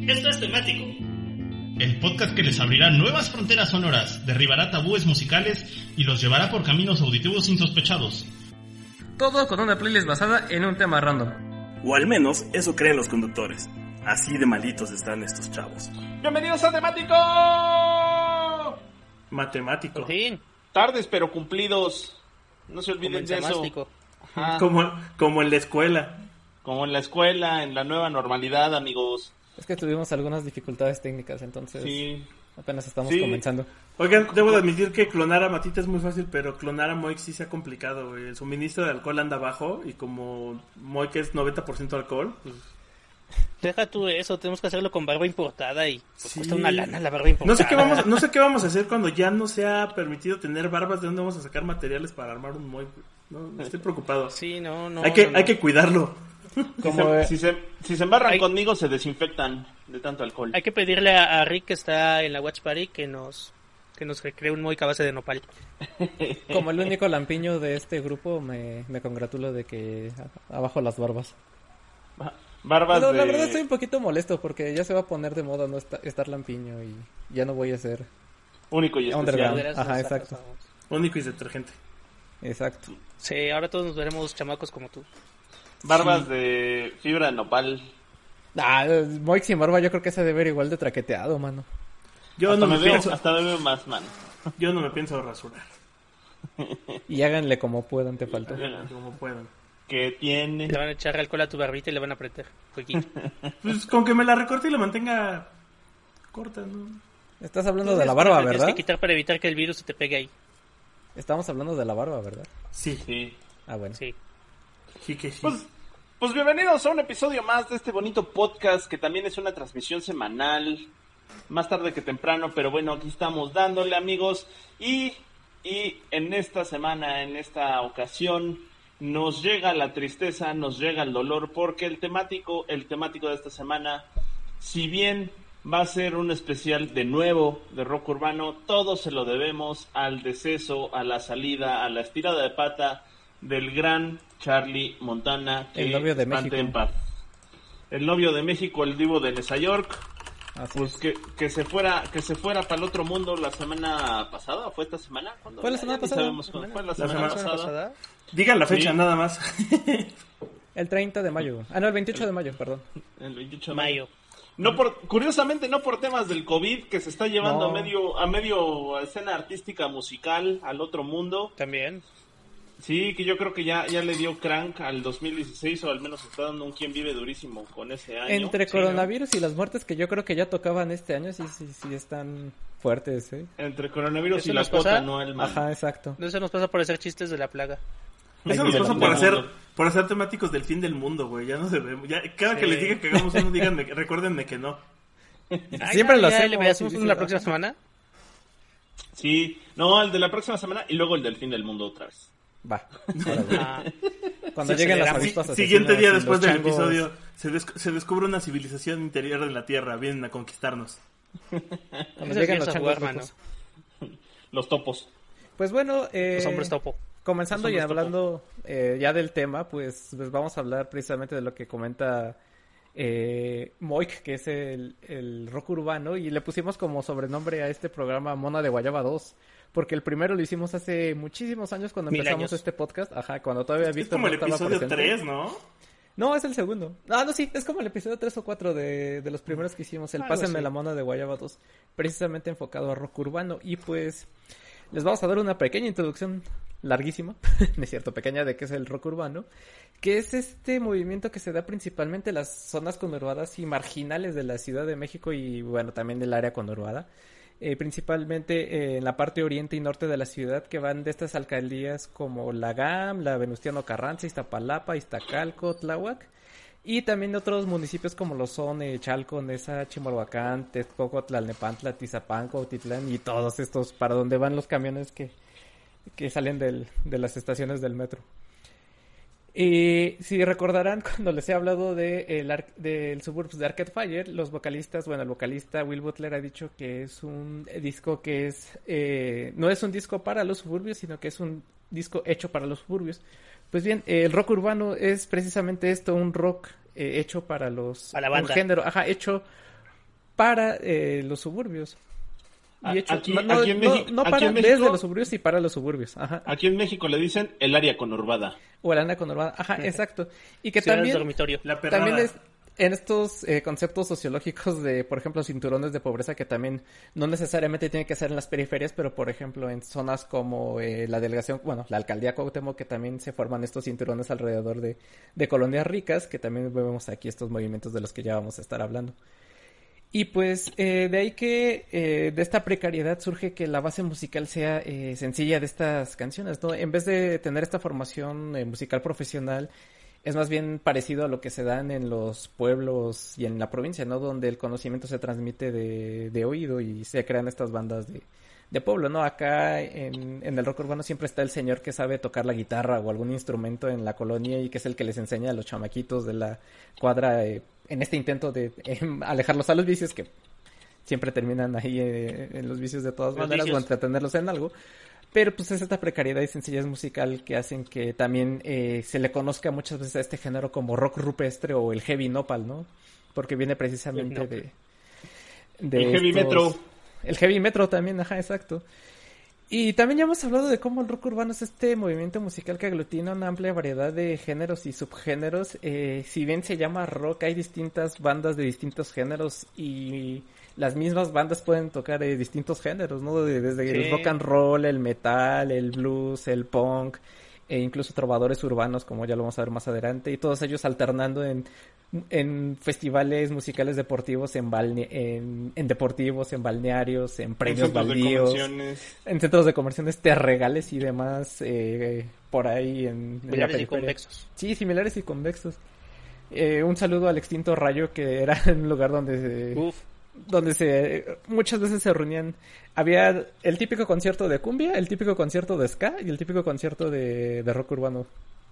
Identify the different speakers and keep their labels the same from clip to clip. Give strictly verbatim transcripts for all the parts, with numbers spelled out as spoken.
Speaker 1: Esto es Temático,
Speaker 2: el podcast que les abrirá nuevas fronteras sonoras, derribará tabúes musicales y los llevará por caminos auditivos insospechados.
Speaker 3: Todo con una playlist basada en un tema random.
Speaker 4: O al menos eso creen los conductores. Así de malitos están estos chavos.
Speaker 5: ¡Bienvenidos a Temático!
Speaker 4: Matemático.
Speaker 5: Por fin. Tardes pero cumplidos. No se olviden de eso.
Speaker 4: Como, como en la escuela.
Speaker 5: Como en la escuela, en la nueva normalidad, amigos.
Speaker 3: Es que tuvimos algunas dificultades técnicas, entonces
Speaker 5: sí.
Speaker 3: apenas estamos
Speaker 5: sí.
Speaker 3: comenzando.
Speaker 4: Oigan, debo de admitir que clonar a Matita es muy fácil, pero clonar a Moik sí se ha complicado, güey. El suministro de alcohol anda bajo y como Moik es noventa por ciento alcohol, pues...
Speaker 6: Deja tú eso, tenemos que hacerlo con barba importada y pues,
Speaker 4: sí.
Speaker 6: cuesta una lana la barba importada.
Speaker 4: No sé qué vamos, no sé qué vamos a hacer cuando ya no sea permitido tener barbas. ¿De dónde vamos a sacar materiales para armar un Moik? No, estoy preocupado.
Speaker 6: Sí, no, no.
Speaker 4: Hay que,
Speaker 6: no, no.
Speaker 4: hay que cuidarlo.
Speaker 5: Como si, se, si, se, si se embarran
Speaker 6: hay,
Speaker 5: conmigo se desinfectan de tanto alcohol.
Speaker 6: Hay que pedirle a, a Rick que está en la Watch Party que nos que nos recree un Moik a base de nopal.
Speaker 3: Como el único lampiño de este grupo me, me congratulo de que abajo las barbas.
Speaker 5: Barbas
Speaker 3: Pero
Speaker 5: de...
Speaker 3: la verdad estoy un poquito molesto porque ya se va a poner de moda no estar, estar lampiño y ya no voy a ser
Speaker 5: único y especial.
Speaker 3: Ajá, exacto.
Speaker 4: Único y detergente.
Speaker 3: Exacto.
Speaker 6: Sí, ahora todos nos veremos chamacos como tú.
Speaker 5: Barbas
Speaker 3: sí.
Speaker 5: de fibra de nopal.
Speaker 3: Ah, Moik sin barba yo creo que se debe ver igual de traqueteado, mano.
Speaker 5: Yo hasta no me, me pienso... veo, hasta me veo más, mano.
Speaker 4: Yo no me pienso rasurar.
Speaker 3: Y háganle como puedan, te faltó.
Speaker 4: Háganle como puedan.
Speaker 5: ¿Qué tiene?
Speaker 6: Le van a echar alcohol a tu barbita y le van a apretar.
Speaker 4: Pues con que me la recorte y la mantenga corta, ¿no?
Speaker 3: Estás hablando Entonces, de la barba, ¿verdad?
Speaker 6: Tienes que quitar para evitar que el virus se te pegue ahí.
Speaker 3: Estamos hablando de la barba, ¿verdad?
Speaker 4: Sí.
Speaker 5: Sí.
Speaker 3: Ah, bueno.
Speaker 6: Sí.
Speaker 4: Sí que sí.
Speaker 5: Pues, pues bienvenidos a un episodio más de este bonito podcast que también es una transmisión semanal. Más tarde que temprano, pero bueno, aquí estamos dándole, amigos. Y, y en esta semana, en esta ocasión... nos llega la tristeza, nos llega el dolor, porque el temático, el temático de esta semana, si bien va a ser un especial de nuevo de rock urbano, todo se lo debemos al deceso, a la salida, a la estirada de pata del gran Charlie Montana, que
Speaker 3: el novio de México.
Speaker 5: En paz. El novio de México, el divo de Nueva York.
Speaker 3: Así
Speaker 5: pues que, que se fuera que se fuera para el otro mundo la semana pasada. ¿Fue esta semana? ¿Cuándo?
Speaker 3: Fue la semana pasada.
Speaker 5: Sabemos cuándo fue la,
Speaker 4: la
Speaker 5: semana,
Speaker 4: semana
Speaker 5: pasada.
Speaker 6: pasada.
Speaker 4: Digan la fecha,
Speaker 5: sí.
Speaker 4: Nada más.
Speaker 3: El treinta de mayo. Ah, no, el veintiocho el, de mayo, perdón.
Speaker 5: El veintiocho de
Speaker 6: mayo.
Speaker 5: No por, curiosamente no por temas del COVID que se está llevando
Speaker 3: no.
Speaker 5: a medio a medio escena artística musical al otro mundo.
Speaker 6: También.
Speaker 5: Sí, que yo creo que ya, ya le dio crank al dos mil dieciséis, o al menos está dando un quien vive durísimo con ese año.
Speaker 3: Entre
Speaker 5: sí,
Speaker 3: coronavirus
Speaker 5: ¿no?
Speaker 3: y las muertes que yo creo que ya tocaban este año, sí sí sí están fuertes, ¿eh?
Speaker 5: Entre coronavirus
Speaker 6: ¿Eso
Speaker 5: y la
Speaker 6: nos
Speaker 5: cuota
Speaker 6: pasa?
Speaker 5: anual.
Speaker 3: Ajá, exacto.
Speaker 6: Eso nos pasa por hacer chistes de la plaga.
Speaker 4: Eso nos pasa por hacer, por hacer temáticos del fin del mundo, güey. Ya no se ve. Ya, cada sí. que les diga que hagamos uno, díganme, recuérdenme que no.
Speaker 6: Ay,
Speaker 3: Siempre
Speaker 6: ya,
Speaker 3: lo
Speaker 6: ya,
Speaker 3: hacemos.
Speaker 6: ¿Le hacemos uno la próxima semana?
Speaker 5: Sí, no, el de la próxima semana y luego el del fin del mundo otra vez.
Speaker 3: Va.
Speaker 6: Ah.
Speaker 3: Cuando sí, lleguen las avispas
Speaker 4: asesinas. Siguiente día después del changos... episodio, se, des- se descubre una civilización interior de la Tierra. Vienen a conquistarnos.
Speaker 3: Cuando lleguen los changos
Speaker 6: jugar,
Speaker 5: los topos.
Speaker 3: Pues bueno, eh,
Speaker 6: los hombres topo.
Speaker 3: Comenzando y hablando eh, ya del tema, pues, pues vamos a hablar precisamente de lo que comenta eh, Moik, que es el, el rock urbano, y le pusimos como sobrenombre a este programa Mona de Guayaba dos. Porque el primero lo hicimos hace muchísimos años cuando
Speaker 6: Mil
Speaker 3: empezamos
Speaker 6: años.
Speaker 3: este podcast. Ajá, cuando todavía
Speaker 4: es
Speaker 3: Víctor
Speaker 4: como
Speaker 3: no
Speaker 4: el episodio
Speaker 3: presente.
Speaker 4: tres, ¿no?
Speaker 3: No, es el segundo. Ah, no, sí, es como el episodio tres o cuatro de, de los primeros que hicimos. El
Speaker 6: Algo
Speaker 3: Pásenme
Speaker 6: así.
Speaker 3: la Mona de Guayaba dos. Precisamente enfocado a rock urbano. Y pues les vamos a dar una pequeña introducción larguísima, no es cierto, pequeña, de qué es el rock urbano. Que es este movimiento que se da principalmente en las zonas conurbadas y marginales de la Ciudad de México y bueno, también del área conurbada. Eh, principalmente eh, en la parte oriente y norte de la ciudad, que van de estas alcaldías como la G A M, la Venustiano Carranza, Iztapalapa, Iztacalco, Tláhuac, y también otros municipios como lo son eh, Chalco, Neza, Chimalhuacán, Texcoco, Tlalnepantla, Tizapán, Cuautitlán y todos estos para donde van los camiones que, que salen del, de las estaciones del metro. Y si recordarán, cuando les he hablado de el ar- del Suburbs de Arcade Fire, los vocalistas, bueno, el vocalista Will Butler ha dicho que es un disco que es, eh, no es un disco para los suburbios, sino que es un disco hecho para los suburbios. Pues bien, eh, el rock urbano es precisamente esto, un rock eh, hecho para los...
Speaker 6: Para la banda.
Speaker 3: Un género, ajá, hecho para eh, los suburbios. Y hecho,
Speaker 5: aquí,
Speaker 3: no, no,
Speaker 5: aquí en
Speaker 3: no,
Speaker 5: México,
Speaker 3: no
Speaker 5: aquí
Speaker 3: para
Speaker 5: en México,
Speaker 3: desde los suburbios y para los suburbios. Ajá.
Speaker 5: Aquí en México le dicen el área conurbada.
Speaker 3: O el área conurbada. Ajá, exacto. Y que
Speaker 6: Sí, era el
Speaker 3: también,
Speaker 6: dormitorio.
Speaker 4: La perrada.
Speaker 3: también es en estos eh, conceptos sociológicos de, por ejemplo, cinturones de pobreza, que también no necesariamente tiene que ser en las periferias, pero por ejemplo en zonas como eh, la delegación, bueno, la alcaldía Cuauhtémoc, que también se forman estos cinturones alrededor de, de colonias ricas, que también vemos aquí estos movimientos de los que ya vamos a estar hablando. Y pues eh, de ahí que eh, de esta precariedad surge que la base musical sea eh, sencilla de estas canciones, ¿no? En vez de tener esta formación eh, musical profesional, es más bien parecido a lo que se dan en los pueblos y en la provincia, ¿no? Donde el conocimiento se transmite de, de oído y se crean estas bandas de, de pueblo, ¿no? Acá en, en el rock urbano siempre está el señor que sabe tocar la guitarra o algún instrumento en la colonia y que es el que les enseña a los chamaquitos de la cuadra eh, en este intento de eh, alejarlos a los vicios, que siempre terminan ahí eh, en los vicios de todas
Speaker 6: Los
Speaker 3: maneras
Speaker 6: vicios.
Speaker 3: o entretenerlos en algo. Pero pues es esta precariedad y sencillez musical que hacen que también eh, se le conozca muchas veces a este género como rock rupestre o el heavy nopal, ¿no? Porque viene precisamente
Speaker 6: Heavy
Speaker 3: de, de
Speaker 5: El heavy
Speaker 3: estos-
Speaker 5: metro.
Speaker 3: El heavy metro también, ajá, exacto. Y también ya hemos hablado de cómo el rock urbano es este movimiento musical que aglutina una amplia variedad de géneros y subgéneros. Eh, si bien se llama rock, hay distintas bandas de distintos géneros y las mismas bandas pueden tocar eh, distintos géneros, ¿no? De- desde
Speaker 6: Sí.
Speaker 3: el rock and roll, el metal, el blues, el punk, e incluso trovadores urbanos, como ya lo vamos a ver más adelante, y todos ellos alternando en, en festivales musicales deportivos, en, balne- en, en deportivos, en balnearios, en
Speaker 5: En
Speaker 3: premios
Speaker 5: centros de
Speaker 3: baldíos,
Speaker 5: convenciones.
Speaker 3: en centros de conversiones, terregales y demás, eh, por ahí en, en la
Speaker 6: Similares y
Speaker 3: periferia.
Speaker 6: convexos.
Speaker 3: Sí, similares y convexos. Eh, un saludo al extinto Rayo, que era un lugar donde se,
Speaker 6: Uf.
Speaker 3: donde se muchas veces se reunían. Había el típico concierto de cumbia, el típico concierto de ska y el típico concierto de, de rock urbano.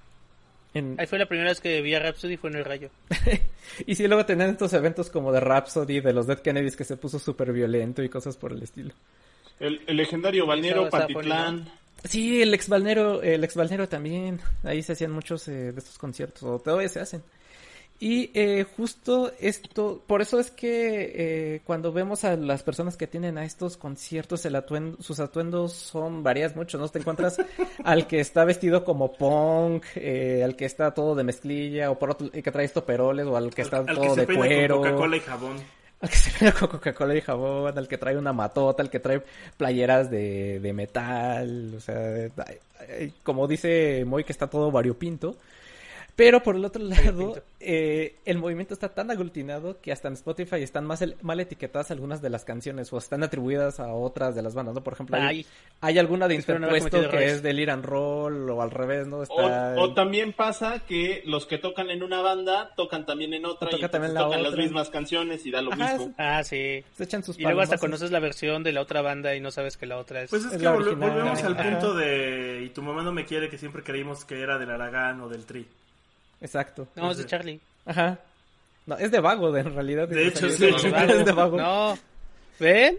Speaker 3: En-
Speaker 6: Ahí fue la primera vez que vi a Rhapsody, fue en el Rayo.
Speaker 3: y sí, luego tenían estos eventos como de Rhapsody, de los Dead Kennedys, que se puso súper violento y cosas por el estilo.
Speaker 5: El, el legendario balneario
Speaker 6: Estaba- estaba
Speaker 5: Pantitlán.
Speaker 3: Sí, el ex balnero, el ex balnero también. Ahí se hacían muchos eh, de estos conciertos, o todavía se hacen. Y eh, justo esto, por eso es que eh, cuando vemos a las personas que tienen a estos conciertos, el atuen- sus atuendos son varias mucho, ¿no? Te encuentras al que está vestido como punk, eh, al que está todo de mezclilla, o por otro, el que trae estoperoles, o al que está
Speaker 4: al, al
Speaker 3: todo
Speaker 4: que se
Speaker 3: de
Speaker 4: peina
Speaker 3: cuero.
Speaker 4: con Coca-Cola y jabón.
Speaker 3: Al que se peina con Coca-Cola y jabón, al que trae una matota, al que trae playeras de, de metal, o sea, ay, ay, como dice Moy, que está todo variopinto. Pero por el otro lado, eh, el movimiento está tan aglutinado que hasta en Spotify están más el- mal etiquetadas algunas de las canciones o están atribuidas a otras de las bandas, ¿no? Por ejemplo, hay,
Speaker 6: Ay.
Speaker 3: hay alguna de
Speaker 6: Espero no haber
Speaker 3: Interpuesto
Speaker 6: cometido
Speaker 3: que
Speaker 6: errores.
Speaker 3: es del Iran Roll o al revés, ¿no?
Speaker 5: O,
Speaker 3: Está...
Speaker 5: o también pasa que los que tocan en una banda tocan también en otra
Speaker 3: O toca
Speaker 5: y entonces
Speaker 3: también la
Speaker 5: tocan las
Speaker 3: otra.
Speaker 5: mismas canciones y da lo
Speaker 3: Ajá,
Speaker 5: mismo.
Speaker 6: Ah, sí.
Speaker 3: Se echan sus
Speaker 6: Y luego hasta
Speaker 3: palomazos.
Speaker 6: conoces la versión de la otra banda y no sabes que la otra es...
Speaker 4: Pues es,
Speaker 3: Es
Speaker 4: que
Speaker 3: la
Speaker 4: volve-
Speaker 3: original.
Speaker 4: volvemos al
Speaker 3: Ajá.
Speaker 4: punto de y tu mamá no me quiere, que siempre creímos que era del Aragán o del Tri.
Speaker 3: Exacto.
Speaker 6: No, es de Charlie.
Speaker 3: Ajá. No, es de Vago, de, en realidad.
Speaker 4: De hecho,
Speaker 3: es
Speaker 4: sí.
Speaker 3: de Vago. Es de Vago.
Speaker 6: No. ¿Ven?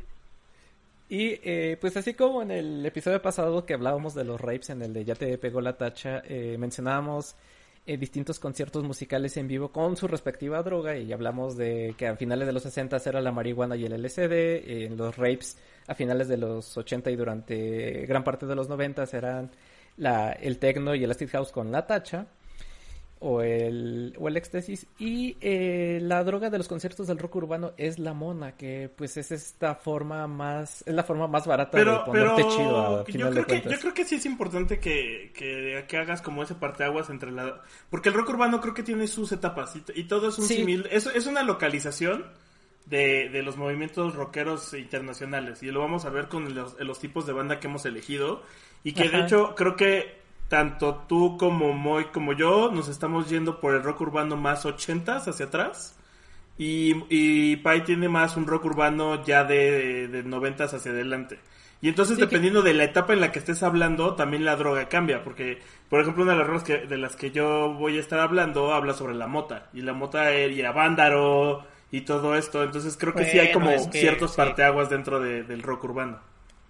Speaker 3: Y eh, pues así como en el episodio pasado que hablábamos de los rapes, en el de Ya te pegó la tacha, eh, mencionábamos eh, distintos conciertos musicales en vivo con su respectiva droga y hablamos de que a finales de los sesenta era la marihuana y el L S D, eh, en los rapes a finales de los ochenta y durante gran parte de los noventa eran la, el techno y el acid house con la tacha o el, o el éxtasis, y eh, la droga de los conciertos del rock urbano es la mona, que pues es esta forma más, es la forma más barata de
Speaker 4: Pero,
Speaker 3: ponerte
Speaker 4: pero
Speaker 3: chido a
Speaker 4: yo
Speaker 3: final
Speaker 4: creo
Speaker 3: de
Speaker 4: que
Speaker 3: cuentas.
Speaker 4: yo creo que sí es importante que, que, que hagas como ese parteaguas entre la, porque el rock urbano creo que tiene sus etapas y, y todo es un
Speaker 3: Sí.
Speaker 4: símil, es, es una localización de, de los movimientos rockeros internacionales y lo vamos a ver con los, los tipos de banda que hemos elegido y que de
Speaker 3: Ajá.
Speaker 4: hecho creo que tanto tú como Moy como yo nos estamos yendo por el rock urbano más ochentas hacia atrás. Y, y Pai tiene más un rock urbano ya de, de noventas hacia adelante. Y entonces,
Speaker 3: Sí,
Speaker 4: dependiendo de la etapa en la que estés hablando, también la droga cambia. Porque, por ejemplo, una de las rolas que, de las que yo voy a estar hablando habla sobre la mota. Y la mota era vándaro y todo esto. Entonces, creo que sí hay
Speaker 6: Bueno,
Speaker 4: como
Speaker 6: es que,
Speaker 4: ciertos
Speaker 6: sí.
Speaker 4: parteaguas dentro de- del rock urbano.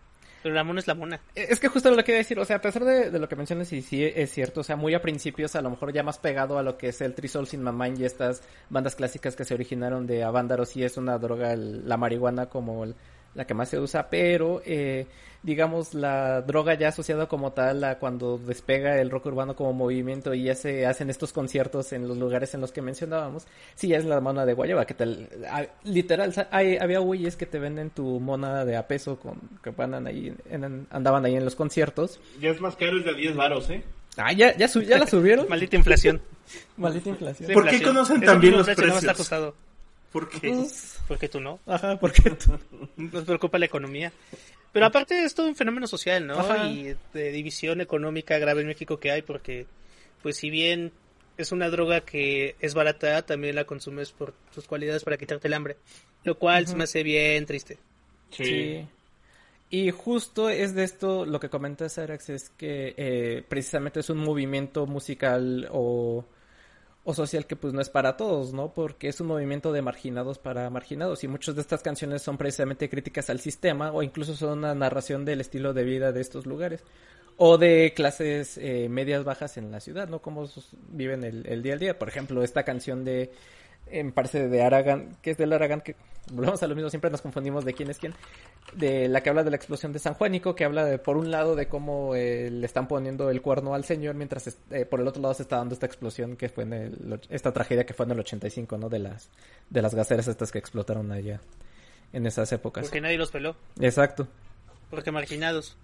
Speaker 6: Pero la mona es la mona.
Speaker 3: Es que justo lo que iba a decir, o sea, a pesar de, de lo que mencionas, y sí es cierto, o sea, muy a principios, a lo mejor ya más pegado a lo que es el Three Souls in My Mind y estas bandas clásicas que se originaron de Avándaro, sí es una droga, el, la marihuana como el, la que más se usa, pero, eh, digamos, la droga ya asociada como tal a cuando despega el rock urbano como movimiento y ya se hacen estos conciertos en los lugares en los que mencionábamos, sí ya es la mona de guayaba, que te, a, literal, hay, había güeyes que te venden tu mona de a peso con, que andan ahí, en, andaban ahí en los conciertos.
Speaker 5: Ya es más caro el de diez varos, ¿eh?
Speaker 3: Ah, ya, ya, sub, ya la subieron.
Speaker 6: Maldita inflación.
Speaker 3: Maldita inflación.
Speaker 4: ¿Por qué conocen también los precios?
Speaker 6: No está ajustado.
Speaker 4: ¿Por qué?
Speaker 3: Pues,
Speaker 6: porque tú no.
Speaker 3: Ajá, porque tú.
Speaker 6: Nos preocupa la economía. Pero aparte es todo un fenómeno social, ¿no?
Speaker 3: Ajá.
Speaker 6: Y de división económica grave en México que hay, porque, pues si bien es una droga que es barata, también la consumes por sus cualidades para quitarte el hambre. Lo cual uh-huh. se me hace bien triste.
Speaker 3: Sí. sí. Y justo es de esto lo que comentas, Arax, es que eh, precisamente es un movimiento musical o... o social que pues no es para todos, ¿no? Porque es un movimiento de marginados para marginados y muchas de estas canciones son precisamente críticas al sistema o incluso son una narración del estilo de vida de estos lugares o de clases eh, medias bajas en la ciudad, ¿no? Cómo viven el, el día al día. Por ejemplo, esta canción de, eh, me parece de Aragán, que es del Aragán, que volvemos a lo mismo, siempre nos confundimos de quién es quién, de la que habla de la explosión de San Juanico, que habla de, por un lado, de cómo eh, le están poniendo el cuerno al señor, mientras eh, por el otro lado se está dando esta explosión que fue en el, esta tragedia que fue en el ochenta y cinco, ¿no? De las, de las gaseras estas que explotaron allá en esas épocas.
Speaker 6: Porque nadie los peló.
Speaker 3: Exacto.
Speaker 6: Porque marginados.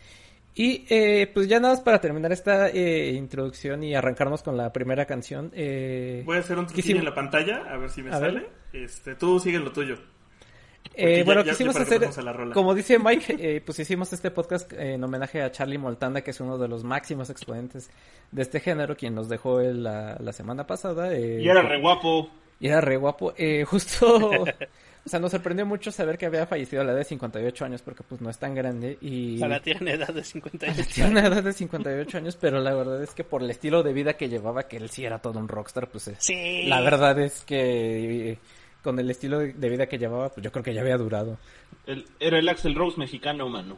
Speaker 3: Y eh, pues ya nada más para terminar esta eh, introducción y arrancarnos con la primera canción. Eh,
Speaker 4: Voy a hacer un truquillo en la pantalla, a ver si me a sale. Ver. Este, tú sigue lo tuyo.
Speaker 3: Eh, ya, bueno, ya, quisimos ya hacer, como dice Mike, eh, pues hicimos este podcast en homenaje a Charlie Montana, que es uno de los máximos exponentes de este género, quien nos dejó el, la, la semana pasada. Eh,
Speaker 5: y era re guapo.
Speaker 3: Y era re guapo. Eh, justo... O sea, nos sorprendió mucho saber que había fallecido a la edad de cincuenta y ocho años, porque pues no es tan grande y...
Speaker 6: O sea, la tiene edad de cincuenta y ocho años.
Speaker 3: Tiene una edad de cincuenta y ocho años, pero la verdad es que por el estilo de vida que llevaba, que él sí era todo un rockstar, pues...
Speaker 6: Sí.
Speaker 3: La verdad es que con el estilo de vida que llevaba, pues yo creo que ya había durado.
Speaker 5: El, era el Axl Rose mexicano, mano.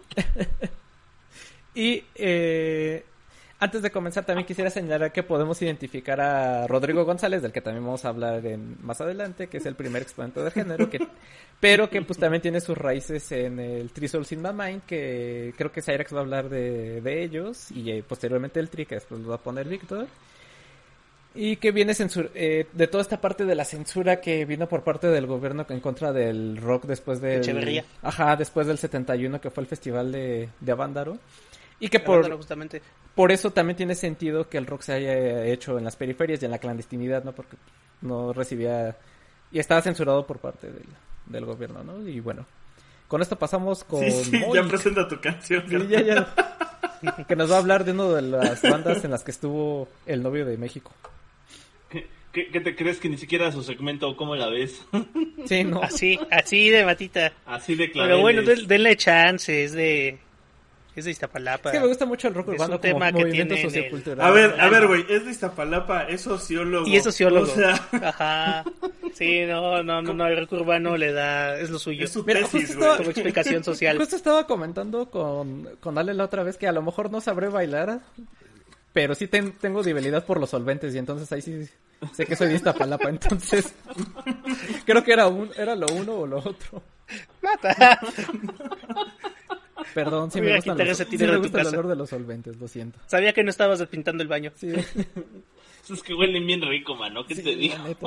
Speaker 3: Y... eh... Antes de comenzar, también quisiera señalar que podemos identificar a Rodrigo González, del que también vamos a hablar en, más adelante, que es el primer exponente del género, que, pero que pues también tiene sus raíces en el Three Souls in My Mind, que creo que Cyrax va a hablar de, de ellos, y eh, posteriormente el Tri, que después lo va a poner Víctor, y que viene censura, eh, de toda esta parte de la censura que vino por parte del gobierno en contra del rock después del...
Speaker 6: Echeverría.
Speaker 3: Ajá, después del setenta y uno, que fue el festival de, de Avándaro. Y que por,
Speaker 6: justamente.
Speaker 3: por eso también tiene sentido que el rock se haya hecho en las periferias y en la clandestinidad, ¿no? Porque no recibía... Y estaba censurado por parte del, del gobierno, ¿no? Y bueno, con esto pasamos con...
Speaker 4: Sí, sí,
Speaker 3: Moik.
Speaker 4: ya presenta tu canción.
Speaker 3: Sí, ya, ya. Que nos va a hablar de una de las bandas en las que estuvo el novio de México.
Speaker 5: ¿Qué, qué, qué te crees que ni siquiera su segmento, cómo la ves?
Speaker 3: Sí, no.
Speaker 6: Así, así de matita.
Speaker 5: Así de claro.
Speaker 6: Pero bueno, den, denle chance, es de... Es de Iztapalapa.
Speaker 3: Es que me gusta mucho el rock urbano como movimiento sociocultural.
Speaker 4: A ver, a ver, güey, es de Iztapalapa, es sociólogo.
Speaker 6: Y es sociólogo.
Speaker 4: O sea...
Speaker 6: Ajá. Sí, no, no, no, no, el rock urbano le da, es lo suyo.
Speaker 4: Es su
Speaker 3: Mira,
Speaker 4: tesis,
Speaker 3: güey.
Speaker 6: Como explicación social.
Speaker 3: Justo estaba comentando con, con Ale la otra vez que a lo mejor no sabré bailar, pero sí ten, tengo debilidad por los solventes y entonces ahí sí sé que soy de Iztapalapa, entonces creo que era un, era lo uno o lo otro.
Speaker 6: Mata.
Speaker 3: Perdón, sí
Speaker 6: Voy
Speaker 3: me
Speaker 6: a
Speaker 3: gusta,
Speaker 6: quitar
Speaker 3: los,
Speaker 6: ese
Speaker 3: sí
Speaker 6: dinero
Speaker 3: me
Speaker 6: de tu
Speaker 3: gusta el
Speaker 6: casa.
Speaker 3: olor de los solventes, lo siento.
Speaker 6: Sabía que no estabas despintando el baño.
Speaker 3: Sí.
Speaker 5: Es que huelen bien rico, mano, ¿qué
Speaker 3: Sí,
Speaker 5: te
Speaker 3: la
Speaker 5: digo?
Speaker 3: neta.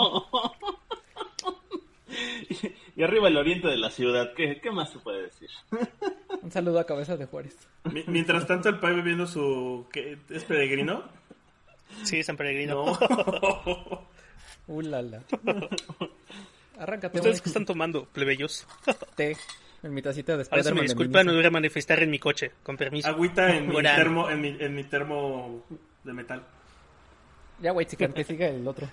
Speaker 5: Y arriba el oriente de la ciudad, ¿qué, qué más se puede decir?
Speaker 3: Un saludo a Cabeza de Juárez.
Speaker 4: Mi- Mientras tanto, el Pai bebiendo su... ¿qué? ¿Es peregrino?
Speaker 6: Sí, San Peregrino.
Speaker 4: No.
Speaker 3: Uh, la, la. Arráncate.
Speaker 6: ¿Ustedes
Speaker 3: Mike.
Speaker 6: qué están tomando, plebeyos?
Speaker 3: Té en mi tacita de
Speaker 6: Ahora se me
Speaker 3: Spider-Man de
Speaker 6: disculpan, no
Speaker 3: Miniso.
Speaker 6: voy a manifestar en mi coche, con permiso.
Speaker 4: Agüita en mi
Speaker 6: Buena.
Speaker 4: termo, en mi, en mi termo de metal.
Speaker 3: Ya, güey, chica, que siga el otro.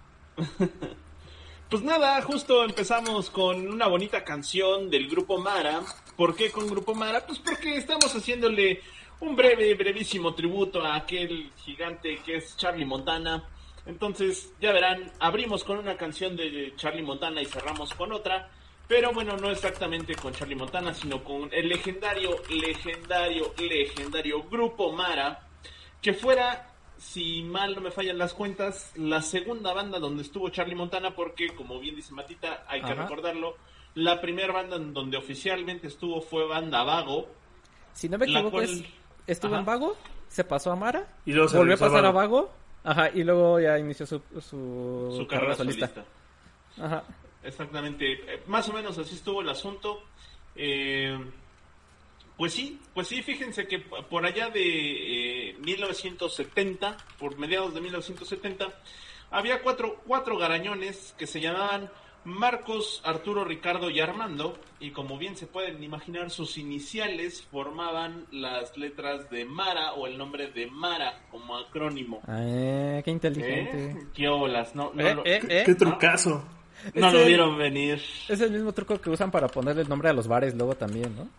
Speaker 5: Pues nada, justo empezamos con una bonita canción del Grupo Mara. ¿Por qué con Grupo Mara? Pues porque estamos haciéndole un breve, brevísimo tributo a aquel gigante que es Charlie Montana. Entonces, ya verán, abrimos con una canción de Charlie Montana y cerramos con otra. Pero bueno, no exactamente con Charlie Montana, sino con el legendario, legendario, legendario Grupo Mara, que fuera, si mal no me fallan las cuentas, la segunda banda donde estuvo Charlie Montana, porque, como bien dice Matita, hay que
Speaker 3: Ajá.
Speaker 5: recordarlo, la primera banda en donde oficialmente estuvo fue Banda Vago.
Speaker 3: Si no me
Speaker 5: La
Speaker 3: equivoco,
Speaker 5: cual-
Speaker 3: es- estuvo
Speaker 5: Ajá.
Speaker 3: en Vago, se pasó a Mara,
Speaker 4: Y luego se
Speaker 3: volvió a
Speaker 4: regresó a
Speaker 3: pasar a
Speaker 4: Vago.
Speaker 3: Vago, ajá, y luego ya inició su, su,
Speaker 5: Su carrera solista.
Speaker 3: Ajá.
Speaker 5: Exactamente, eh, más o menos así estuvo el asunto. Eh, pues sí, pues sí, fíjense que p- por allá de eh, mil novecientos setenta, por mediados de mil novecientos setenta, había cuatro, cuatro garañones que se llamaban Marcos, Arturo, Ricardo y Armando, y como bien se pueden imaginar, sus iniciales formaban las letras de Mara o el nombre de Mara como acrónimo.
Speaker 3: Ah, qué inteligente.
Speaker 5: ¿Eh? ¿Qué olas? No, no,
Speaker 6: Eh,
Speaker 5: lo,
Speaker 6: eh, eh.
Speaker 4: Qué trucazo.
Speaker 5: no
Speaker 3: Ese-
Speaker 5: lo vieron venir.
Speaker 3: Es el mismo truco que usan para ponerle el nombre a los bares luego también, ¿no?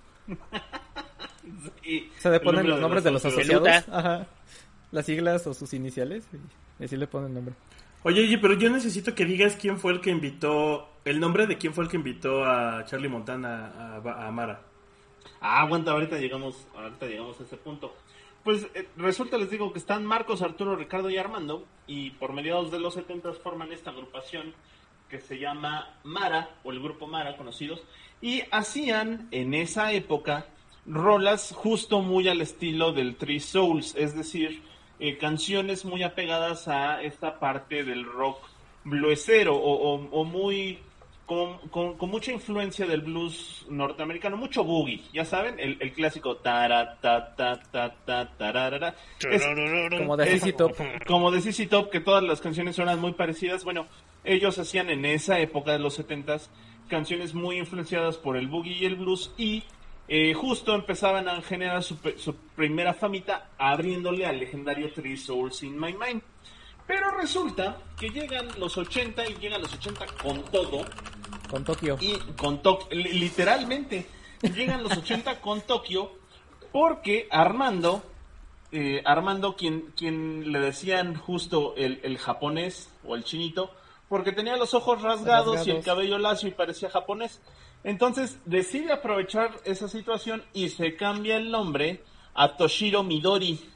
Speaker 5: Y
Speaker 3: O sea, le
Speaker 5: el
Speaker 3: ponen
Speaker 5: nombre
Speaker 3: los nombres de los
Speaker 5: socios.
Speaker 3: asociados,
Speaker 6: Peluta.
Speaker 3: ajá, las siglas o sus iniciales, y así le ponen nombre.
Speaker 4: Oye, oye, pero yo necesito que digas quién fue el que invitó, el nombre de quién fue el que invitó a Charlie Montana a, a, a Mara.
Speaker 5: Ah, aguanta, ahorita llegamos, ahorita llegamos a ese punto. Pues eh, resulta, les digo, que están Marcos, Arturo, Ricardo y Armando, y por mediados de los setenta forman esta agrupación que se llama Mara, o el Grupo Mara, conocidos, y hacían en esa época rolas justo muy al estilo del Three Souls, es decir, eh, canciones muy apegadas a esta parte del rock bluesero, o, o, o muy... Con, con, con mucha influencia del blues norteamericano, mucho boogie, ya saben, el, el clásico tara ta ta ta ta tararara. Es-
Speaker 3: Como de
Speaker 5: es-
Speaker 3: C C Top.
Speaker 5: como de C C Top, que todas las canciones eran muy parecidas. Bueno, ellos hacían en esa época de los setentas canciones muy influenciadas por el boogie y el blues, y eh, justo empezaban a generar su, pe- su primera famita abriéndole al legendario Three Souls in My Mind. Pero resulta que llegan los ochenta, y llegan los ochenta con todo,
Speaker 3: Con Tokio.
Speaker 5: y con Tokio, literalmente, llegan los ochenta con Tokio, porque Armando, eh, Armando, quien, quien le decían justo el, el japonés o el chinito, porque tenía los ojos rasgados,
Speaker 3: Rasgados.
Speaker 5: y el cabello lacio y parecía japonés. Entonces decide aprovechar esa situación y se cambia el nombre a Toshiro Midori.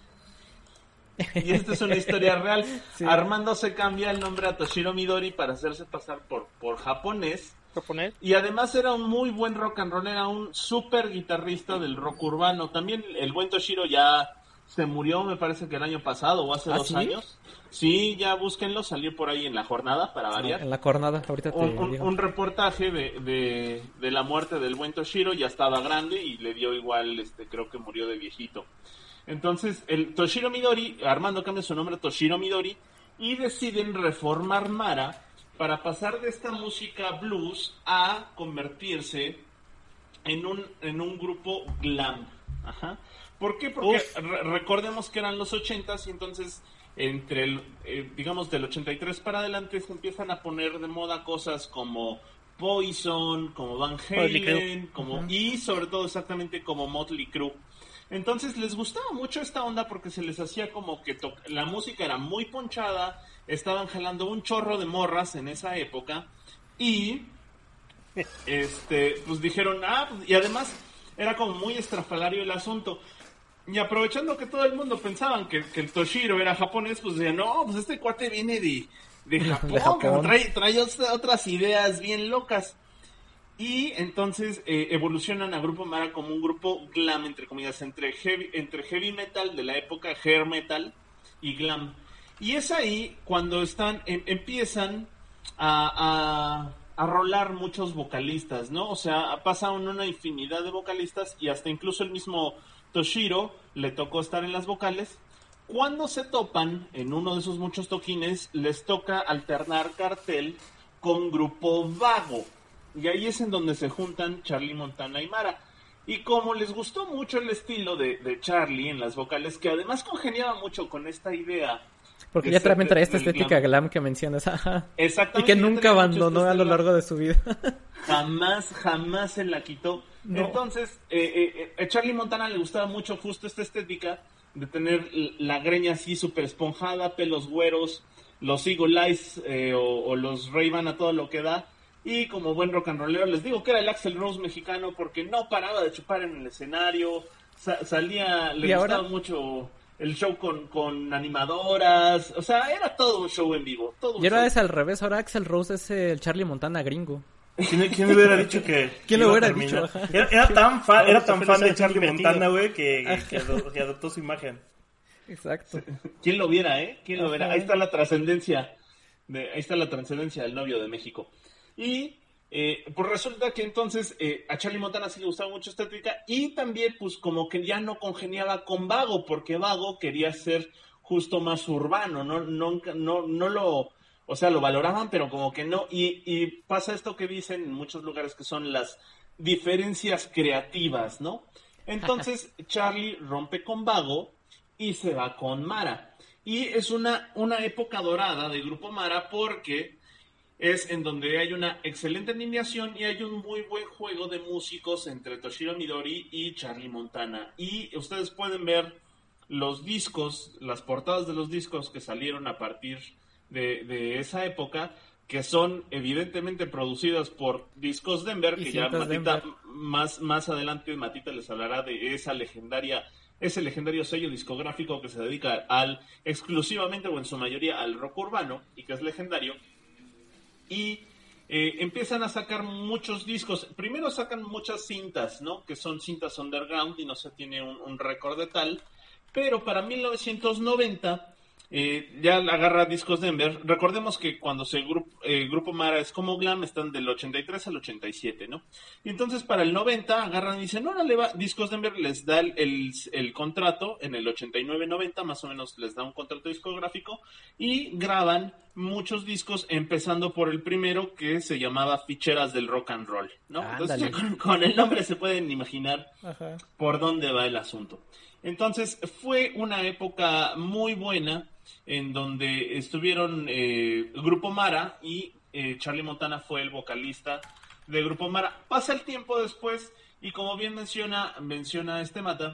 Speaker 5: Y esta es una historia real.
Speaker 3: Sí.
Speaker 5: Armando se cambia el nombre a Toshiro Midori para hacerse pasar por, por japonés.
Speaker 6: Proponer.
Speaker 5: Y además era un muy buen rock and roll, era un súper guitarrista del rock urbano. También el buen Toshiro ya se murió, me parece que el año pasado o hace
Speaker 3: ¿Ah,
Speaker 5: dos
Speaker 3: sí?
Speaker 5: años. Sí, ya búsquenlo, salió por ahí en la jornada para variar.
Speaker 3: En la cornada, ahorita te
Speaker 5: Un, un-
Speaker 3: digo.
Speaker 5: un reportaje de, de, de la muerte del buen Toshiro, ya estaba grande y le dio igual, este creo que murió de viejito. Entonces, el Toshiro Midori, Armando cambia su nombre a Toshiro Midori y deciden reformar Mara para pasar de esta música blues a convertirse en un, en un grupo glam. Ajá. ¿Por qué? Porque
Speaker 6: Uf.
Speaker 5: re- recordemos que eran los ochentas y entonces entre el, eh, digamos del ochenta y tres para adelante se empiezan a poner de moda cosas como Poison, como Van
Speaker 6: Motley Crue.
Speaker 5: Halen, como, y sobre todo exactamente como Motley Crue. Entonces les gustaba mucho esta onda porque se les hacía como que to- la música era muy ponchada, estaban jalando un chorro de morras en esa época y este pues dijeron, ah, pues, y además era como muy estrafalario el asunto. Y aprovechando que todo el mundo pensaban que, que el Toshiro era japonés, pues decían, no, pues este cuate viene de, de Japón,
Speaker 3: De Japón.
Speaker 5: como trae, trae otra- otras ideas bien locas. Y entonces eh, evolucionan a Grupo Mara como un grupo glam, entre comillas, entre heavy, entre heavy metal de la época, hair metal y glam. Y es ahí cuando están em- empiezan a, a, a rolar muchos vocalistas, ¿no? O sea, pasan una infinidad de vocalistas y hasta incluso el mismo Toshiro le tocó estar en las vocales. Cuando se topan en uno de esos muchos toquines, les toca alternar cartel con Grupo Vago. Y ahí es en donde se juntan Charlie Montana y Mara. Y como les gustó mucho el estilo de, de Charlie en las vocales, que además congeniaba mucho con esta idea.
Speaker 3: Porque
Speaker 5: de
Speaker 3: ya
Speaker 5: ser-
Speaker 3: también trae esta
Speaker 5: del
Speaker 3: estética
Speaker 5: glam.
Speaker 3: glam que mencionas, ajá. Y
Speaker 5: Exactamente.
Speaker 3: que
Speaker 5: ya
Speaker 3: nunca
Speaker 5: tenía mucho
Speaker 3: abandonó
Speaker 5: este
Speaker 3: a lo
Speaker 5: estilo.
Speaker 3: largo de su vida.
Speaker 5: Jamás, jamás se la quitó.
Speaker 3: No.
Speaker 5: Entonces, eh, eh, a Charlie Montana le gustaba mucho justo esta estética de tener l- la greña así súper esponjada, pelos güeros, los Eagle Eyes eh, o, o los Ray-Ban a todo lo que da, Y como buen rock and rollero, les digo que era el Axl Rose mexicano porque no paraba de chupar en el escenario, sa- salía, le
Speaker 3: ¿Y
Speaker 5: gustaba
Speaker 3: ahora?
Speaker 5: mucho el show con, con animadoras, o sea, era todo un show en vivo. Todo un
Speaker 3: Y ahora
Speaker 5: show.
Speaker 3: es al revés, ahora Axl Rose es el Charlie Montana gringo.
Speaker 4: ¿Quién, quién le hubiera dicho que
Speaker 3: ¿Quién lo
Speaker 4: iba a
Speaker 3: hubiera
Speaker 4: terminar?
Speaker 3: dicho? Ajá.
Speaker 4: Era, era tan fan, era tan
Speaker 6: Fue
Speaker 4: fan de
Speaker 6: algo
Speaker 4: Charlie
Speaker 6: divertido.
Speaker 4: Montana, güey, que, que, que ado- que adoptó su imagen.
Speaker 3: Exacto.
Speaker 5: ¿Quién lo viera, eh? ¿Quién lo
Speaker 3: Ajá.
Speaker 5: viera? Ahí está la trascendencia, de, ahí está la trascendencia del novio de México. Y eh, pues resulta que entonces eh, a Charlie Montana sí le gustaba mucho esta estética y también pues como que ya no congeniaba con Vago, porque Vago quería ser justo más urbano, no, no, no, no lo, o sea, lo valoraban, pero como que no, y, y pasa esto que dicen en muchos lugares que son las diferencias creativas, ¿no? Entonces Charlie rompe con Vago y se va con Mara. Y es una, una época dorada de Grupo Mara porque es en donde hay una excelente alineación y hay un muy buen juego de músicos entre Toshiro Midori y Charlie Montana. Y ustedes pueden ver los discos, las portadas de los discos que salieron a partir de, de esa época, que son evidentemente producidas por Discos Denver,
Speaker 3: Y
Speaker 5: que ya
Speaker 3: Cintas
Speaker 5: Matita,
Speaker 3: Denver.
Speaker 5: más, más adelante Matita les hablará de esa legendaria, ese legendario sello discográfico que se dedica al exclusivamente o en su mayoría al rock urbano y que es legendario. Y eh, empiezan a sacar muchos discos. Primero sacan muchas cintas, ¿no? Que son cintas underground y no se tiene un, un récord de tal. Pero para mil novecientos noventa eh, ya agarra Discos Denver. Recordemos que cuando se grupo, eh, Grupo Mara es como Glam, están del ochenta y tres al ochenta y siete, ¿no? Y entonces para el noventa agarran y dicen, órale va, Discos Denver les da el, el, el contrato, en el ochenta y nueve noventa más o menos les da un contrato discográfico y graban muchos discos, empezando por el primero que se llamaba Ficheras del Rock and Roll, ¿no? Entonces
Speaker 3: Ándale.
Speaker 5: ya con, con el nombre se pueden imaginar
Speaker 3: Ajá.
Speaker 5: por dónde va el asunto. Entonces fue una época muy buena en donde estuvieron eh, Grupo Mara y eh, Charlie Montana fue el vocalista de Grupo Mara. Pasa el tiempo después y como bien menciona, menciona este Mata,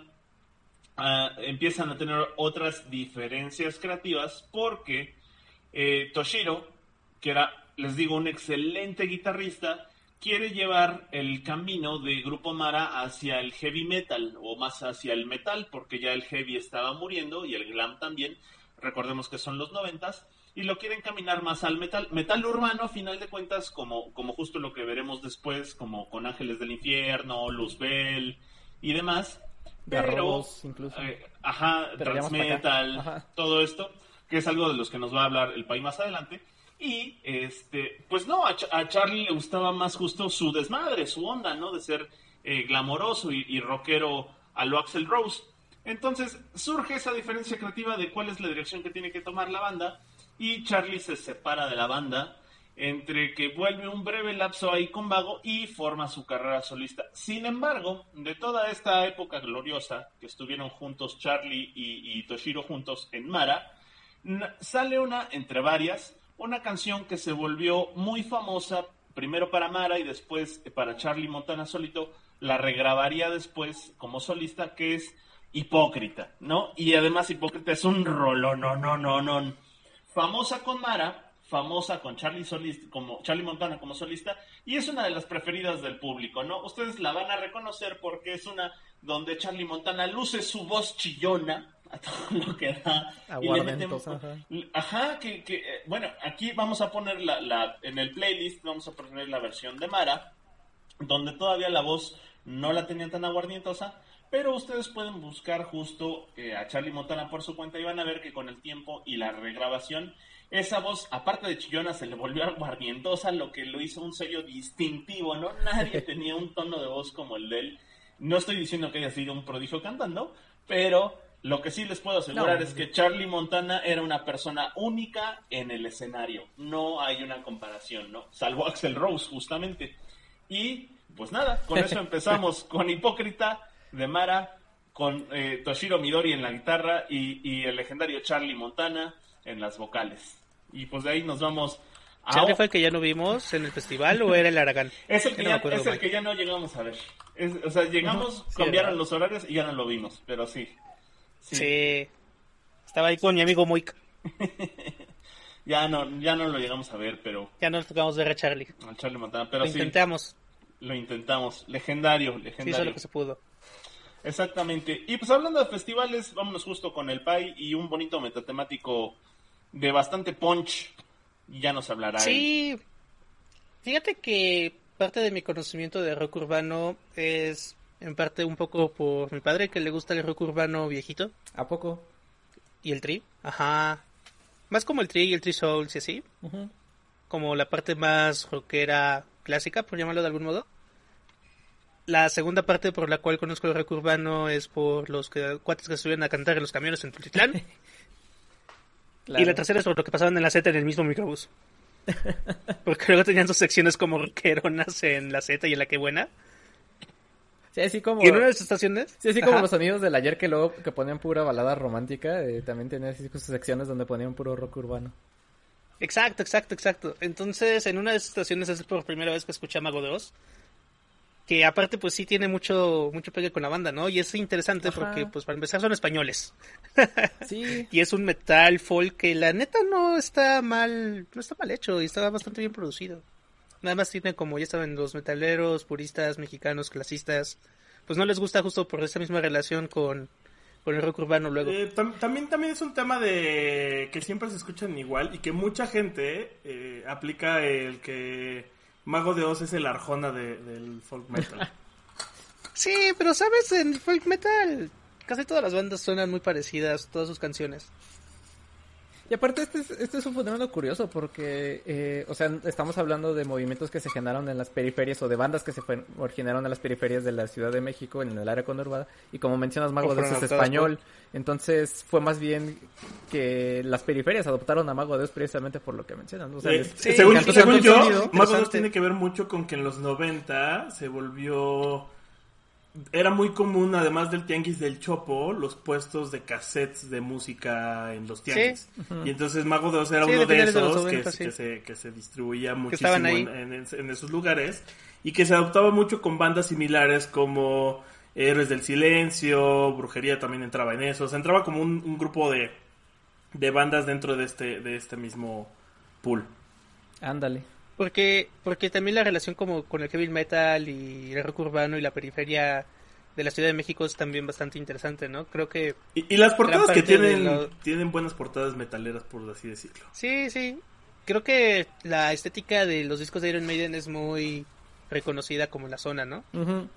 Speaker 5: uh, empiezan a tener otras diferencias creativas porque eh, Toshiro, que era, les digo, un excelente guitarrista, quiere llevar el camino de Grupo Mara hacia el heavy metal o más hacia el metal porque ya el heavy estaba muriendo y el glam también, recordemos que son los noventas y lo quieren caminar más al metal, metal urbano a final de cuentas como, como justo lo que veremos después como con Ángeles del Infierno, Luzbel y demás, pero
Speaker 3: Garros, incluso.
Speaker 5: eh, ajá,
Speaker 3: Pero ya más para acá.
Speaker 5: transmetal,
Speaker 3: Ajá.
Speaker 5: todo esto que es algo de los que nos va a hablar el país más adelante. Y, este, pues no, a, Ch- a Charlie le gustaba más justo su desmadre, su onda, ¿no? De ser eh, glamoroso y, y rockero a lo Axl Rose. Entonces surge esa diferencia creativa de cuál es la dirección que tiene que tomar la banda y Charlie se separa de la banda entre que vuelve un breve lapso ahí con Vago y forma su carrera solista. Sin embargo, de toda esta época gloriosa que estuvieron juntos Charlie y, y Toshiro juntos en Mara, n- sale una, entre varias, una canción que se volvió muy famosa, primero para Mara y después para Charlie Montana solito, la regrabaría después como solista, que es Hipócrita, ¿no? Y además Hipócrita es un rollo, no, no, no, no. Famosa con Mara, famosa con Charlie solista, como Charlie Montana como solista, y es una de las preferidas del público, ¿no? Ustedes la van a reconocer porque es una donde Charlie Montana luce su voz chillona a todo lo que da. Y le meten-
Speaker 3: Aguardentos, ajá.
Speaker 5: Ajá, que, que eh, bueno, aquí vamos a poner la, la, en el playlist vamos a poner la versión de Mara, donde todavía la voz no la tenían tan aguardientosa, pero ustedes pueden buscar justo eh, a Charlie Montana por su cuenta y van a ver que con el tiempo y la regrabación, esa voz, aparte de chillona, se le volvió aguardientosa, lo que lo hizo un sello distintivo, ¿no? Nadie tenía un tono de voz como el de él. No estoy diciendo que haya sido un prodigio cantando, pero lo que sí les puedo asegurar
Speaker 3: No.
Speaker 5: es que Charlie Montana era una persona única en el escenario. No hay una comparación, ¿no? Salvo Axl Rose, justamente. Y, pues nada, con eso empezamos con Hipócrita de Mara, con eh, Toshiro Midori en la guitarra y, y el legendario Charlie Montana en las vocales. Y pues de ahí nos vamos a...
Speaker 6: ¿Charlie fue el que ya no vimos en el festival o era el Aragán?
Speaker 5: Es el que,
Speaker 6: Ya no me
Speaker 5: ya,
Speaker 6: acuerdo
Speaker 5: es el
Speaker 6: mal.
Speaker 5: que ya no llegamos a ver. Es- o sea, llegamos,
Speaker 3: Sí,
Speaker 5: cambiaron
Speaker 3: ¿verdad?
Speaker 5: los horarios y ya no lo vimos, pero sí.
Speaker 6: Sí. Estaba ahí con mi amigo Moik.
Speaker 5: Ya no, ya no lo llegamos a ver, pero...
Speaker 6: Ya no tocamos ver a Charlie.
Speaker 5: Al Charlie Montana, pero
Speaker 6: Lo
Speaker 5: sí.
Speaker 6: intentamos.
Speaker 5: Lo intentamos. Legendario,
Speaker 6: Sí,
Speaker 5: legendario.
Speaker 6: hizo lo que se pudo.
Speaker 5: Exactamente. Y pues hablando de festivales, vámonos justo con el P A I y un bonito metatemático de bastante punch. Ya nos hablará él.
Speaker 6: Sí, fíjate que parte de mi conocimiento de rock urbano es en parte un poco por mi padre, que le gusta el rock urbano viejito.
Speaker 3: ¿A poco?
Speaker 6: Y el tri, ajá. Más como el tri y el tri souls y así.
Speaker 3: Uh-huh.
Speaker 6: Como la parte más rockera clásica, por llamarlo de algún modo. La segunda parte por la cual conozco el rock urbano es por los que, cuates que subían a cantar en los camiones en Tultitlán. Claro. Y la tercera es por lo que pasaban en la Z en el mismo microbús. Porque luego tenían sus secciones como rockeronas en la Z y en la que buena.
Speaker 3: Sí, así como...
Speaker 6: ¿Y en una de sus estaciones?
Speaker 3: Sí, así como
Speaker 6: Ajá.
Speaker 3: los sonidos del ayer que luego que ponían pura balada romántica, eh, también tenían así sus secciones donde ponían puro rock urbano.
Speaker 6: Exacto, exacto, exacto. Entonces, en una de esas estaciones es por primera vez que escuché a Mago de Oz. Que aparte, pues sí tiene mucho mucho pegue con la banda, ¿no? Y es interesante
Speaker 3: Ajá.
Speaker 6: porque, pues para empezar, son españoles.
Speaker 3: Sí.
Speaker 6: Y es un metal folk que la neta no está mal, no está mal hecho y está bastante bien producido. Nada más tiene, como ya saben, los metaleros, puristas, mexicanos, clasistas, pues no les gusta justo por esta misma relación con, con el rock urbano luego.
Speaker 4: Eh, tam- también, también es un tema de que siempre se escuchan igual y que mucha gente eh, aplica el que Mago de Oz es el Arjona de, del folk metal.
Speaker 6: Sí, pero sabes, en folk metal casi todas las bandas suenan muy parecidas, todas sus canciones.
Speaker 3: Y aparte este es, este es un fenómeno curioso porque, eh, o sea, estamos hablando de movimientos que se generaron en las periferias o de bandas que se fue, originaron en las periferias de la Ciudad de México, en el área conurbada, y como mencionas, Mago de Oz es español, entonces fue más bien que las periferias adoptaron a Mago de Oz precisamente por lo que mencionan, ¿no? O sea,
Speaker 4: Eh,
Speaker 3: les-
Speaker 6: sí,
Speaker 4: según
Speaker 3: encantó
Speaker 4: según
Speaker 3: tanto el
Speaker 4: yo,
Speaker 3: sonido.
Speaker 4: Mago de Oz
Speaker 6: Interesante.
Speaker 4: tiene que ver mucho con que en los noventa se volvió... Era muy común, además del tianguis del Chopo, los puestos de cassettes de música en los tianguis.
Speaker 6: Sí.
Speaker 3: Uh-huh.
Speaker 4: Y entonces Mago de Oz era
Speaker 6: Sí,
Speaker 4: uno
Speaker 6: de
Speaker 4: de
Speaker 6: finales de
Speaker 4: esos
Speaker 6: los noventa,
Speaker 4: que,
Speaker 6: sí.
Speaker 4: que, se, que se distribuía muchísimo
Speaker 6: estaban ahí.
Speaker 4: en, en, en esos lugares y que se adoptaba mucho con bandas similares como Héroes del Silencio, Brujería también entraba en eso. O sea, entraba como un, un grupo de, de bandas dentro de este, de este mismo pool.
Speaker 3: Ándale.
Speaker 6: Porque porque también la relación como con el heavy metal y el rock urbano y la periferia de la Ciudad de México es también bastante interesante, ¿no? Creo que
Speaker 4: Y, y las portadas
Speaker 6: Gran
Speaker 4: que
Speaker 6: parte de
Speaker 4: tienen,
Speaker 6: lo-
Speaker 4: tienen buenas portadas metaleras, por así decirlo.
Speaker 6: sí, sí. Creo que la estética de los discos de Iron Maiden es muy reconocida como la zona, ¿no?
Speaker 3: Uh-huh.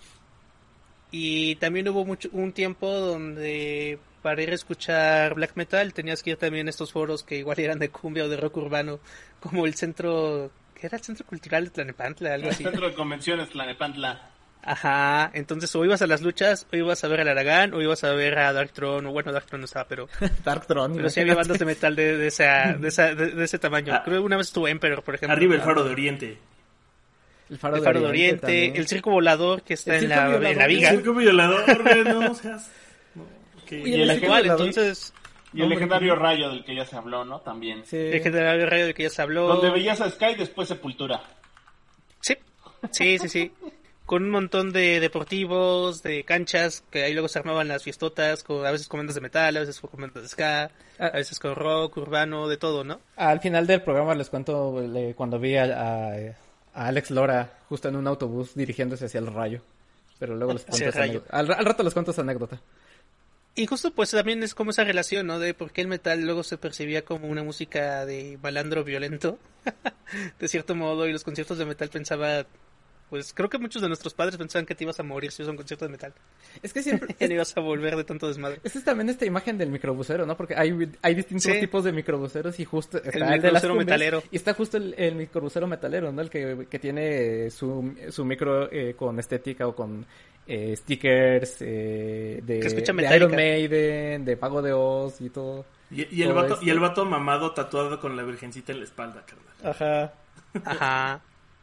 Speaker 6: Y también hubo mucho un tiempo donde para ir a escuchar black metal tenías que ir también a estos foros que igual eran de cumbia o de rock urbano, como el centro, ¿qué era? El Centro Cultural de Tlanepantla, algo
Speaker 5: El
Speaker 6: así.
Speaker 5: Centro de Convenciones Tlanepantla.
Speaker 6: Ajá, entonces o ibas a las luchas, o ibas a ver al Aragán, o ibas a ver a Darkthrone, o bueno, Darkthrone no estaba, pero,
Speaker 3: Darkthrone.
Speaker 6: pero sí había bandas de metal de, de, esa, de, esa, de, de ese tamaño.
Speaker 4: Ah.
Speaker 6: Creo que una vez estuvo Emperor, por ejemplo.
Speaker 4: Arriba el Faro de Oriente.
Speaker 3: El Faro,
Speaker 6: El
Speaker 3: de,
Speaker 6: Faro de
Speaker 3: Oriente,
Speaker 6: Oriente,
Speaker 3: también.
Speaker 6: el Circo Volador que está
Speaker 3: El
Speaker 6: en
Speaker 3: Circo
Speaker 6: la,
Speaker 3: Violador,
Speaker 6: en la
Speaker 3: el
Speaker 6: viga.
Speaker 4: Circo violador, güey, no seas... No, ok.
Speaker 3: Oye,
Speaker 5: Y
Speaker 3: el
Speaker 5: el
Speaker 3: Circo
Speaker 6: Igual,
Speaker 3: Violador-
Speaker 6: entonces,
Speaker 5: Y el legendario Rayo del que ya se habló, ¿no? También.
Speaker 3: Sí.
Speaker 6: el General Radio del que ya se habló.
Speaker 5: Donde veías a Sky, después Sepultura.
Speaker 6: Sí, sí, sí, sí. Con un montón de deportivos, de canchas, que ahí luego se armaban las fiestotas, con, a veces con bandas de metal, a veces con bandas de ska, a veces con rock, urbano, de todo, ¿no?
Speaker 3: Al final del programa les cuento le- cuando vi a, a, a Alex Lora justo en un autobús dirigiéndose hacia el Rayo. Pero luego les
Speaker 6: Hacia
Speaker 3: cuento
Speaker 6: el
Speaker 3: esa
Speaker 6: Rayo.
Speaker 3: anécdota. Al, al rato les cuento esa anécdota.
Speaker 6: Y justo pues también es como esa relación, ¿no? De por qué el metal luego se percibía como una música de malandro violento, de cierto modo, y los conciertos de metal pensaba... Pues creo que muchos de nuestros padres pensaban que te ibas a morir si ibas a un concierto de metal.
Speaker 3: Es que siempre...
Speaker 6: Ya no ibas a volver de tanto desmadre.
Speaker 3: Esa es también esta imagen del microbusero, ¿no? Porque hay, hay distintos
Speaker 6: Sí.
Speaker 3: tipos de microbuseros y justo está
Speaker 6: El
Speaker 3: el, de las
Speaker 6: microbusero
Speaker 3: cumbias
Speaker 6: metalero.
Speaker 3: y está justo el, el microbusero metalero, ¿no? El que, que tiene eh, su, su micro eh, con estética o con eh, stickers eh, de,
Speaker 6: Que escucha
Speaker 3: de
Speaker 6: Metallica.
Speaker 3: Iron Maiden, de Mago de Oz y todo.
Speaker 4: Y, y el
Speaker 3: Todo
Speaker 4: vato,
Speaker 3: esto.
Speaker 4: y el vato mamado tatuado con la virgencita en la espalda, carnal.
Speaker 3: Ajá.
Speaker 6: Ajá.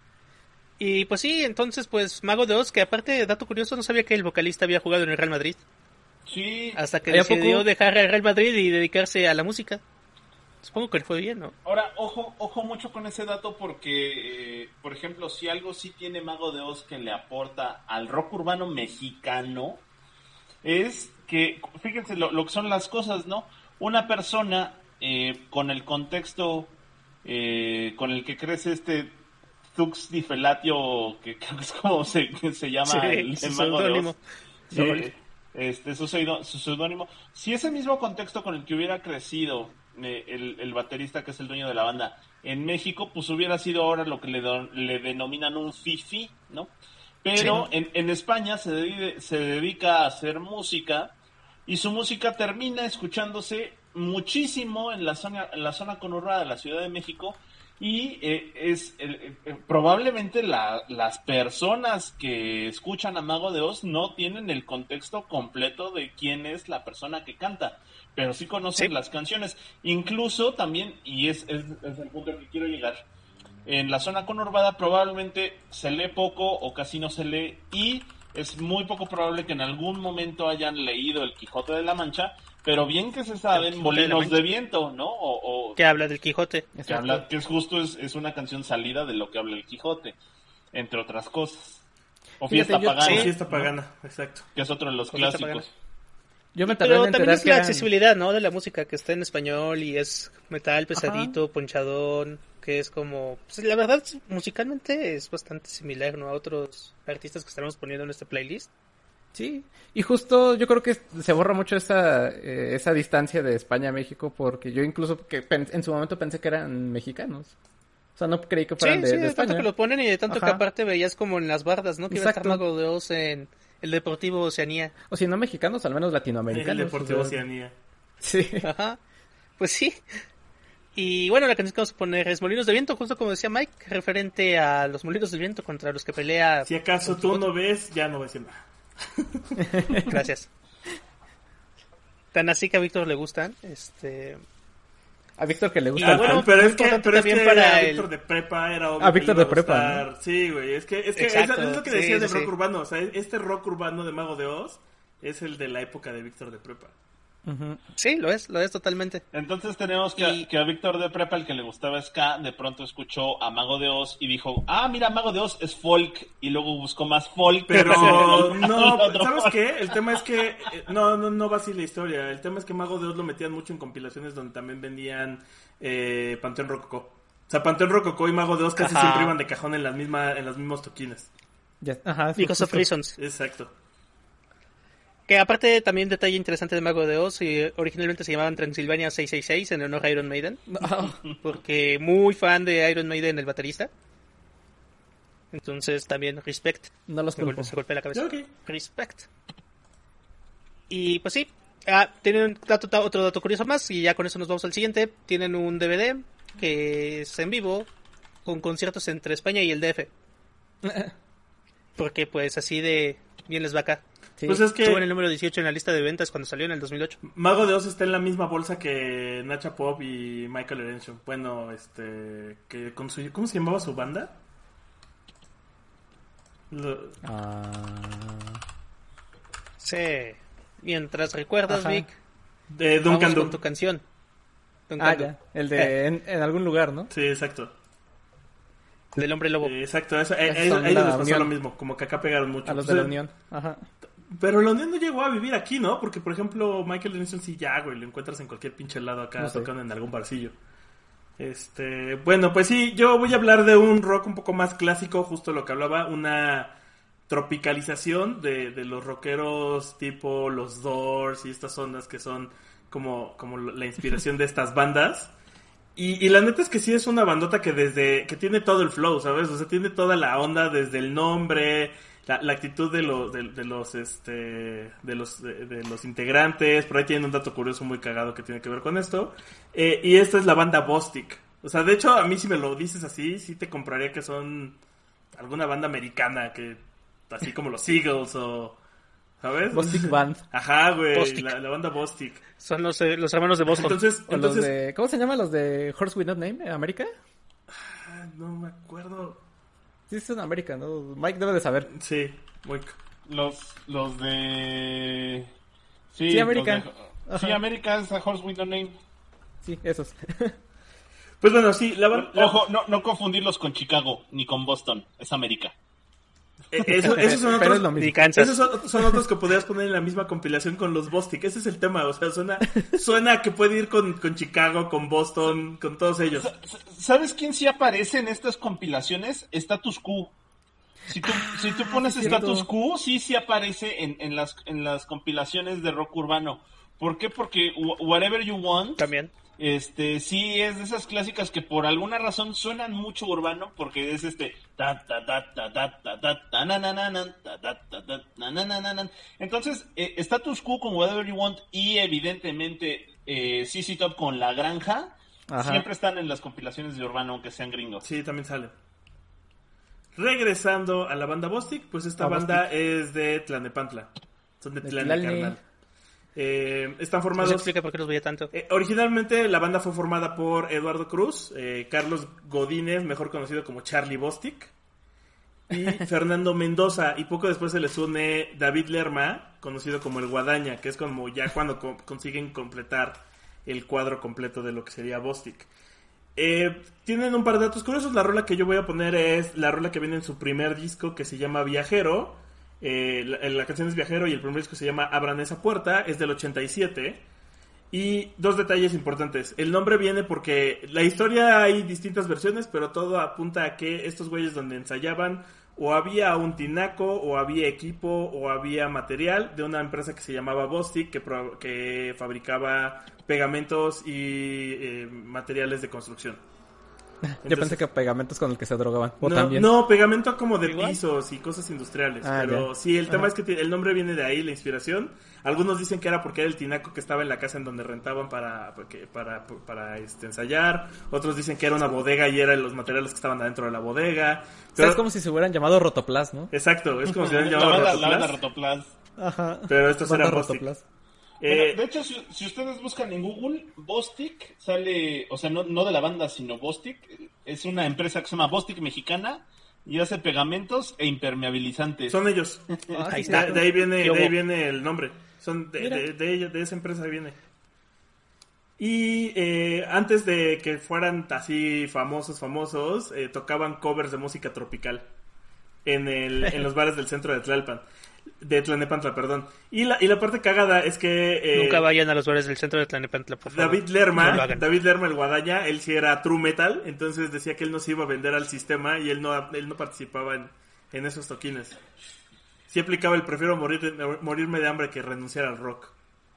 Speaker 6: Y pues sí, entonces pues Mago de Oz, que aparte, dato curioso, no sabía que el vocalista había jugado en el Real Madrid.
Speaker 5: Sí.
Speaker 6: Hasta que
Speaker 3: ¿Ahí a
Speaker 6: decidió
Speaker 3: poco?
Speaker 6: dejar el Real Madrid y dedicarse a la música. Supongo que le fue bien, ¿no?
Speaker 5: Ahora, ojo, ojo mucho con ese dato porque, eh, por ejemplo, si algo sí tiene Mago de Oz que le aporta al rock urbano mexicano, es que, fíjense lo, lo que son las cosas, ¿no? Una persona eh, con el contexto eh, con el que crece este Tux Di Felatio, que creo que es como se, que se llama
Speaker 6: Sí,
Speaker 5: el,
Speaker 6: su
Speaker 5: el Mago de Oz.
Speaker 6: seudónimo.
Speaker 5: Sí, este, su pseudo- su seudónimo. Si ese mismo contexto con el que hubiera crecido eh, el, el baterista que es el dueño de la banda en México, pues hubiera sido ahora lo que le, do- le denominan un fifi, ¿no? Pero
Speaker 6: Sí.
Speaker 5: en, en España se, dedica, se dedica a hacer música y su música termina escuchándose muchísimo en la zona, en la zona conurbada de la Ciudad de México. Y eh, es eh, eh, probablemente la, las personas que escuchan a Mago de Oz no tienen el contexto completo de quién es la persona que canta, pero sí conocen
Speaker 6: Sí.
Speaker 5: las canciones. Incluso también, y es, es, es el punto al que quiero llegar, en la zona conurbada probablemente se lee poco o casi no se lee, y es muy poco probable que en algún momento hayan leído El Quijote de la Mancha, pero bien que se
Speaker 6: El
Speaker 5: saben
Speaker 6: Quijote de la
Speaker 5: Molinos
Speaker 6: Mancha.
Speaker 5: de Viento, ¿no? O, o
Speaker 6: Que habla del Quijote.
Speaker 5: que
Speaker 3: Exacto.
Speaker 5: habla, que es justo, es, es una canción salida de lo que habla el Quijote, entre otras cosas. O
Speaker 3: Fíjate,
Speaker 5: Fiesta
Speaker 3: yo-
Speaker 5: Pagana,
Speaker 4: Sí,
Speaker 3: Sí.
Speaker 4: fiesta
Speaker 5: ¿no?
Speaker 4: pagana, exacto.
Speaker 5: Que es otro de los
Speaker 6: O Fiesta
Speaker 5: clásicos.
Speaker 3: Yo me tardé
Speaker 6: Pero
Speaker 3: en
Speaker 6: también
Speaker 3: enterar
Speaker 6: es
Speaker 3: que
Speaker 6: la
Speaker 3: eran-
Speaker 6: accesibilidad, ¿no? De la música, que está en español y es metal pesadito, ponchadón, que es como... Pues, la verdad, musicalmente es bastante similar, ¿no? A otros artistas que estaremos poniendo en este playlist.
Speaker 3: Sí, y justo yo creo que se borra mucho esa eh, esa distancia de España a México, porque yo incluso que pen- en su momento pensé que eran mexicanos. O sea, no creí que
Speaker 6: Sí,
Speaker 3: fueran de,
Speaker 6: sí,
Speaker 3: de
Speaker 6: de
Speaker 3: España.
Speaker 6: tanto que lo ponen y de tanto
Speaker 3: Ajá.
Speaker 6: que aparte veías como en las bardas, ¿no? Que iba a estar
Speaker 3: Exacto.
Speaker 6: Mago de Oz en el Deportivo Oceanía.
Speaker 3: O si no mexicanos, al menos
Speaker 4: El
Speaker 3: latinoamericanos.
Speaker 4: Deportivo
Speaker 3: o sea,
Speaker 4: Oceanía.
Speaker 3: Sí.
Speaker 6: Ajá, pues sí. Y bueno, la canción que vamos a poner es Molinos de Viento, justo como decía Mike, referente a los molinos de viento contra los que pelea...
Speaker 4: Si acaso tú no ves, ya no voy a decir nada.
Speaker 6: Gracias. Tan así que a Víctor le gustan, este...
Speaker 3: A Víctor que le gusta.
Speaker 6: Y
Speaker 3: el
Speaker 6: bueno,
Speaker 3: punk.
Speaker 4: pero
Speaker 6: muy
Speaker 4: es que,
Speaker 6: importante
Speaker 4: pero es
Speaker 6: también
Speaker 4: que
Speaker 6: para
Speaker 4: a
Speaker 6: el-
Speaker 4: Víctor de prepa era obvio
Speaker 3: A
Speaker 4: que
Speaker 3: Víctor
Speaker 4: le iba
Speaker 3: de prepa,
Speaker 4: gustar. Sí, güey, es que, es que
Speaker 6: Exacto,
Speaker 4: es, es lo que
Speaker 6: sí,
Speaker 4: decía de
Speaker 6: sí,
Speaker 4: rock
Speaker 6: sí.
Speaker 4: urbano, o sea, este rock urbano de Mago de Oz es el de la época de Víctor de prepa.
Speaker 3: Ujú.
Speaker 6: Sí, lo es, lo es totalmente.
Speaker 5: Entonces tenemos que,
Speaker 6: Y-
Speaker 5: que a Víctor de Prepa, el que le gustaba ska, de pronto escuchó a Mago de Oz y dijo, ah, mira, Mago de Oz es folk, y luego buscó más folk.
Speaker 4: Pero
Speaker 5: El
Speaker 4: no,
Speaker 5: otro
Speaker 4: ¿sabes
Speaker 5: folk.
Speaker 4: qué? El tema es que eh, no, no, no va así la historia. El tema es que Mago de Oz lo metían mucho en compilaciones donde también vendían eh, Panteón Rococó. O sea, Panteón Rococó y Mago de Oz casi
Speaker 6: Ajá.
Speaker 4: siempre iban de cajón en las mismas, en los mismos toquines.
Speaker 3: Ya- Ajá, sí,
Speaker 6: Because of
Speaker 3: justo.
Speaker 6: Reasons.
Speaker 4: Exacto.
Speaker 6: Que aparte también detalle interesante de Mago de Oz, y originalmente se llamaban Transilvania seiscientos sesenta y seis en honor a Iron Maiden,
Speaker 3: Ah,
Speaker 6: porque muy fan de Iron Maiden el baterista. Entonces también respect.
Speaker 3: no los
Speaker 6: Me golpe,
Speaker 3: culpo.
Speaker 6: se golpea la cabeza.
Speaker 4: Ok.
Speaker 6: Respect. Y pues sí, ah, tienen un dato, ta- otro dato curioso más, y ya con eso nos vamos al siguiente. Tienen un D V D que es en vivo, con conciertos entre España y el D F. Porque pues así de bien les va acá.
Speaker 3: Sí.
Speaker 4: Pues es que
Speaker 6: Estuvo en el número dieciocho en la lista de ventas cuando salió en el dos mil ocho.
Speaker 4: Mago de Oz está en la misma bolsa que Nacha Pop y Michael Erention. Bueno, este, que con su, ¿cómo se llamaba su banda? Lo-
Speaker 3: Ah,
Speaker 6: Sí. Mientras recuerdas,
Speaker 3: Ajá.
Speaker 6: Vic,
Speaker 4: de
Speaker 6: vamos
Speaker 4: Duncan
Speaker 6: con
Speaker 4: Du.
Speaker 6: tu canción. Duncan
Speaker 3: ah,
Speaker 6: Du.
Speaker 3: ya. El de en, en algún lugar, ¿no?
Speaker 4: Sí, exacto.
Speaker 6: Del Hombre Lobo.
Speaker 4: Eh, exacto, eso, eh,
Speaker 3: Esos
Speaker 4: eh,
Speaker 3: son
Speaker 4: ahí
Speaker 3: la
Speaker 4: les pasó
Speaker 3: Unión.
Speaker 4: lo mismo, como que acá pegaron mucho.
Speaker 3: A los
Speaker 4: Pues,
Speaker 3: de la
Speaker 4: eh,
Speaker 3: Unión. Ajá.
Speaker 4: Pero la Unión no llegó a vivir aquí, ¿no? Porque, por ejemplo, Michael Erenson sí ya, güey, lo encuentras en cualquier pinche lado acá,
Speaker 3: No sé.
Speaker 4: tocando en algún barcillo. Este, bueno, pues sí, yo voy a hablar de un rock un poco más clásico, justo lo que hablaba, una tropicalización de, de los rockeros tipo los Doors y estas ondas que son como, como la inspiración de estas bandas. Y, y la neta es que sí es una bandota que desde, que tiene todo el flow, ¿sabes? O sea, tiene toda la onda desde el nombre, la, la actitud de los, de, de los, este, de los, de, de los integrantes. Por ahí tienen un dato curioso muy cagado que tiene que ver con esto. Eh, y esta es la banda Bostik. O sea, de hecho, a mí si me lo dices así, sí te compraría que son alguna banda americana que, así como los Eagles o, ¿sabes?
Speaker 3: Bostik Band.
Speaker 4: Ajá, güey,
Speaker 6: Bostik.
Speaker 4: la, la banda Bostik.
Speaker 6: Son los, eh, los hermanos de Boston.
Speaker 4: Entonces,
Speaker 3: O los
Speaker 4: entonces,
Speaker 3: de... ¿Cómo se llaman los de Horse With No Name? ¿América?
Speaker 4: ah, no me acuerdo.
Speaker 3: Sí, es en América, ¿no? Mike debe de saber.
Speaker 4: Sí, muy...
Speaker 5: Los, los de... Sí,
Speaker 3: Sí, América.
Speaker 5: los de- Sí,
Speaker 3: Ajá.
Speaker 5: América es a Horse with No Name.
Speaker 3: Sí, esos.
Speaker 4: Pues bueno, sí, la, ban- la-
Speaker 5: Ojo, no, no confundirlos con Chicago ni con Boston. Es América.
Speaker 4: Eso, esos son
Speaker 3: Pero
Speaker 4: otros,
Speaker 3: es lo mismo.
Speaker 6: Ni Kansas.
Speaker 4: esos son, son otros que podrías poner en la misma compilación con los Bostic. Ese es el tema, o sea, suena, suena que puede ir con, con Chicago, con Boston, con todos ellos.
Speaker 5: Sa- sa- ¿Sabes quién sí aparece en estas compilaciones? Status Quo. Si tú, si tú pones
Speaker 3: sí es cierto.
Speaker 5: Status Quo, sí, sí aparece en, en, las, en las compilaciones de rock urbano. ¿Por qué? Porque Wh- Whatever You Want,
Speaker 6: También.
Speaker 5: este, sí es de esas clásicas que por alguna razón suenan mucho urbano, porque es este, ta, ta, ta, ta, ta, ta, ta, ta, na, na, na, na, ta, ta, ta, ta, na, na, na, na, na. Entonces, eh, Status Quo con Whatever You Want y evidentemente eh, C C Top con La Granja,
Speaker 3: Ajá.
Speaker 5: siempre están en las compilaciones de urbano, aunque sean gringos.
Speaker 4: Sí, también sale. Regresando a la banda Bostic, pues esta
Speaker 3: Ah,
Speaker 4: banda
Speaker 3: Bostic.
Speaker 4: es de Tlanepantla. Son de
Speaker 3: De
Speaker 4: Tlane,
Speaker 3: Tlane.
Speaker 4: carnal. Eh, están
Speaker 6: ¿Nos
Speaker 4: formados...
Speaker 6: explica por qué los veía tanto?
Speaker 4: Eh, originalmente la banda fue formada por Eduardo Cruz, eh, Carlos Godínez, mejor conocido como Charlie Bostic, y Fernando Mendoza, y poco después se les une David Lerma, conocido como el Guadaña, que es como ya cuando co- consiguen completar el cuadro completo de lo que sería Bostic. Eh, tienen un par de datos curiosos. La rola que yo voy a poner es la rola que viene en su primer disco, que se llama Viajero. Eh, la, la canción es Viajero y el primer disco se llama Abran esa puerta, es del ochenta y siete. Y dos detalles importantes. El nombre viene porque la historia hay distintas versiones, pero todo apunta a que estos güeyes donde ensayaban o había un tinaco, o había equipo, o había material de una empresa que se llamaba Bostic, que, pro- que fabricaba pegamentos y eh, materiales de construcción.
Speaker 3: Yo
Speaker 4: Entonces-
Speaker 3: pensé que pegamentos con el que se drogaban. O
Speaker 4: no,
Speaker 3: también.
Speaker 4: no, pegamento como de
Speaker 6: Igual.
Speaker 4: pisos y cosas industriales.
Speaker 3: Ah,
Speaker 4: pero
Speaker 3: ya.
Speaker 4: sí, el tema
Speaker 3: Ajá.
Speaker 4: es que t- el nombre viene de ahí, la inspiración. Algunos dicen que era porque era el tinaco que estaba en la casa en donde rentaban para porque- para, para este, ensayar. Otros dicen que era una bodega y eran los materiales que estaban adentro de la bodega.
Speaker 3: O sea,
Speaker 4: Pero-
Speaker 3: es como si se hubieran llamado Rotoplas, ¿no?
Speaker 4: Exacto, es como si hubieran
Speaker 5: La
Speaker 4: llamado
Speaker 5: banda, la
Speaker 4: Rotoplas,
Speaker 5: banda Rotoplas.
Speaker 3: Ajá.
Speaker 4: pero estos
Speaker 3: Banda
Speaker 4: eran Bostic.
Speaker 3: Rotoplas.
Speaker 4: Eh,
Speaker 5: Bueno, de hecho, si, si ustedes buscan en Google, Bostic sale, o sea, no, no de la banda, sino Bostic. Es una empresa que se llama Bostic Mexicana y hace pegamentos e impermeabilizantes.
Speaker 4: son ellos.
Speaker 3: Ah,
Speaker 6: Ahí
Speaker 3: sí,
Speaker 4: De,
Speaker 6: está.
Speaker 4: de ahí viene,
Speaker 6: ¿Qué
Speaker 4: de ahí
Speaker 6: hubo?
Speaker 4: viene el nombre. Son de,
Speaker 3: Mira.
Speaker 4: de, de, ellos- de esa empresa viene. Y eh, antes de que fueran así famosos, famosos, eh, tocaban covers de música tropical en el, en los bares del centro de Tlalpan, de Tlanepantla, perdón. Y la, y la parte cagada es que eh,
Speaker 6: Nunca vayan a los bares del centro de Tlanepantla, por favor.
Speaker 4: David Lerma,
Speaker 6: No lo hagan.
Speaker 4: David Lerma el Guadaña, él sí era true metal, entonces decía que él no se iba a vender al sistema y él no, él no participaba en, en esos toquines. Sí aplicaba el prefiero morir, morirme de hambre que renunciar al rock.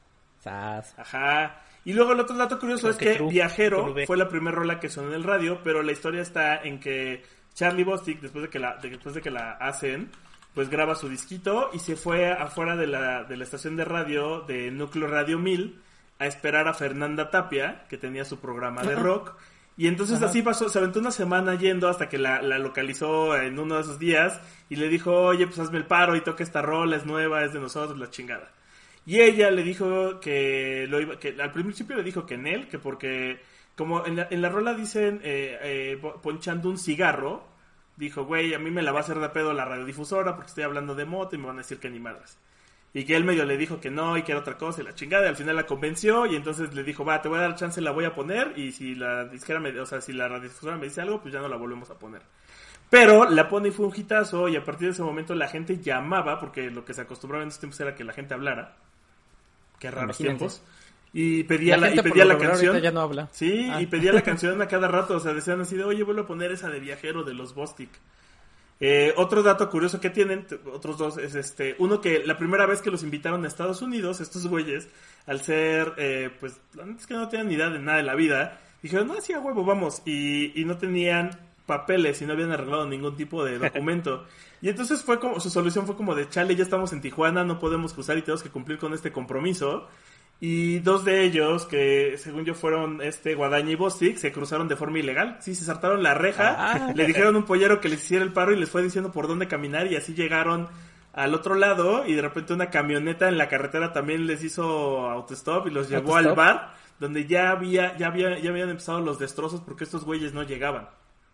Speaker 3: Sas.
Speaker 4: Ajá. Y luego el otro dato curioso
Speaker 6: Creo
Speaker 4: es
Speaker 6: que
Speaker 4: que
Speaker 6: true,
Speaker 4: Viajero
Speaker 6: true B.
Speaker 4: fue la primera rola que sonó en el radio, pero la historia está en que Charlie Bostic, después de que la, de- después de que la hacen, pues graba su disquito y se fue afuera de la, de la estación de radio de Núcleo Radio mil a esperar a Fernanda Tapia, que tenía su programa de rock. Y entonces así pasó, se aventó una semana yendo hasta que la, la localizó en uno de esos días y le dijo, oye, pues hazme el paro y toca esta rola, es nueva, es de nosotros, la chingada. Y ella le dijo que lo iba, que al principio le dijo que en él, que porque como en la, en la rola dicen eh, eh, po- ponchando un cigarro, dijo, güey, a mí me la va a hacer de pedo la radiodifusora porque estoy hablando de moto y me van a decir que ni madres. Y que él medio le dijo que no y que era otra cosa y la chingada, y al final la convenció y entonces le dijo, va, te voy a dar chance, la voy a poner y si la disquera me, o sea, si la radiodifusora me dice algo, pues ya no la volvemos a poner. Pero la pone y fue un hitazo y a partir de ese momento la gente llamaba, porque lo que se acostumbraba en esos tiempos era que la gente hablara. Qué raros
Speaker 3: Imagínate.
Speaker 4: tiempos. Y pedía
Speaker 3: La
Speaker 4: la,
Speaker 3: gente
Speaker 4: y
Speaker 3: por
Speaker 4: pedía
Speaker 3: lo
Speaker 4: la
Speaker 3: regular
Speaker 4: canción.
Speaker 3: ahorita ya no habla.
Speaker 4: Sí,
Speaker 3: Ah.
Speaker 4: y pedía la canción a cada rato. O sea, decían así de, oye, vuelvo a poner esa de Viajero de los Bostic. Eh, otro dato curioso que tienen, t- otros dos, es este, uno que la primera vez que los invitaron a Estados Unidos, estos güeyes, al ser, eh, pues, la neta es que no tenían ni idea de nada de la vida, dijeron, no, sí, a huevo, vamos, y, y no tenían papeles y no habían arreglado ningún tipo de documento. Y entonces fue como, su solución fue como de, chale, ya estamos en Tijuana, no podemos cruzar y tenemos que cumplir con este compromiso. Y dos de ellos, que según yo fueron este Guadaña y Bostic, se cruzaron de forma ilegal. Sí, se saltaron la reja,
Speaker 3: Ah.
Speaker 4: le dijeron a un pollero que les hiciera el paro y les fue diciendo por dónde caminar y así llegaron al otro lado y de repente una camioneta en la carretera también les hizo autostop y los llevó al
Speaker 3: Autostop.
Speaker 4: bar donde ya había ya había ya habían empezado los destrozos porque estos güeyes no llegaban.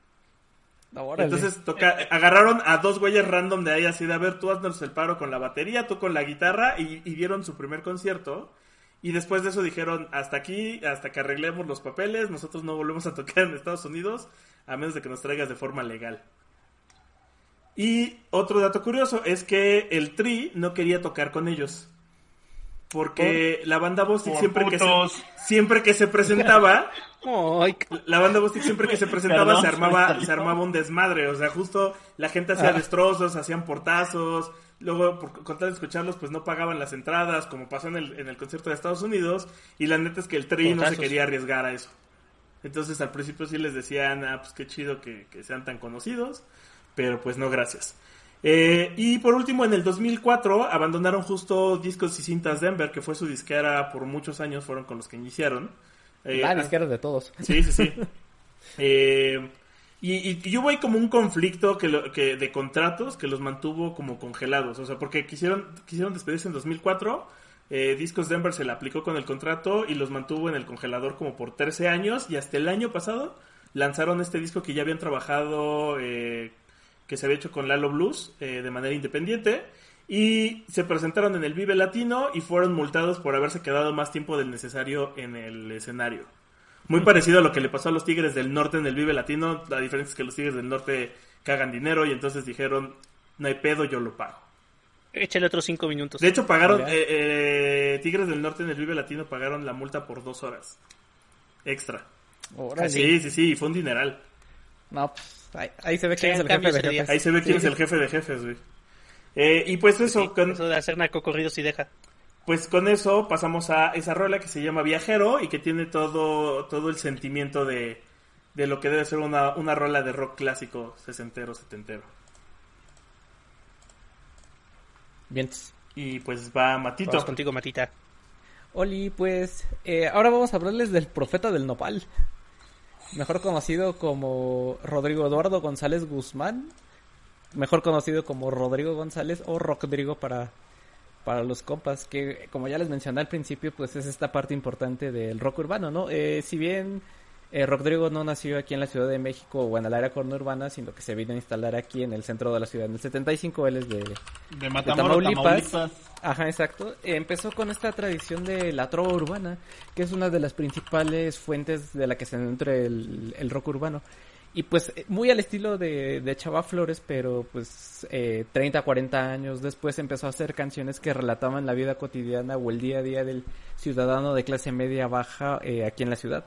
Speaker 3: Órale.
Speaker 4: Entonces toca, agarraron a dos güeyes random de ahí así de, a ver, tú haznos el paro con la batería, tú con la guitarra y, y dieron su primer concierto. Y después de eso dijeron, hasta aquí, hasta que arreglemos los papeles, nosotros no volvemos a tocar en Estados Unidos, a menos de que nos traigas de forma legal. Y otro dato curioso es que el Tri no quería tocar con ellos. Porque ¿Por? la banda Bostik siempre que, se, siempre que se presentaba,
Speaker 6: Ay.
Speaker 4: la banda Bostik siempre que se presentaba Perdón, se armaba se armaba un desmadre. O sea, justo la gente hacía ah. destrozos, hacían portazos. Luego, por con tal de escucharlos, pues no pagaban las entradas, como pasó en el, en el concierto de Estados Unidos. Y la neta es que el Tri portazos. no se quería arriesgar a eso. Entonces al principio sí les decían, ah, pues qué chido que, que sean tan conocidos. Pero pues no, gracias. Eh, y por último, en el dos mil cuatro abandonaron justo Discos y Cintas Denver, que fue su disquera por muchos años, fueron con los que iniciaron.
Speaker 3: Eh, La disquera de todos.
Speaker 4: Sí, sí, sí. eh, y, y, y hubo ahí como un conflicto que lo, que de contratos que los mantuvo como congelados. O sea, porque quisieron, quisieron despedirse en dos mil cuatro, eh, Discos Denver se le aplicó con el contrato y los mantuvo en el congelador como por trece años. Y hasta el año pasado lanzaron este disco que ya habían trabajado... Eh, que se había hecho con Lalo Blues eh, de manera independiente, y se presentaron en el Vive Latino y fueron multados por haberse quedado más tiempo del necesario en el escenario. Muy parecido a lo que le pasó a los Tigres del Norte en el Vive Latino. La diferencia es que los Tigres del Norte cagan dinero y entonces dijeron, no hay pedo, yo lo pago.
Speaker 6: Échale otros cinco minutos.
Speaker 4: De hecho, pagaron, eh, eh, Tigres del Norte en el Vive Latino pagaron la multa por dos horas extra.
Speaker 3: Órale.
Speaker 4: Sí, sí, sí, fue un dineral.
Speaker 3: No, pues ahí, ahí se ve quién sí, es el jefe de jefes.
Speaker 4: Ahí se ve quién sí. es el jefe de jefes, güey. Eh, y pues eso...
Speaker 6: Sí,
Speaker 4: con...
Speaker 6: eso de hacer narcocorridos y deja.
Speaker 4: Pues con eso pasamos a esa rola que se llama Viajero y que tiene todo todo el sentimiento de, de lo que debe ser una, una rola de rock clásico sesentero, setentero.
Speaker 3: Bien.
Speaker 4: Y pues va Matito.
Speaker 6: Vamos contigo, Matita.
Speaker 3: Oli, pues eh, ahora vamos a hablarles del Profeta del Nopal. Mejor conocido como Rodrigo Eduardo González Guzmán. Mejor conocido como Rodrigo González o Rodrigo para, para los compas. Que como ya les mencioné al principio, pues es esta parte importante del rock urbano, ¿no? Eh, si bien eh, Rodrigo no nació aquí en la Ciudad de México o en el área conurbana, sino que se vino a instalar aquí en el centro de la ciudad. En el setenta y cinco él es de,
Speaker 5: de, Matamoros,
Speaker 3: de Tamaulipas.
Speaker 5: Tamaulipas.
Speaker 3: Ajá, exacto. Eh, empezó con esta tradición de la trova urbana, que es una de las principales fuentes de la que se nutre el, el rock urbano. Y pues muy al estilo de, de Chava Flores, pero pues eh, treinta, cuarenta años después empezó a hacer canciones que relataban la vida cotidiana o el día a día del ciudadano de clase media baja eh, aquí en la ciudad.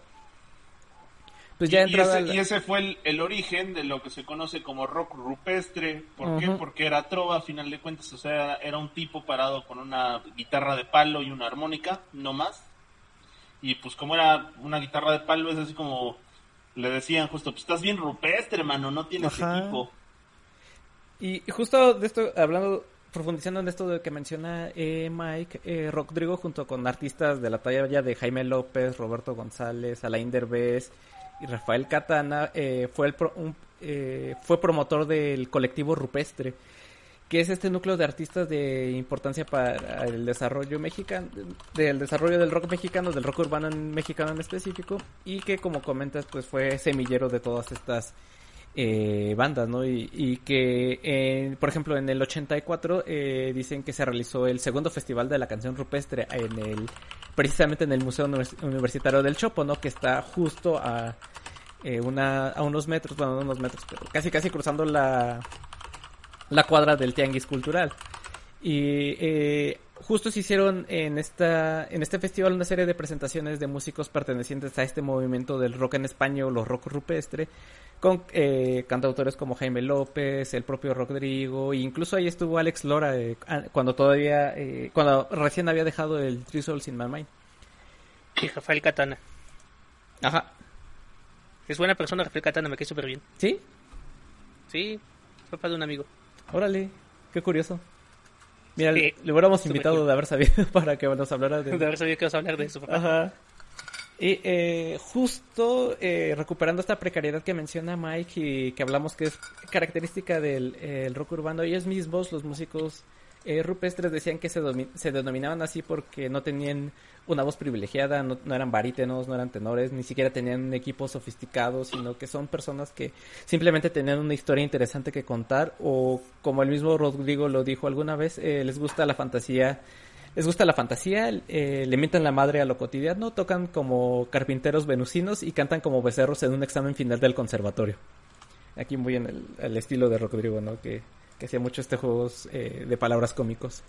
Speaker 3: Pues ya
Speaker 5: y, y, ese,
Speaker 3: la...
Speaker 5: y ese fue el, el origen de lo que se conoce como rock rupestre. ¿Por uh-huh. qué? Porque era trova, a final de cuentas. O sea, era un tipo parado con una guitarra de palo y una armónica, no más. Y pues como era una guitarra de palo, es así como le decían justo, pues estás bien rupestre, hermano, no tienes Ajá. equipo.
Speaker 3: Y justo de esto, hablando, profundizando en esto de que menciona eh, Mike, eh, Rodrigo junto con artistas de la talla ya de Jaime López, Roberto González, Alain Derbez y Rafael Catana, eh, fue el pro, un, eh, fue promotor del colectivo Rupestre, que es este núcleo de artistas de importancia para el desarrollo mexicano, del desarrollo del rock mexicano, del rock urbano en mexicano en específico, y que como comentas pues fue semillero de todas estas eh, bandas, ¿no? Y, y que eh, por ejemplo en el ochenta y cuatro eh, dicen que se realizó el segundo festival de la canción rupestre en el precisamente en el Museo Universitario del Chopo, ¿no? Que está justo a eh, una a unos metros, bueno, no unos metros, pero casi casi cruzando la la cuadra del Tianguis Cultural. Y eh, justo se hicieron en esta en este festival una serie de presentaciones de músicos pertenecientes a este movimiento del rock en español o rock rupestre, con eh, cantautores como Jaime López, el propio Rodrigo, e incluso ahí estuvo Alex Lora eh, cuando todavía eh, cuando recién había dejado el Three Souls in My Mind.
Speaker 6: Y Rafael Catana.
Speaker 3: Ajá.
Speaker 6: Es buena persona Rafael Catana, me cae súper bien.
Speaker 3: ¿Sí? Sí,
Speaker 6: papá de un amigo.
Speaker 3: Órale, qué curioso. Mira,
Speaker 6: sí,
Speaker 3: le hubiéramos invitado de haber sabido para que nos hablara de...
Speaker 6: De haber sabido que vas a hablar de eso, papá.
Speaker 3: Ajá. Y eh, justo eh, recuperando esta precariedad que menciona Mike y que hablamos que es característica del eh, el rock urbano, ellos mismos, los músicos eh, rupestres, decían que se, domi- se denominaban así porque no tenían una voz privilegiada, no, no eran barítenos, no eran tenores, ni siquiera tenían un equipo sofisticado, sino que son personas que simplemente tenían una historia interesante que contar, o como el mismo Rodrigo lo dijo alguna vez, eh, les gusta la fantasía, les gusta la fantasía, eh, le mientan la madre a lo cotidiano, tocan como carpinteros venusinos y cantan como becerros en un examen final del conservatorio. Aquí muy en el, el estilo de Rodrigo, ¿no? Que que hacía mucho este juegos eh, de palabras cómicos.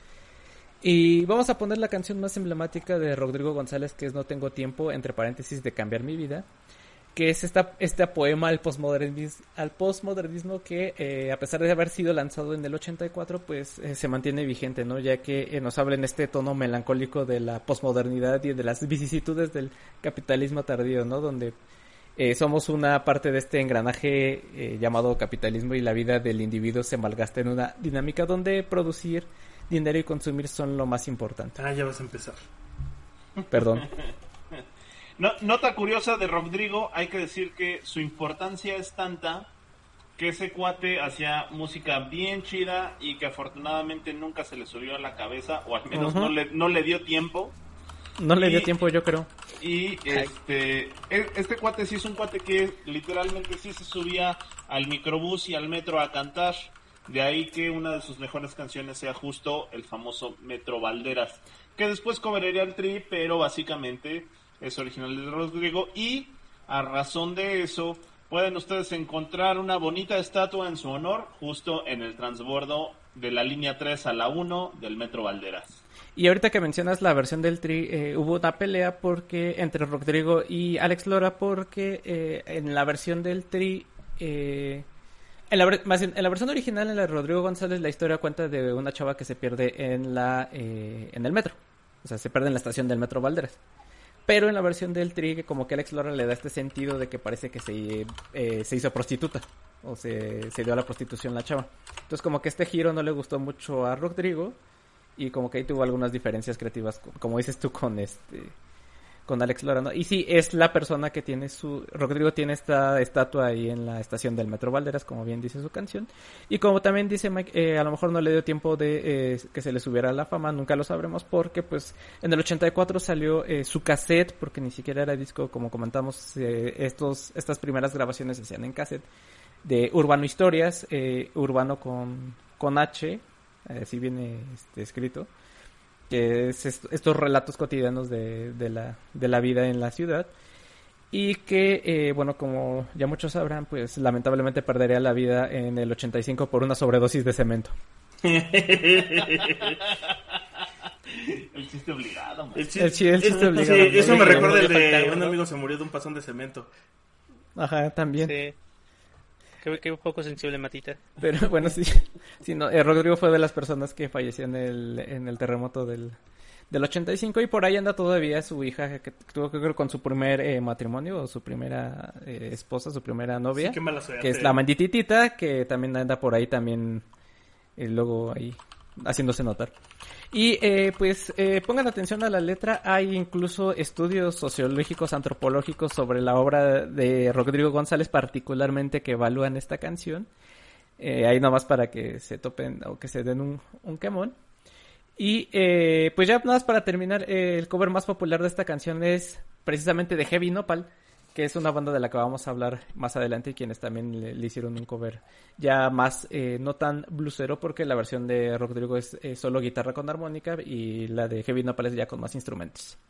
Speaker 3: Y vamos a poner la canción más emblemática de Rodrigo González, que es No tengo tiempo, entre paréntesis, de cambiar mi vida, que es esta, este poema al postmodernismo, al postmodernismo que eh, a pesar de haber sido lanzado en el ochenta y cuatro, pues eh, se mantiene vigente, ¿no? Ya que eh, nos habla en este tono melancólico de la posmodernidad y de las vicisitudes del capitalismo tardío, ¿no? Donde eh, somos una parte de este engranaje eh, llamado capitalismo y la vida del individuo se malgasta en una dinámica donde producir dinero y consumir son lo más importante.
Speaker 4: Ah, ya vas a empezar.
Speaker 3: Perdón.
Speaker 5: No, nota curiosa de Rodrigo, hay que decir que su importancia es tanta que ese cuate hacía música bien chida y que afortunadamente nunca se le subió a la cabeza, o al menos uh-huh. no, le, no le dio tiempo.
Speaker 3: No
Speaker 5: y,
Speaker 3: le dio tiempo, yo creo.
Speaker 5: Y este este cuate sí es un cuate que literalmente sí se subía al microbús y al metro a cantar. De ahí que una de sus mejores canciones sea justo el famoso Metro Valderas, que después cobraría el Tri, pero básicamente es original de Rodrigo. Y a razón de eso pueden ustedes encontrar una bonita estatua en su honor justo en el transbordo de la línea tres a la uno del Metro Valderas.
Speaker 3: Y ahorita que mencionas la versión del Tri, eh, hubo una pelea porque entre Rodrigo y Alex Lora, porque eh, en la versión del Tri, eh, en, la, más en, en la versión original, en la de Rodrigo González, la historia cuenta de una chava que se pierde en la eh, en el metro, o sea, se pierde en la estación del Metro Valderas. Pero en la versión del Tri, que como que Alex Lora le da este sentido de que parece que se, eh, se hizo prostituta. O se, se dio a la prostitución la chava. Entonces como que este giro no le gustó mucho a Rodrigo. Y como que ahí tuvo algunas diferencias creativas, como dices tú, con este con Alex Lora, ¿no? Y sí, es la persona que tiene su... Rodrigo tiene esta estatua ahí en la estación del Metro Valderas, como bien dice su canción. Y como también dice Mike, eh, a lo mejor no le dio tiempo de eh, que se le subiera a la fama, nunca lo sabremos, porque pues en el ochenta y cuatro salió eh, su cassette, porque ni siquiera era disco, como comentamos, eh, estos estas primeras grabaciones se hacían en cassette, de Urbano Historias, eh, Urbano con, con H, así viene este, escrito, que es est- estos relatos cotidianos de, de la de la vida en la ciudad, y que eh, bueno, como ya muchos sabrán, pues lamentablemente perdería la vida en el ochenta y cinco por una sobredosis de cemento.
Speaker 5: El chiste obligado, man.
Speaker 3: El chiste, el chiste, el chiste
Speaker 4: es,
Speaker 3: obligado.
Speaker 4: Sí, eso me recuerda el de
Speaker 6: faltar,
Speaker 4: un
Speaker 6: ¿no?
Speaker 4: amigo se murió de un pasón de cemento.
Speaker 3: Ajá, también.
Speaker 6: Sí. Qué, qué poco sensible, Matita.
Speaker 3: Pero bueno, sí, sí no, eh, Rodrigo fue de las personas que falleció en el, en el terremoto del, del ochenta y cinco, y por ahí anda todavía su hija, que tuvo que ver con su primer eh, matrimonio, o su primera eh, esposa, su primera novia,
Speaker 4: Sí, qué mala suerte.
Speaker 3: que es la Mandititita, que también anda por ahí también, eh, luego ahí haciéndose notar. Y eh, pues eh, pongan atención a la letra, hay incluso estudios sociológicos, antropológicos sobre la obra de Rodrigo González particularmente que evalúan esta canción, eh, ahí nomás para que se topen o que se den un, un quemón. Y eh, pues ya nada más para terminar, eh, el cover más popular de esta canción es precisamente de Heavy Nopal, que es una banda de la que vamos a hablar más adelante y quienes también le, le hicieron un cover ya más eh, no tan bluesero, porque la versión de Rodrigo es eh, solo guitarra con armónica y la de Heavy Nopal es ya con más instrumentos.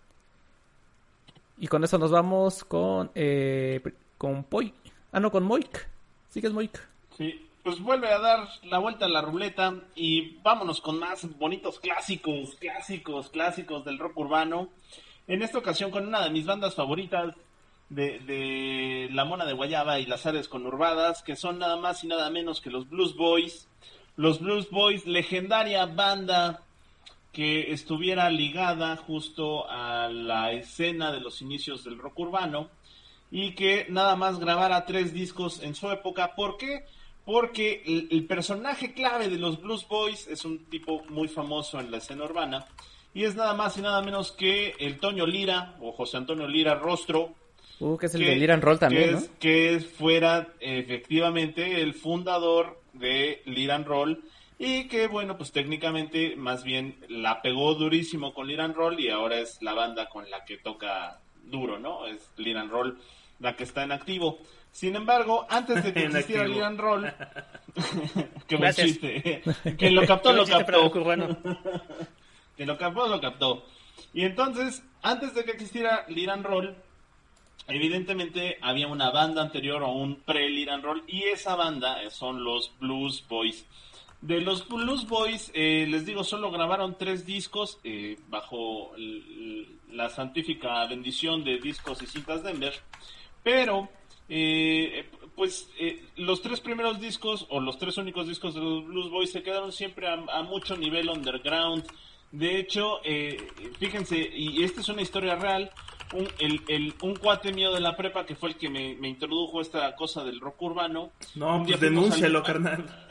Speaker 3: Y con eso nos vamos con eh, con Poi. Ah, no, con Moik. ¿Sigues, Moik?
Speaker 5: Sí, pues vuelve a dar la vuelta a la ruleta y vámonos con más bonitos clásicos, clásicos, clásicos del rock urbano. En esta ocasión con una de mis bandas favoritas, De, de La Mona de Guayaba y Las Áreas Conurbadas, que son nada más y nada menos que los Blues Boys. Los Blues Boys, legendaria banda que estuviera ligada justo a la escena de los inicios del rock urbano y que nada más grabara tres discos en su época. ¿Por qué? Porque el, el personaje clave de los Blues Boys es un tipo muy famoso en la escena urbana y es nada más y nada menos que el Toño Lira, o José Antonio Lira Rostro.
Speaker 3: Uh, que es el que, de Liran Roll también,
Speaker 5: que
Speaker 3: ¿no?
Speaker 5: Es, que fuera efectivamente el fundador de Liran Roll y que, bueno, pues técnicamente más bien la pegó durísimo con Liran Roll y ahora es la banda con la que toca duro, ¿no? Es Liran Roll la que está en activo. Sin embargo, antes de que existiera Liran Roll, qué buen chiste, quien lo captó, lo captó. Quien lo captó, lo captó. Y entonces, antes de que existiera Liran Roll, evidentemente había una banda anterior o un pre-Liran Roll y esa banda son los Blues Boys. De los Blues Boys, eh, les digo, solo grabaron tres discos eh, bajo el, la santífica bendición de Discos y Cintas Denver, pero eh, pues eh, los tres primeros discos o los tres únicos discos de los Blues Boys se quedaron siempre a, a mucho nivel underground. De hecho, eh, fíjense, y esta es una historia real, un, el, el, un cuate mío de la prepa que fue el que me, me introdujo esta cosa del rock urbano.
Speaker 4: No, pues denúncialo, al... carnal.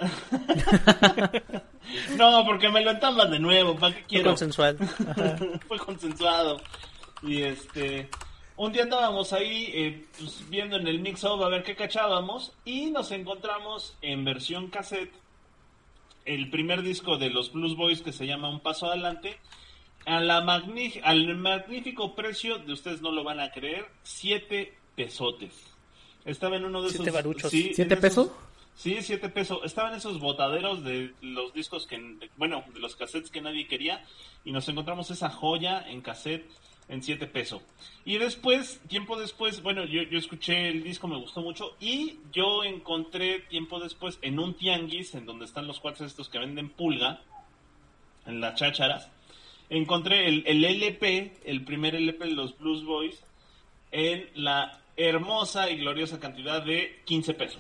Speaker 5: No, porque me lo entablas de nuevo, ¿para qué quiero?
Speaker 6: Fue consensual.
Speaker 5: Fue consensuado. Y este, un día andábamos ahí eh, pues, viendo en el mix-up a ver qué cachábamos y nos encontramos en versión cassette el primer disco de los Blues Boys que se llama Un Paso Adelante, a la magní- al magnífico precio de, ustedes no lo van a creer, siete pesotes. Estaba en uno de
Speaker 6: siete
Speaker 5: esos...
Speaker 6: baruchos.
Speaker 5: Sí,
Speaker 3: ¿Siete pesos?
Speaker 5: Sí, siete pesos. Estaban esos botaderos de los discos que, bueno, de los cassettes que nadie quería, y nos encontramos esa joya en cassette en siete pesos. Y después, tiempo después, bueno, yo, yo escuché el disco, me gustó mucho, y yo encontré tiempo después en un tianguis, en donde están los cuates estos que venden pulga, en las chácharas, encontré el, el L P, el primer L P de los Blues Boys, en la hermosa y gloriosa cantidad de quince pesos.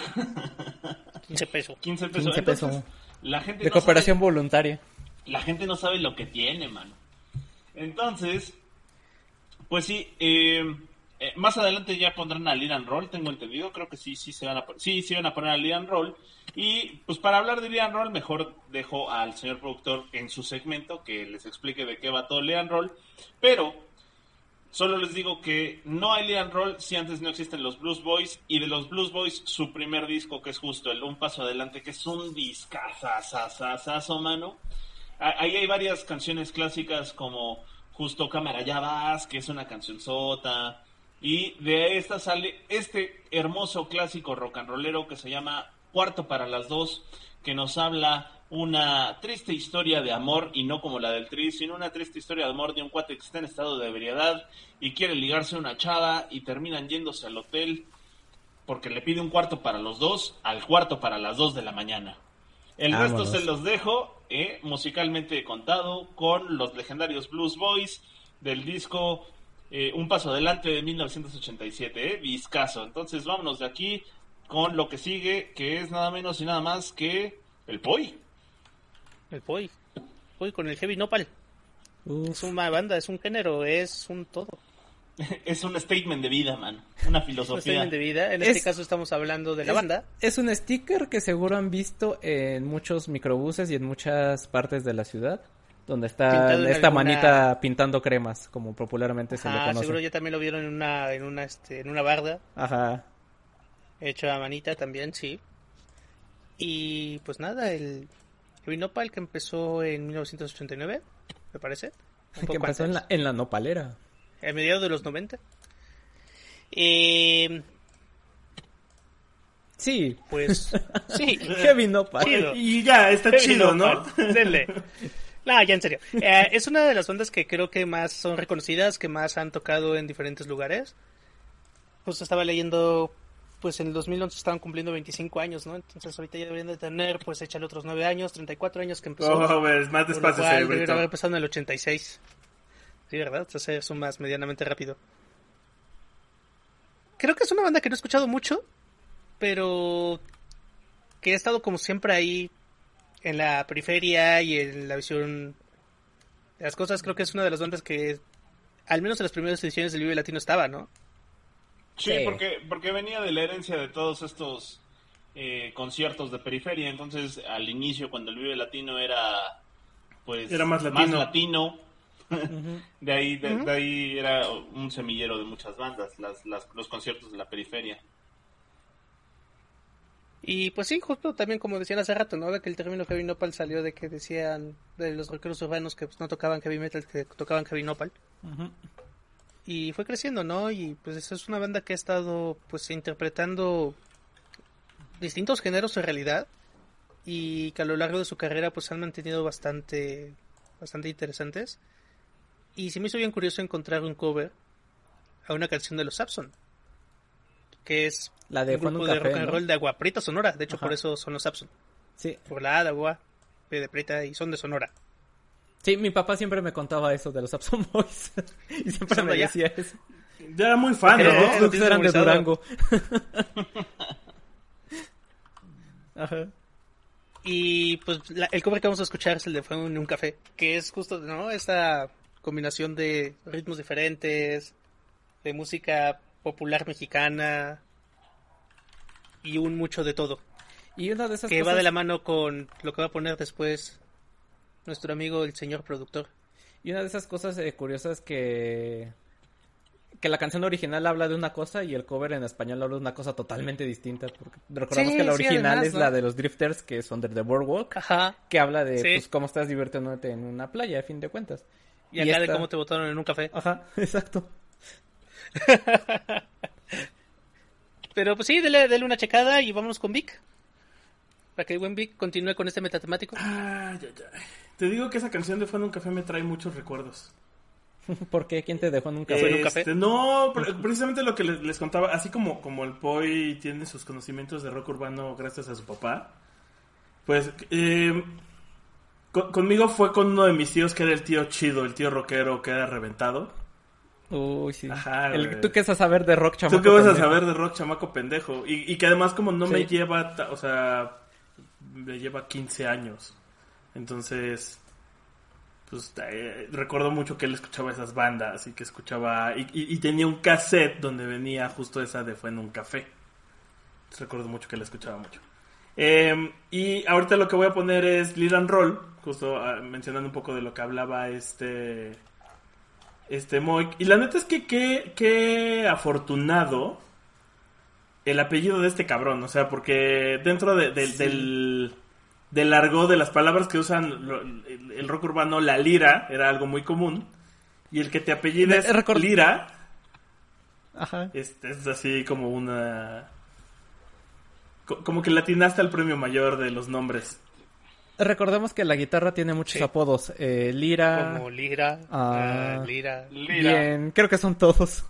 Speaker 6: quince pesos.
Speaker 5: quince pesos.
Speaker 3: quince pesos.
Speaker 5: Entonces, la gente
Speaker 3: de
Speaker 5: no
Speaker 3: cooperación
Speaker 5: sabe,
Speaker 3: voluntaria.
Speaker 5: la gente no sabe lo que tiene, mano. Entonces, pues sí, eh, eh, más adelante ya pondrán a Lead and Roll, tengo entendido, creo que sí, sí se van a, sí, sí van a poner a Lead and Roll. Y pues para hablar de Lead and Roll, mejor dejo al señor productor en su segmento que les explique de qué va todo Lead and Roll. Pero solo les digo que no hay Lead and Roll si antes no existen los Blues Boys, y de los Blues Boys su primer disco, que es justo el Un Paso Adelante, que es un discazazazazazo, mano. Ahí hay varias canciones clásicas como justo Cámara Ya Vas, que es una cancionzota, y de esta sale este hermoso clásico rock and rollero que se llama Cuarto para las Dos, que nos habla una triste historia de amor, y no como la del Tri, sino una triste historia de amor de un cuate que está en estado de ebriedad y quiere ligarse a una chava, y terminan yéndose al hotel porque le pide un cuarto para los dos al cuarto para las dos de la mañana. El
Speaker 3: Vámonos.
Speaker 5: resto se los dejo eh, musicalmente contado con los legendarios Blues Boys del disco eh, Un Paso Adelante de mil novecientos ochenta y siete, eh, viscazo. Entonces vámonos de aquí con lo que sigue, que es nada menos y nada más que el Poi.
Speaker 6: El Poi. Poi con el Heavy Nopal.
Speaker 3: Uf.
Speaker 6: Es una banda, es un género, es un todo.
Speaker 5: Es un statement de vida, man. Una
Speaker 6: Un
Speaker 5: filosofía.
Speaker 6: statement de vida. En
Speaker 3: Es-
Speaker 6: este caso estamos hablando de la
Speaker 3: es,
Speaker 6: banda.
Speaker 3: Es un sticker que seguro han visto en muchos microbuses y en muchas partes de la ciudad, donde está
Speaker 6: Pintado en
Speaker 3: esta
Speaker 6: alguna-
Speaker 3: manita pintando cremas, como popularmente se le
Speaker 6: Ah,
Speaker 3: conoce.
Speaker 6: seguro ya también lo vieron en una, en una, este, en una barda.
Speaker 3: Ajá.
Speaker 6: Hecho a manita también, sí. Y pues nada, el Heavy Nopal que empezó en mil novecientos ochenta y nueve, me parece. Un
Speaker 3: Que
Speaker 6: poco
Speaker 3: empezó en
Speaker 6: antes,
Speaker 3: la, en la nopalera.
Speaker 6: a mediados de los noventa. Eh,
Speaker 3: Sí.
Speaker 6: pues sí,
Speaker 3: Heavy Nopal.
Speaker 6: Chido.
Speaker 4: Y ya, está
Speaker 6: Heavy
Speaker 4: chido, ¿no?
Speaker 6: Nopal, denle. No, ya en serio. Eh, es una de las bandas que creo que más son reconocidas, que más han tocado en diferentes lugares. Justo estaba leyendo, pues en el dos mil once estaban cumpliendo veinticinco años, ¿no? Entonces ahorita ya deberían de tener, pues échale otros nueve años, treinta y cuatro años que empezó.
Speaker 4: Oh, ves, más
Speaker 6: Por lo
Speaker 4: despacio,
Speaker 6: cual debería
Speaker 4: cerebrito.
Speaker 6: haber empezado en el ochenta y seis. Sí, ¿verdad? Entonces eso más medianamente rápido. Creo que es una banda que no he escuchado mucho, pero que ha estado como siempre ahí en la periferia y en la visión de las cosas. Creo que es una de las bandas que, al menos en las primeras ediciones del Vive Latino estaba, ¿no?
Speaker 5: Sí,
Speaker 3: Sí.
Speaker 5: porque porque venía de la herencia de todos estos eh, conciertos de periferia. Entonces, al inicio, cuando el Vive Latino era pues
Speaker 4: Era más latino.
Speaker 5: latino, de ahí de, de ahí era un semillero de muchas bandas, las, las los conciertos de la periferia.
Speaker 6: Y pues sí, justo también como decían hace rato, ¿no? De que el término heavy nopal salió de que decían de los rockeros urbanos que pues, no tocaban heavy metal, que tocaban heavy nopal.
Speaker 3: Ujú.
Speaker 6: Y fue creciendo, ¿no? Y pues esa es una banda que ha estado pues interpretando distintos géneros en realidad, y que a lo largo de su carrera pues han mantenido bastante bastante interesantes. Y se me hizo bien curioso encontrar un cover a una canción de los Saxon, que es
Speaker 3: La de
Speaker 6: un
Speaker 3: Juan
Speaker 6: grupo
Speaker 3: un
Speaker 6: de
Speaker 3: Café,
Speaker 6: rock and
Speaker 3: ¿no?
Speaker 6: roll de Agua Prieta, Sonora. De hecho,
Speaker 3: Ajá.
Speaker 6: por eso son los Saxon.
Speaker 3: Sí.
Speaker 6: Por la A, de agua, P de preta y son de Sonora.
Speaker 3: Sí, mi papá siempre me contaba eso de los Abson Boys. Y siempre
Speaker 6: Son
Speaker 3: me
Speaker 6: de allá.
Speaker 3: decía eso.
Speaker 4: Ya era muy fan,
Speaker 6: Eh,
Speaker 3: Los
Speaker 4: ¿no?
Speaker 3: Dux Dux eran de
Speaker 6: memorizado.
Speaker 3: Durango. Ajá.
Speaker 6: Y pues la- el cover que vamos a escuchar es el de Fue en un café, que es justo, ¿no? Esta combinación de ritmos diferentes, de música popular mexicana y un mucho de todo.
Speaker 3: Y una de esas
Speaker 6: Que
Speaker 3: cosas...
Speaker 6: va de la mano con lo que va a poner después nuestro amigo el señor productor.
Speaker 3: Y una de esas cosas eh, curiosas que... Que la canción original habla de una cosa y el cover en español habla de una cosa totalmente distinta. Porque recordamos
Speaker 6: Sí,
Speaker 3: que la
Speaker 6: sí,
Speaker 3: original
Speaker 6: además,
Speaker 3: es
Speaker 6: ¿no?
Speaker 3: la de los Drifters, que es Under the Boardwalk,
Speaker 6: Ajá.
Speaker 3: que habla de
Speaker 6: Sí.
Speaker 3: pues cómo estás divirtiéndote en una playa, a fin de cuentas.
Speaker 6: Y acá de
Speaker 3: esta-
Speaker 6: cómo te botaron en un café.
Speaker 3: Ajá, exacto.
Speaker 6: Pero pues sí, dele, dele una checada y vámonos con Vic. Para que el buen Vic continúe con este metatemático.
Speaker 4: Ay, ay, ay. Te digo que esa canción de Fue en un café me trae muchos recuerdos.
Speaker 3: ¿Por qué? ¿Quién te dejó en un café?
Speaker 6: ¿Fue en un
Speaker 4: Este,
Speaker 6: café?
Speaker 4: No, pre- precisamente lo que les, les contaba, así como, como el Poi tiene sus conocimientos de rock urbano gracias a su papá, pues eh, con- conmigo fue con uno de mis tíos que era el tío chido, el tío rockero que era reventado.
Speaker 3: Uy, sí.
Speaker 4: Ajá,
Speaker 3: El-
Speaker 4: güey.
Speaker 3: ¿Tú qué vas a saber de rock, chamaco?
Speaker 4: ¿Tú qué vas a
Speaker 3: pendejo?
Speaker 4: saber de rock chamaco pendejo? Y, y que además como no me
Speaker 3: Sí.
Speaker 4: lleva, ta- o sea, me lleva quince años. Entonces, pues eh, recuerdo mucho que él escuchaba esas bandas y que escuchaba, y, y- y tenía un cassette donde venía justo esa de Fue en un café. Entonces, recuerdo mucho que él escuchaba mucho. Eh, y ahorita lo que voy a poner es Lead and Roll, justo ah, mencionando un poco de lo que hablaba este... Este Moik. Y la neta es que qué, qué afortunado el apellido de este cabrón. O sea, porque dentro de, de-
Speaker 3: Sí.
Speaker 4: del, del argot de las palabras que usan lo- el, el rock urbano, la lira era algo muy común. Y el que te apellides
Speaker 3: Me- record-
Speaker 4: lira
Speaker 3: Ajá.
Speaker 4: es, es así como una... co- Como que latinaste al premio mayor de los nombres.
Speaker 3: Recordemos que la guitarra tiene muchos
Speaker 6: Sí.
Speaker 3: apodos. Eh, Lira...
Speaker 6: Como Lira,
Speaker 3: Ah.
Speaker 6: ah, Lira.
Speaker 5: Lira.
Speaker 3: Bien, creo que son todos.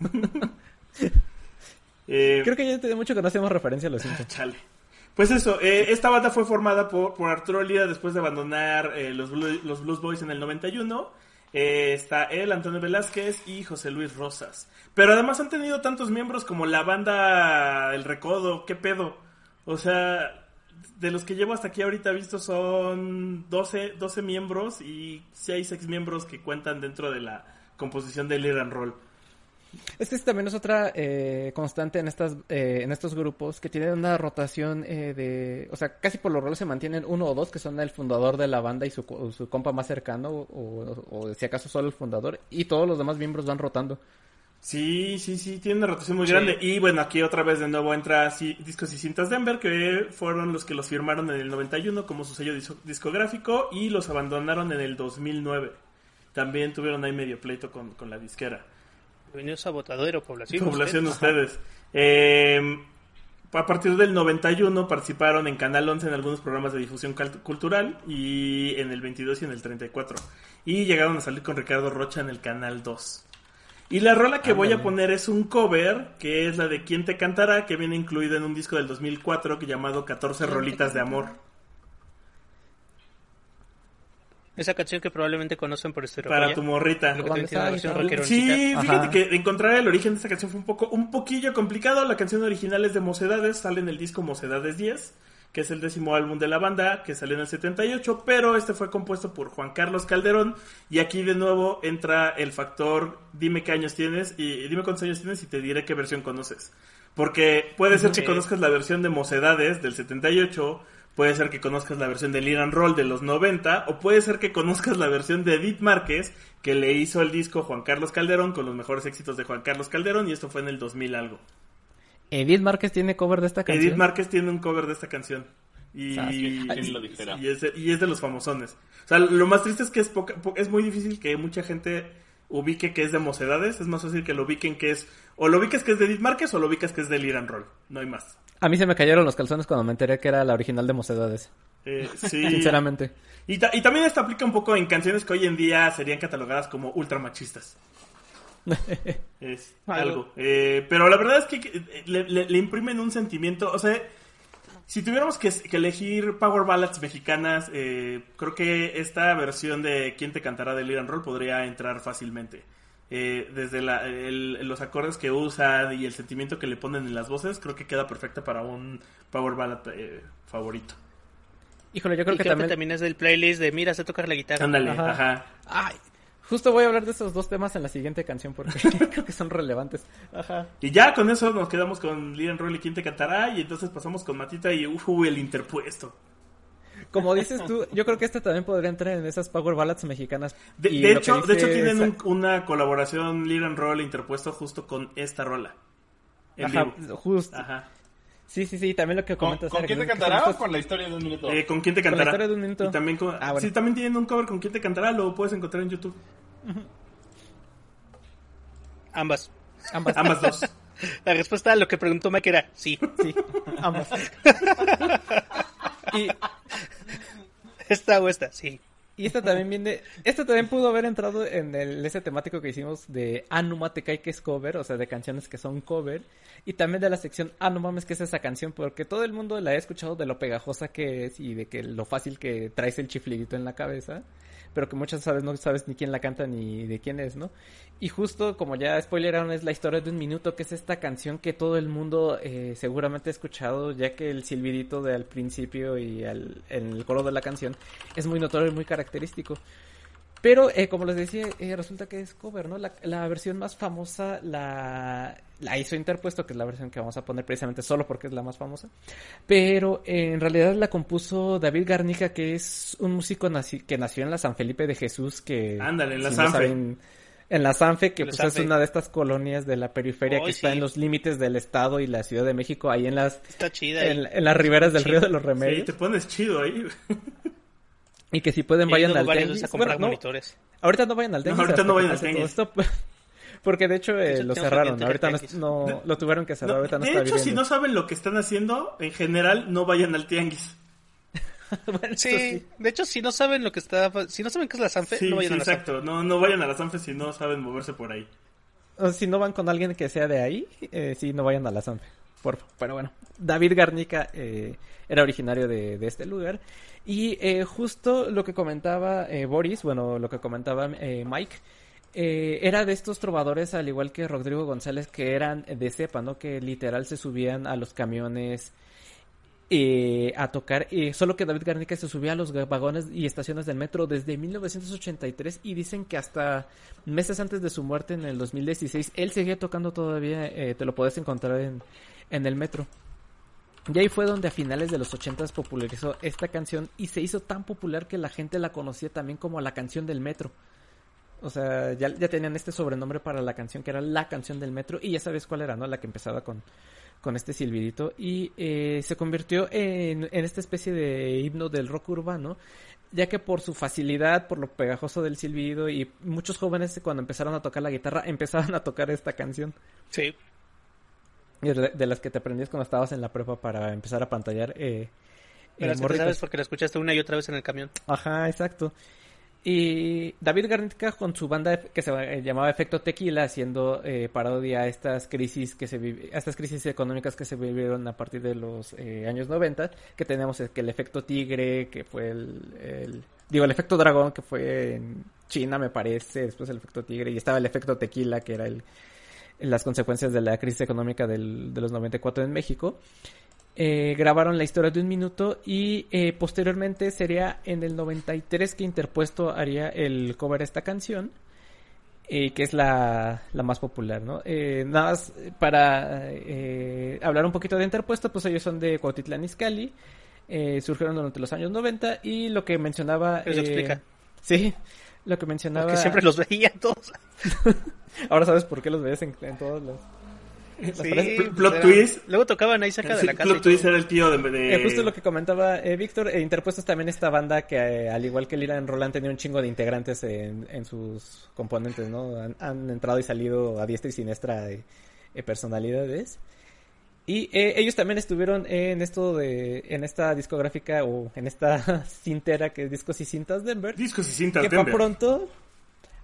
Speaker 4: Eh,
Speaker 3: Creo que ya tiene mucho que no hacemos referencia a los Simpsons.
Speaker 4: Chale. Pues eso, eh, esta banda fue formada por, por Arturo Lira después de abandonar eh, los, Blue- los Blues Boys en el noventa y uno. Eh, está él, Antonio Velázquez y José Luis Rosas. Pero además han tenido tantos miembros como la banda El Recodo, ¿qué pedo? O sea, de los que llevo hasta aquí ahorita visto son doce, doce miembros y seis ex miembros que cuentan dentro de la composición de Lead and Roll.
Speaker 3: Es que también es otra eh, constante en estas eh, en estos grupos que tienen una rotación eh, de... O sea, casi por lo regular se mantienen uno o dos que son el fundador de la banda y su, co- su compa más cercano o, o si acaso solo el fundador y todos los demás miembros van rotando.
Speaker 4: Sí, sí, sí, tiene una rotación muy
Speaker 6: Sí.
Speaker 4: grande. Y bueno, aquí otra vez de nuevo entra sí, Discos y Cintas Denver, que fueron los que los firmaron en el noventa y uno como su sello disco- discográfico y los abandonaron en el dos mil nueve. También tuvieron ahí medio pleito con, con la disquera.
Speaker 6: Venido sabotadero, población.
Speaker 4: Población
Speaker 6: ustedes.
Speaker 4: ustedes. Eh, a partir del noventa y uno participaron en Canal once en algunos programas de difusión cal- cultural y en el veintidós y en el treinta y cuatro. Y llegaron a salir con Ricardo Rocha en el Canal dos. Y la rola que voy a
Speaker 3: Ándale.
Speaker 4: poner es un cover, que es la de ¿Quién te cantará?, que viene incluida en un disco del dos mil cuatro que llamado catorce rolitas de amor.
Speaker 6: Esa canción que probablemente conocen por Estereofonia.
Speaker 4: Para tu morrita.
Speaker 6: Lo que
Speaker 3: ¿Dónde
Speaker 6: te decía, la
Speaker 3: está?
Speaker 6: versión
Speaker 3: Sí,
Speaker 6: rockeroncita.
Speaker 4: Sí,
Speaker 3: Ajá.
Speaker 4: fíjate que encontrar el origen de esta canción fue un poco, un poquillo complicado. La canción original es de Mocedades, sale en el disco Mocedades diez, que es el décimo álbum de la banda, que salió en el setenta y ocho, pero este fue compuesto por Juan Carlos Calderón, y aquí de nuevo entra el factor dime qué años tienes, y dime cuántos años tienes y te diré qué versión conoces. Porque puede ser que
Speaker 6: Sí.
Speaker 4: conozcas la versión de Mocedades del setenta y ocho, puede ser que conozcas la versión de Lead and Roll de los noventa, o puede ser que conozcas la versión de Edith Márquez, que le hizo el disco Juan Carlos Calderón con los mejores éxitos de Juan Carlos Calderón, y esto fue en el dos mil algo.
Speaker 3: Edith Márquez tiene cover de esta canción.
Speaker 4: Edith Márquez tiene un cover de esta canción. Y,
Speaker 3: Ah,
Speaker 5: sí, ¿quién lo dijera?
Speaker 4: y, es de, y es de los famosones. O sea, lo más triste es que es, poca, po- es muy difícil que mucha gente ubique que es de Mocedades. Es más fácil que lo ubiquen que es... O lo ubiques que es de Edith Márquez o lo ubicas que es de Lead and Roll. No hay más.
Speaker 3: A mí se me cayeron los calzones cuando me enteré que era la original de Mocedades.
Speaker 4: Eh, sí.
Speaker 3: Sinceramente.
Speaker 4: Y, ta- y también esto aplica un poco en canciones que hoy en día serían catalogadas como ultramachistas. Es
Speaker 6: Algo.
Speaker 4: algo. Eh, pero la verdad es que eh, le, le- le imprimen un sentimiento. O sea, Si tuviéramos que, que elegir Power Ballads mexicanas, eh, creo que esta versión de ¿Quién te cantará de Liran Roll podría entrar fácilmente. Eh, desde la, el, los acordes que usan y el sentimiento que le ponen en las voces, creo que queda perfecta para un Power Ballad eh, favorito.
Speaker 3: Híjole, yo creo
Speaker 6: y
Speaker 3: que
Speaker 6: creo
Speaker 3: también...
Speaker 6: que también es del playlist de Mira, sé tocar la guitarra.
Speaker 4: Ándale,
Speaker 3: Ajá.
Speaker 4: ajá.
Speaker 3: Ay, justo voy a hablar de esos dos temas en la siguiente canción porque creo que son relevantes. Ajá.
Speaker 4: Y ya con eso nos quedamos con Liran Roll y ¿Quién te cantará? Y entonces pasamos con Matita y uh, el interpuesto.
Speaker 3: Como dices tú, yo creo que este también podría entrar en esas Power Ballads mexicanas.
Speaker 4: De,
Speaker 3: Y
Speaker 4: de
Speaker 3: lo
Speaker 4: hecho,
Speaker 3: que
Speaker 4: de
Speaker 3: dice
Speaker 4: hecho tienen
Speaker 3: esa-
Speaker 4: un- una colaboración Liran Roll interpuesto justo con esta rola. En
Speaker 3: Ajá,
Speaker 4: vivo.
Speaker 3: justo.
Speaker 4: Ajá.
Speaker 3: Sí, sí, sí, también lo que
Speaker 5: ¿Con,
Speaker 3: comentas.
Speaker 5: con
Speaker 3: Sara,
Speaker 5: quién
Speaker 3: que
Speaker 5: te
Speaker 3: son- que
Speaker 5: cantará
Speaker 3: son
Speaker 5: o
Speaker 3: estos-
Speaker 5: con la historia de un minuto?
Speaker 4: Eh, ¿Con quién te
Speaker 3: Con la
Speaker 4: cantará?
Speaker 3: historia de un minuto.
Speaker 4: Y también con...
Speaker 3: Ah, bueno.
Speaker 4: Sí, también tienen un cover con ¿Quién te cantará? Lo puedes encontrar en YouTube.
Speaker 6: Ambas.
Speaker 3: Ambas.
Speaker 4: Ambas dos.
Speaker 6: La respuesta a lo que preguntó Mike era sí.
Speaker 3: Sí, ambas. Y,
Speaker 6: Esta o esta, sí.
Speaker 3: y esta también viene... Esta también pudo haber entrado en el ese temático que hicimos de Ah, no mate kai, que es cover, o sea, de canciones que son cover. Y también de la sección Ah, no mames, que es esa canción, porque todo el mundo la ha escuchado de lo pegajosa que es y de que lo fácil que traes el chiflidito en la cabeza. Pero que muchas veces no sabes ni quién la canta ni de quién es, ¿no? Y justo como ya spoileraron, es la historia de un minuto, que es esta canción que todo el mundo eh, seguramente ha escuchado, ya que el silbidito de al principio y al, en el coro de la canción es muy notorio y muy característico. Pero, eh, como les decía, eh, resulta que es cover, ¿no? La, la versión más famosa la, la hizo Interpuesto, que es la versión que vamos a poner precisamente solo porque es la más famosa. Pero eh, en realidad la compuso David Garnica, que es un músico naci- que nació en la San Felipe de Jesús, que...
Speaker 4: Ándale, en la
Speaker 3: si no
Speaker 4: Sanfe.
Speaker 3: saben, en la Sanfe, que
Speaker 6: La
Speaker 3: pues
Speaker 6: Sanfe.
Speaker 3: es una de estas colonias de la periferia
Speaker 6: Ay,
Speaker 3: que está
Speaker 6: sí.
Speaker 3: en los límites del estado y la Ciudad de México, ahí en las...
Speaker 6: Está chida.
Speaker 3: En,
Speaker 6: y-
Speaker 3: en las riberas del
Speaker 6: Sí.
Speaker 3: río de los
Speaker 4: Sí,
Speaker 3: Remedios.
Speaker 4: te pones chido ahí.
Speaker 3: Y que si pueden
Speaker 6: he
Speaker 3: vayan
Speaker 6: ido
Speaker 3: al
Speaker 6: varias
Speaker 3: tianguis.
Speaker 6: veces a comprar
Speaker 3: Bueno, no,
Speaker 6: monitores.
Speaker 3: ahorita no vayan al
Speaker 4: No,
Speaker 3: tianguis.
Speaker 4: ahorita
Speaker 3: hasta
Speaker 4: no
Speaker 3: que
Speaker 4: vayan al
Speaker 3: pase todo
Speaker 4: tianguis.
Speaker 3: esto, porque de hecho eh,
Speaker 6: hecho,
Speaker 3: lo
Speaker 6: tengo
Speaker 3: cerraron.
Speaker 6: pendiente
Speaker 3: Ahorita
Speaker 6: el
Speaker 3: no,
Speaker 6: tianguis.
Speaker 3: no- lo tuvieron que cerrar.
Speaker 4: No,
Speaker 3: ahorita no
Speaker 4: de
Speaker 3: está
Speaker 4: hecho, si
Speaker 3: viviendo.
Speaker 4: no saben lo que están haciendo, en general, no vayan al tianguis.
Speaker 3: Bueno,
Speaker 6: Sí,
Speaker 3: eso sí.
Speaker 6: de hecho, si no saben lo que está... Si no saben qué es la Sanfe,
Speaker 4: Sí,
Speaker 6: no vayan
Speaker 4: sí,
Speaker 6: a la Sanfe.
Speaker 4: exacto. No, no vayan a la Sanfe si no saben moverse por ahí.
Speaker 3: O si no van con alguien que sea de ahí, eh, sí, no vayan a la Sanfe. Por favor. Pero bueno, David Garnica eh, era originario de, de este lugar. Y eh, justo lo que comentaba eh, Boris, bueno, lo que comentaba eh, Mike, eh, era de estos trovadores, al igual que Rodrigo González, que eran de cepa, ¿no? Que literal se subían a los camiones eh, a tocar. Eh, solo que David Garnica se subía a los vagones y estaciones del metro desde mil novecientos ochenta y tres y dicen que hasta meses antes de su muerte en el dos mil dieciséis él seguía tocando todavía, eh, te lo puedes encontrar en, en el metro. Y ahí fue donde a finales de los ochentas popularizó esta canción y se hizo tan popular que la gente la conocía también como la canción del metro. O sea, ya, ya tenían este sobrenombre para la canción que era la canción del metro y ya sabes cuál era, ¿no? La que empezaba con, con este silbidito y eh, se convirtió en, en esta especie de himno del rock urbano, ya que por su facilidad, por lo pegajoso del silbido y muchos jóvenes cuando empezaron a tocar la guitarra empezaban a tocar esta canción.
Speaker 6: Sí.
Speaker 3: De, de las que te aprendías cuando estabas en la prepa para empezar a pantallar. Eh,
Speaker 6: Pero
Speaker 3: eh,
Speaker 6: es que te
Speaker 3: morritas.
Speaker 6: sabes porque la escuchaste una y otra vez en el camión.
Speaker 3: Ajá, exacto. Y David Garnica con su banda que se eh, llamaba Efecto Tequila, haciendo eh, parodia a estas crisis que se vi- a estas crisis económicas que se vivieron a partir de los eh, años noventa, que tenemos el, que el efecto tigre, que fue el, el digo el efecto dragón, que fue en China me parece, después el efecto tigre, y estaba el efecto tequila, que era el las consecuencias de la crisis económica del, de los noventa y cuatro en México. Eh, grabaron la historia de un minuto y eh, posteriormente sería en el noventa y tres que Interpuesto haría el cover de esta canción, eh, que es la, la más popular, ¿no? Eh, nada más para eh, hablar un poquito de Interpuesto, pues ellos son de Cuautitlán Izcalli, eh, surgieron durante los años noventa y lo que mencionaba...
Speaker 6: Eso
Speaker 3: eh,
Speaker 6: explica.
Speaker 3: Sí, lo que mencionaba...
Speaker 6: Porque siempre los veía todos.
Speaker 3: Ahora sabes por qué los veías en, en todos los...
Speaker 6: Sí,
Speaker 4: Pl-
Speaker 6: pues
Speaker 4: plot
Speaker 6: era-
Speaker 4: twist.
Speaker 6: Luego tocaban ahí cerca de
Speaker 4: Sí,
Speaker 6: la casa. y
Speaker 4: Plot Twist
Speaker 6: todo.
Speaker 4: era el tío de... de-
Speaker 3: Eh, justo lo que comentaba eh, Víctor, eh, Interpuestos también esta banda que eh, al igual que Lira en Roland tenía un chingo de integrantes en, en sus componentes, ¿no? Han, han entrado y salido a diestra y siniestra de eh, personalidades. Y eh, ellos también estuvieron en esto de, en esta discográfica o en esta cintera que es Discos y Cintas Denver.
Speaker 4: Discos y cintas
Speaker 3: Que para
Speaker 4: Denver.
Speaker 3: pronto,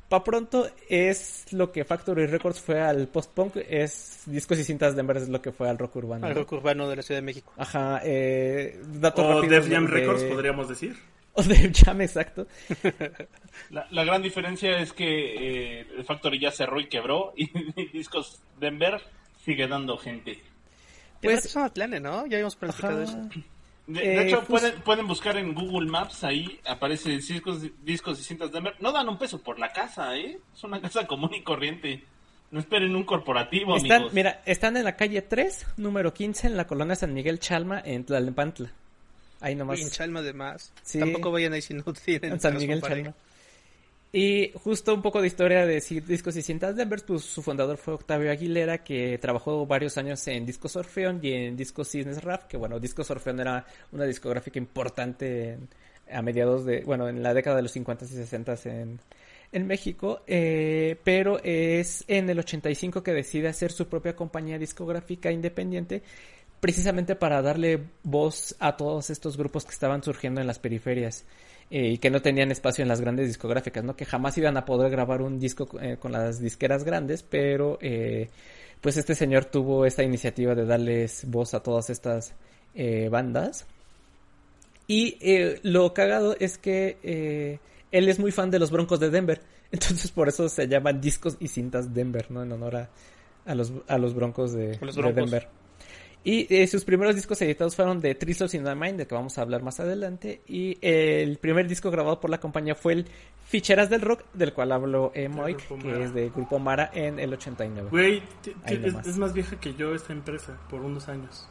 Speaker 3: pa' pronto es lo que Factory Records fue al post-punk, es Discos y Cintas Denver es lo que fue al rock urbano.
Speaker 6: Al
Speaker 3: ¿no?
Speaker 6: rock urbano de la Ciudad de México.
Speaker 3: Ajá, eh, datos
Speaker 4: O
Speaker 3: rápidos
Speaker 4: Def Jam
Speaker 3: de-
Speaker 4: Records,
Speaker 3: de-
Speaker 4: podríamos decir.
Speaker 3: O Def Jam, exacto.
Speaker 5: La, la gran diferencia es que eh, el Factory ya cerró y quebró y, y Discos Denver sigue dando gente.
Speaker 3: Pues-
Speaker 6: Pues es Mazatlán, ¿no? Ya habíamos platicado
Speaker 3: Ajá.
Speaker 6: eso.
Speaker 5: De,
Speaker 3: Eh,
Speaker 5: de hecho,
Speaker 3: pues-
Speaker 5: pueden, pueden buscar en Google Maps, ahí aparece discos, discos y cintas Denver. No dan un peso por la casa, ¿eh? Es una casa común y corriente. No esperen un corporativo,
Speaker 3: Están,
Speaker 5: amigos.
Speaker 3: mira, están en la calle tres, número quince, en la colonia San Miguel Chalma, en Tlalnepantla. Ahí nomás.
Speaker 6: En Chalma, además.
Speaker 3: Sí.
Speaker 6: Tampoco vayan ahí si no tienen.
Speaker 3: En San
Speaker 6: razón
Speaker 3: Miguel
Speaker 6: para
Speaker 3: Chalma. Y justo un poco de historia de Ci- Discos y Cintas Denver, pues su fundador fue Octavio Aguilera, que trabajó varios años en Discos Orfeón y en Discos Cisnes Rap, que bueno, Discos Orfeón era una discográfica importante en- a mediados de, bueno, en la década de los cincuenta y sesenta en, en México, eh, pero es en el ochenta y cinco que decide hacer su propia compañía discográfica independiente, precisamente para darle voz a todos estos grupos que estaban surgiendo en las periferias eh, y que no tenían espacio en las grandes discográficas, ¿no? Que jamás iban a poder grabar un disco eh, con las disqueras grandes, pero eh, pues este señor tuvo esta iniciativa de darles voz a todas estas eh, bandas. Y eh, lo cagado es que eh, él es muy fan de los Broncos de Denver, entonces por eso se llaman Discos y Cintas Denver, ¿no? En honor a, a los a los Broncos de,
Speaker 6: A los
Speaker 3: de
Speaker 6: Broncos.
Speaker 3: Denver. Y eh, sus primeros discos editados fueron de Three Souls in My Mind, de que vamos a hablar más adelante. Y eh, el primer disco grabado por la compañía fue el Ficheras del Rock, del cual habló eh, Mike,
Speaker 4: Grupo
Speaker 3: que
Speaker 4: Mara.
Speaker 3: es de Grupo Mara en el ochenta y nueve.
Speaker 4: Güey, t-
Speaker 3: Ahí
Speaker 4: t- es,
Speaker 3: nomás.
Speaker 4: es más vieja que yo esta empresa, por unos años.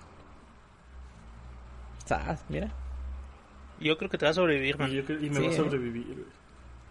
Speaker 3: Ah, mira.
Speaker 6: Yo creo que te va a sobrevivir, man.
Speaker 4: Y, yo creo- y me
Speaker 3: Sí,
Speaker 4: va a
Speaker 3: ¿eh?
Speaker 4: sobrevivir, güey.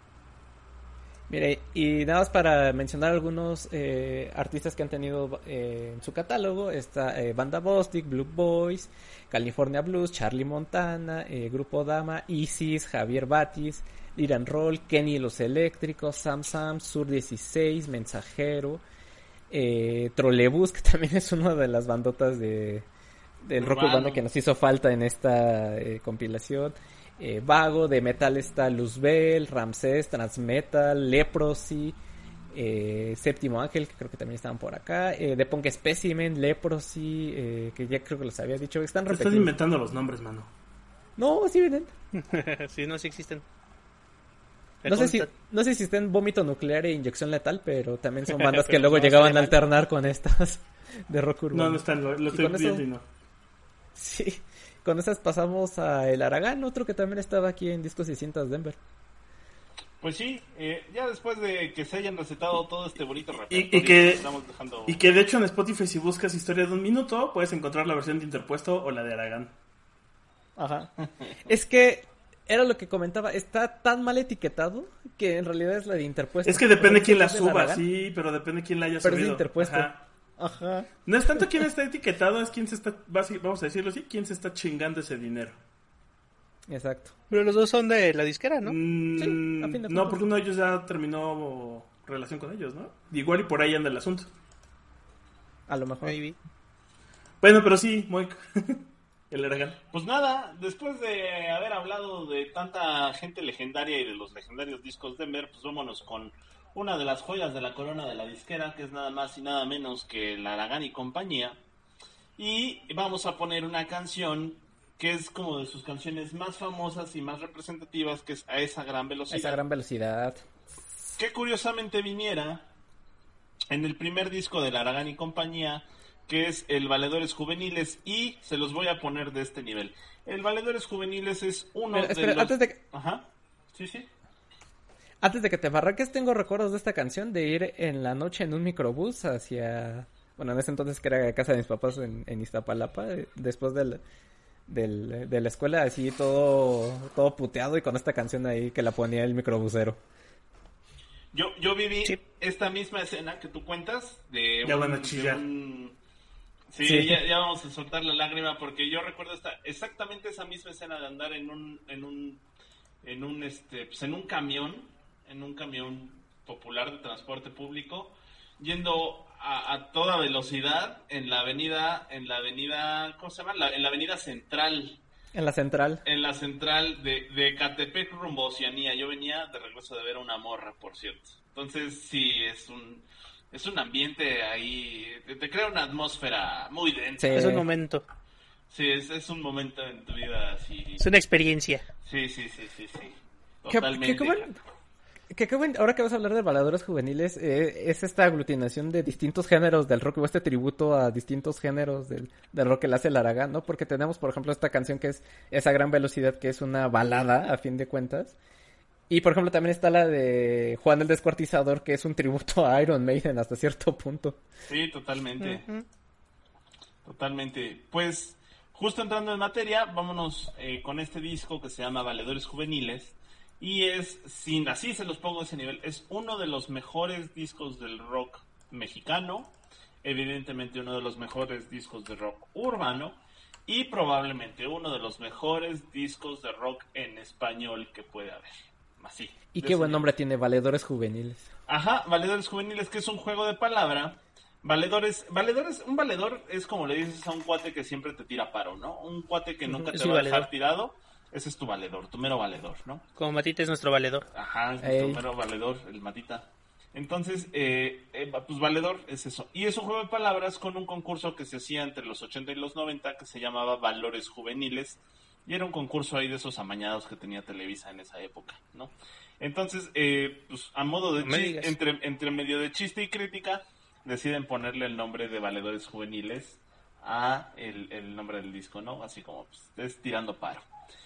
Speaker 3: Mire, y nada más para mencionar algunos eh, artistas que han tenido eh, en su catálogo, está eh, Banda Bostic, Blue Boys, California Blues, Charlie Montana, eh, Grupo Dama, Isis, Javier Batis, Liran Roll, Kenny y los Eléctricos, Sam Sam, Sur dieciséis, Mensajero, eh, Trolebús, que también es una de las bandotas de del rock
Speaker 5: Urbano.
Speaker 3: urbano que nos hizo falta en esta eh, compilación. Eh, Vago, de metal está Luzbel, Ramsés, Transmetal, Leprosy, eh, Séptimo Ángel, que creo que también estaban por acá, eh, de Punk Specimen, Leprosy, eh, que ya creo que los había dicho, están
Speaker 4: Te estás
Speaker 3: repetidos.
Speaker 4: inventando los nombres, mano.
Speaker 3: No, sí vienen.
Speaker 6: Sí, no, sí existen. Me
Speaker 3: No sé, si,
Speaker 6: consta.
Speaker 3: no sé si estén Vómito Nuclear e Inyección Letal, pero también son bandas que
Speaker 6: Pero
Speaker 3: luego
Speaker 6: no
Speaker 3: llegaban
Speaker 6: estaría
Speaker 3: a
Speaker 6: mal.
Speaker 3: alternar con estas de rock urbano.
Speaker 4: No, no están, lo, lo
Speaker 3: Y
Speaker 4: estoy
Speaker 3: con eso-
Speaker 4: viendo y no.
Speaker 3: Sí, con esas pasamos a El Aragán, otro que también estaba aquí en Discos y Cintas Denver.
Speaker 5: Pues sí, eh, ya después de que se hayan recetado todo este bonito repertorio
Speaker 4: Y, y que,
Speaker 5: estamos dejando...
Speaker 4: y que de hecho en Spotify, si buscas Historia de un Minuto, puedes encontrar la versión de Interpuesto o la de Aragán.
Speaker 3: Ajá. Es que era lo que comentaba, está tan mal etiquetado que en realidad es la de Interpuesto.
Speaker 4: Es que depende
Speaker 3: O sea,
Speaker 4: quién la
Speaker 3: es del
Speaker 4: suba,
Speaker 3: Aragán,
Speaker 4: sí, pero depende quién la haya
Speaker 3: pero es de
Speaker 4: subido.
Speaker 3: Interpuesto.
Speaker 4: Ajá.
Speaker 3: Ajá.
Speaker 4: No es tanto quién está etiquetado, es quién se está, basi- vamos a decirlo así, quién se está chingando ese dinero.
Speaker 3: Exacto.
Speaker 6: Pero los dos son de la disquera, ¿no?
Speaker 4: Mm,
Speaker 3: Sí, a fin de
Speaker 4: no,
Speaker 3: cuentas.
Speaker 4: porque uno de ellos ya terminó relación con ellos, ¿no? Igual y por ahí anda el asunto.
Speaker 3: A lo mejor.
Speaker 6: Maybe.
Speaker 4: Bueno, pero sí, muy... el Aragán.
Speaker 5: Pues nada, después de haber hablado de tanta gente legendaria y de los legendarios discos Denver, pues vámonos con una de las joyas de la corona de la disquera, que es nada más y nada menos que la Aragán y compañía. Y vamos a poner una canción que es como de sus canciones más famosas y más representativas, que es A esa gran velocidad.
Speaker 3: Esa gran velocidad.
Speaker 5: Que curiosamente viniera en el primer disco de la Aragán y compañía, que es el Valedores Juveniles, y se los voy a poner de este nivel. El Valedores Juveniles es uno
Speaker 3: Espera,
Speaker 5: de
Speaker 3: espera,
Speaker 5: los...
Speaker 3: antes de que-
Speaker 5: Ajá, sí, sí.
Speaker 3: Antes de que te barraques, tengo recuerdos de esta canción de ir en la noche en un microbús hacia... Bueno, en ese entonces que era casa de mis papás en, en Iztapalapa, eh, después del, del, de la escuela, así todo, todo puteado y con esta canción ahí que la ponía el microbusero.
Speaker 5: Yo, yo viví
Speaker 6: Sí.
Speaker 5: esta misma escena que tú cuentas de
Speaker 4: Ya
Speaker 5: un-
Speaker 4: van a
Speaker 5: de
Speaker 4: chillar.
Speaker 5: un- Sí,
Speaker 3: Sí.
Speaker 5: Ya, ya vamos a soltar la lágrima porque yo recuerdo esta, exactamente esa misma escena de andar en un, en un, en un, este, pues en un camión, en un camión popular de transporte público, yendo a, a toda velocidad en la avenida, en la avenida, ¿cómo se llama? La- en la avenida central.
Speaker 3: En la central.
Speaker 5: En la central de, de Catepec rumbo a Oceanía. Yo venía de regreso de ver a una morra, por cierto. Entonces, sí, es un es un ambiente ahí, te, te crea una atmósfera muy densa.
Speaker 6: Sí. Es un momento.
Speaker 5: Sí, es, es un momento en tu vida así.
Speaker 6: Es una experiencia.
Speaker 5: Sí, sí, sí, sí, sí.
Speaker 3: Que,
Speaker 5: Totalmente.
Speaker 3: que, qué buen- que qué buen- ahora que vas a hablar de bailadores juveniles, eh, es esta aglutinación de distintos géneros del rock, o este tributo a distintos géneros del, del rock que le hace el Aragán, ¿no? Porque tenemos, por ejemplo, esta canción que es esa gran velocidad, que es una balada, a fin de cuentas. Y, por ejemplo, también está la de Juan el Descuartizador, que es un tributo a Iron Maiden hasta cierto punto.
Speaker 5: Sí, totalmente.
Speaker 6: Ujú.
Speaker 5: Totalmente. Pues, justo entrando en materia, vámonos eh, con este disco que se llama Valedores Juveniles. Y es, sin así se los pongo a ese nivel, es uno de los mejores discos del rock mexicano, evidentemente uno de los mejores discos de rock urbano y probablemente uno de los mejores discos de rock en español que puede haber. Así.
Speaker 3: Y
Speaker 5: de
Speaker 3: qué
Speaker 5: ese
Speaker 3: buen
Speaker 5: nivel.
Speaker 3: nombre tiene, Valedores Juveniles.
Speaker 5: Ajá, Valedores Juveniles, que es un juego de palabra. Valedores, valedores, un valedor es como le dices a un cuate que siempre te tira paro, ¿no? Un cuate que nunca
Speaker 6: Es
Speaker 5: te
Speaker 6: mi
Speaker 5: va a dejar
Speaker 6: valedor.
Speaker 5: tirado, ese es tu valedor, tu mero valedor, ¿no?
Speaker 6: Como Matita es nuestro valedor.
Speaker 5: Ajá, es
Speaker 3: Ey.
Speaker 5: nuestro mero valedor, el matita. Entonces, eh, eh, pues valedor es eso. Y es un juego de palabras con un concurso que se hacía entre los ochenta y los noventa que se llamaba Valores Juveniles. Y era un concurso ahí de esos amañados que tenía Televisa en esa época, ¿no? Entonces, eh, pues a modo de
Speaker 6: No me
Speaker 5: chiste,
Speaker 6: digas.
Speaker 5: entre, entre medio de chiste y crítica, deciden ponerle el nombre de Valedores Juveniles a el, el nombre del disco, ¿no? Así como, pues, es tirando paro.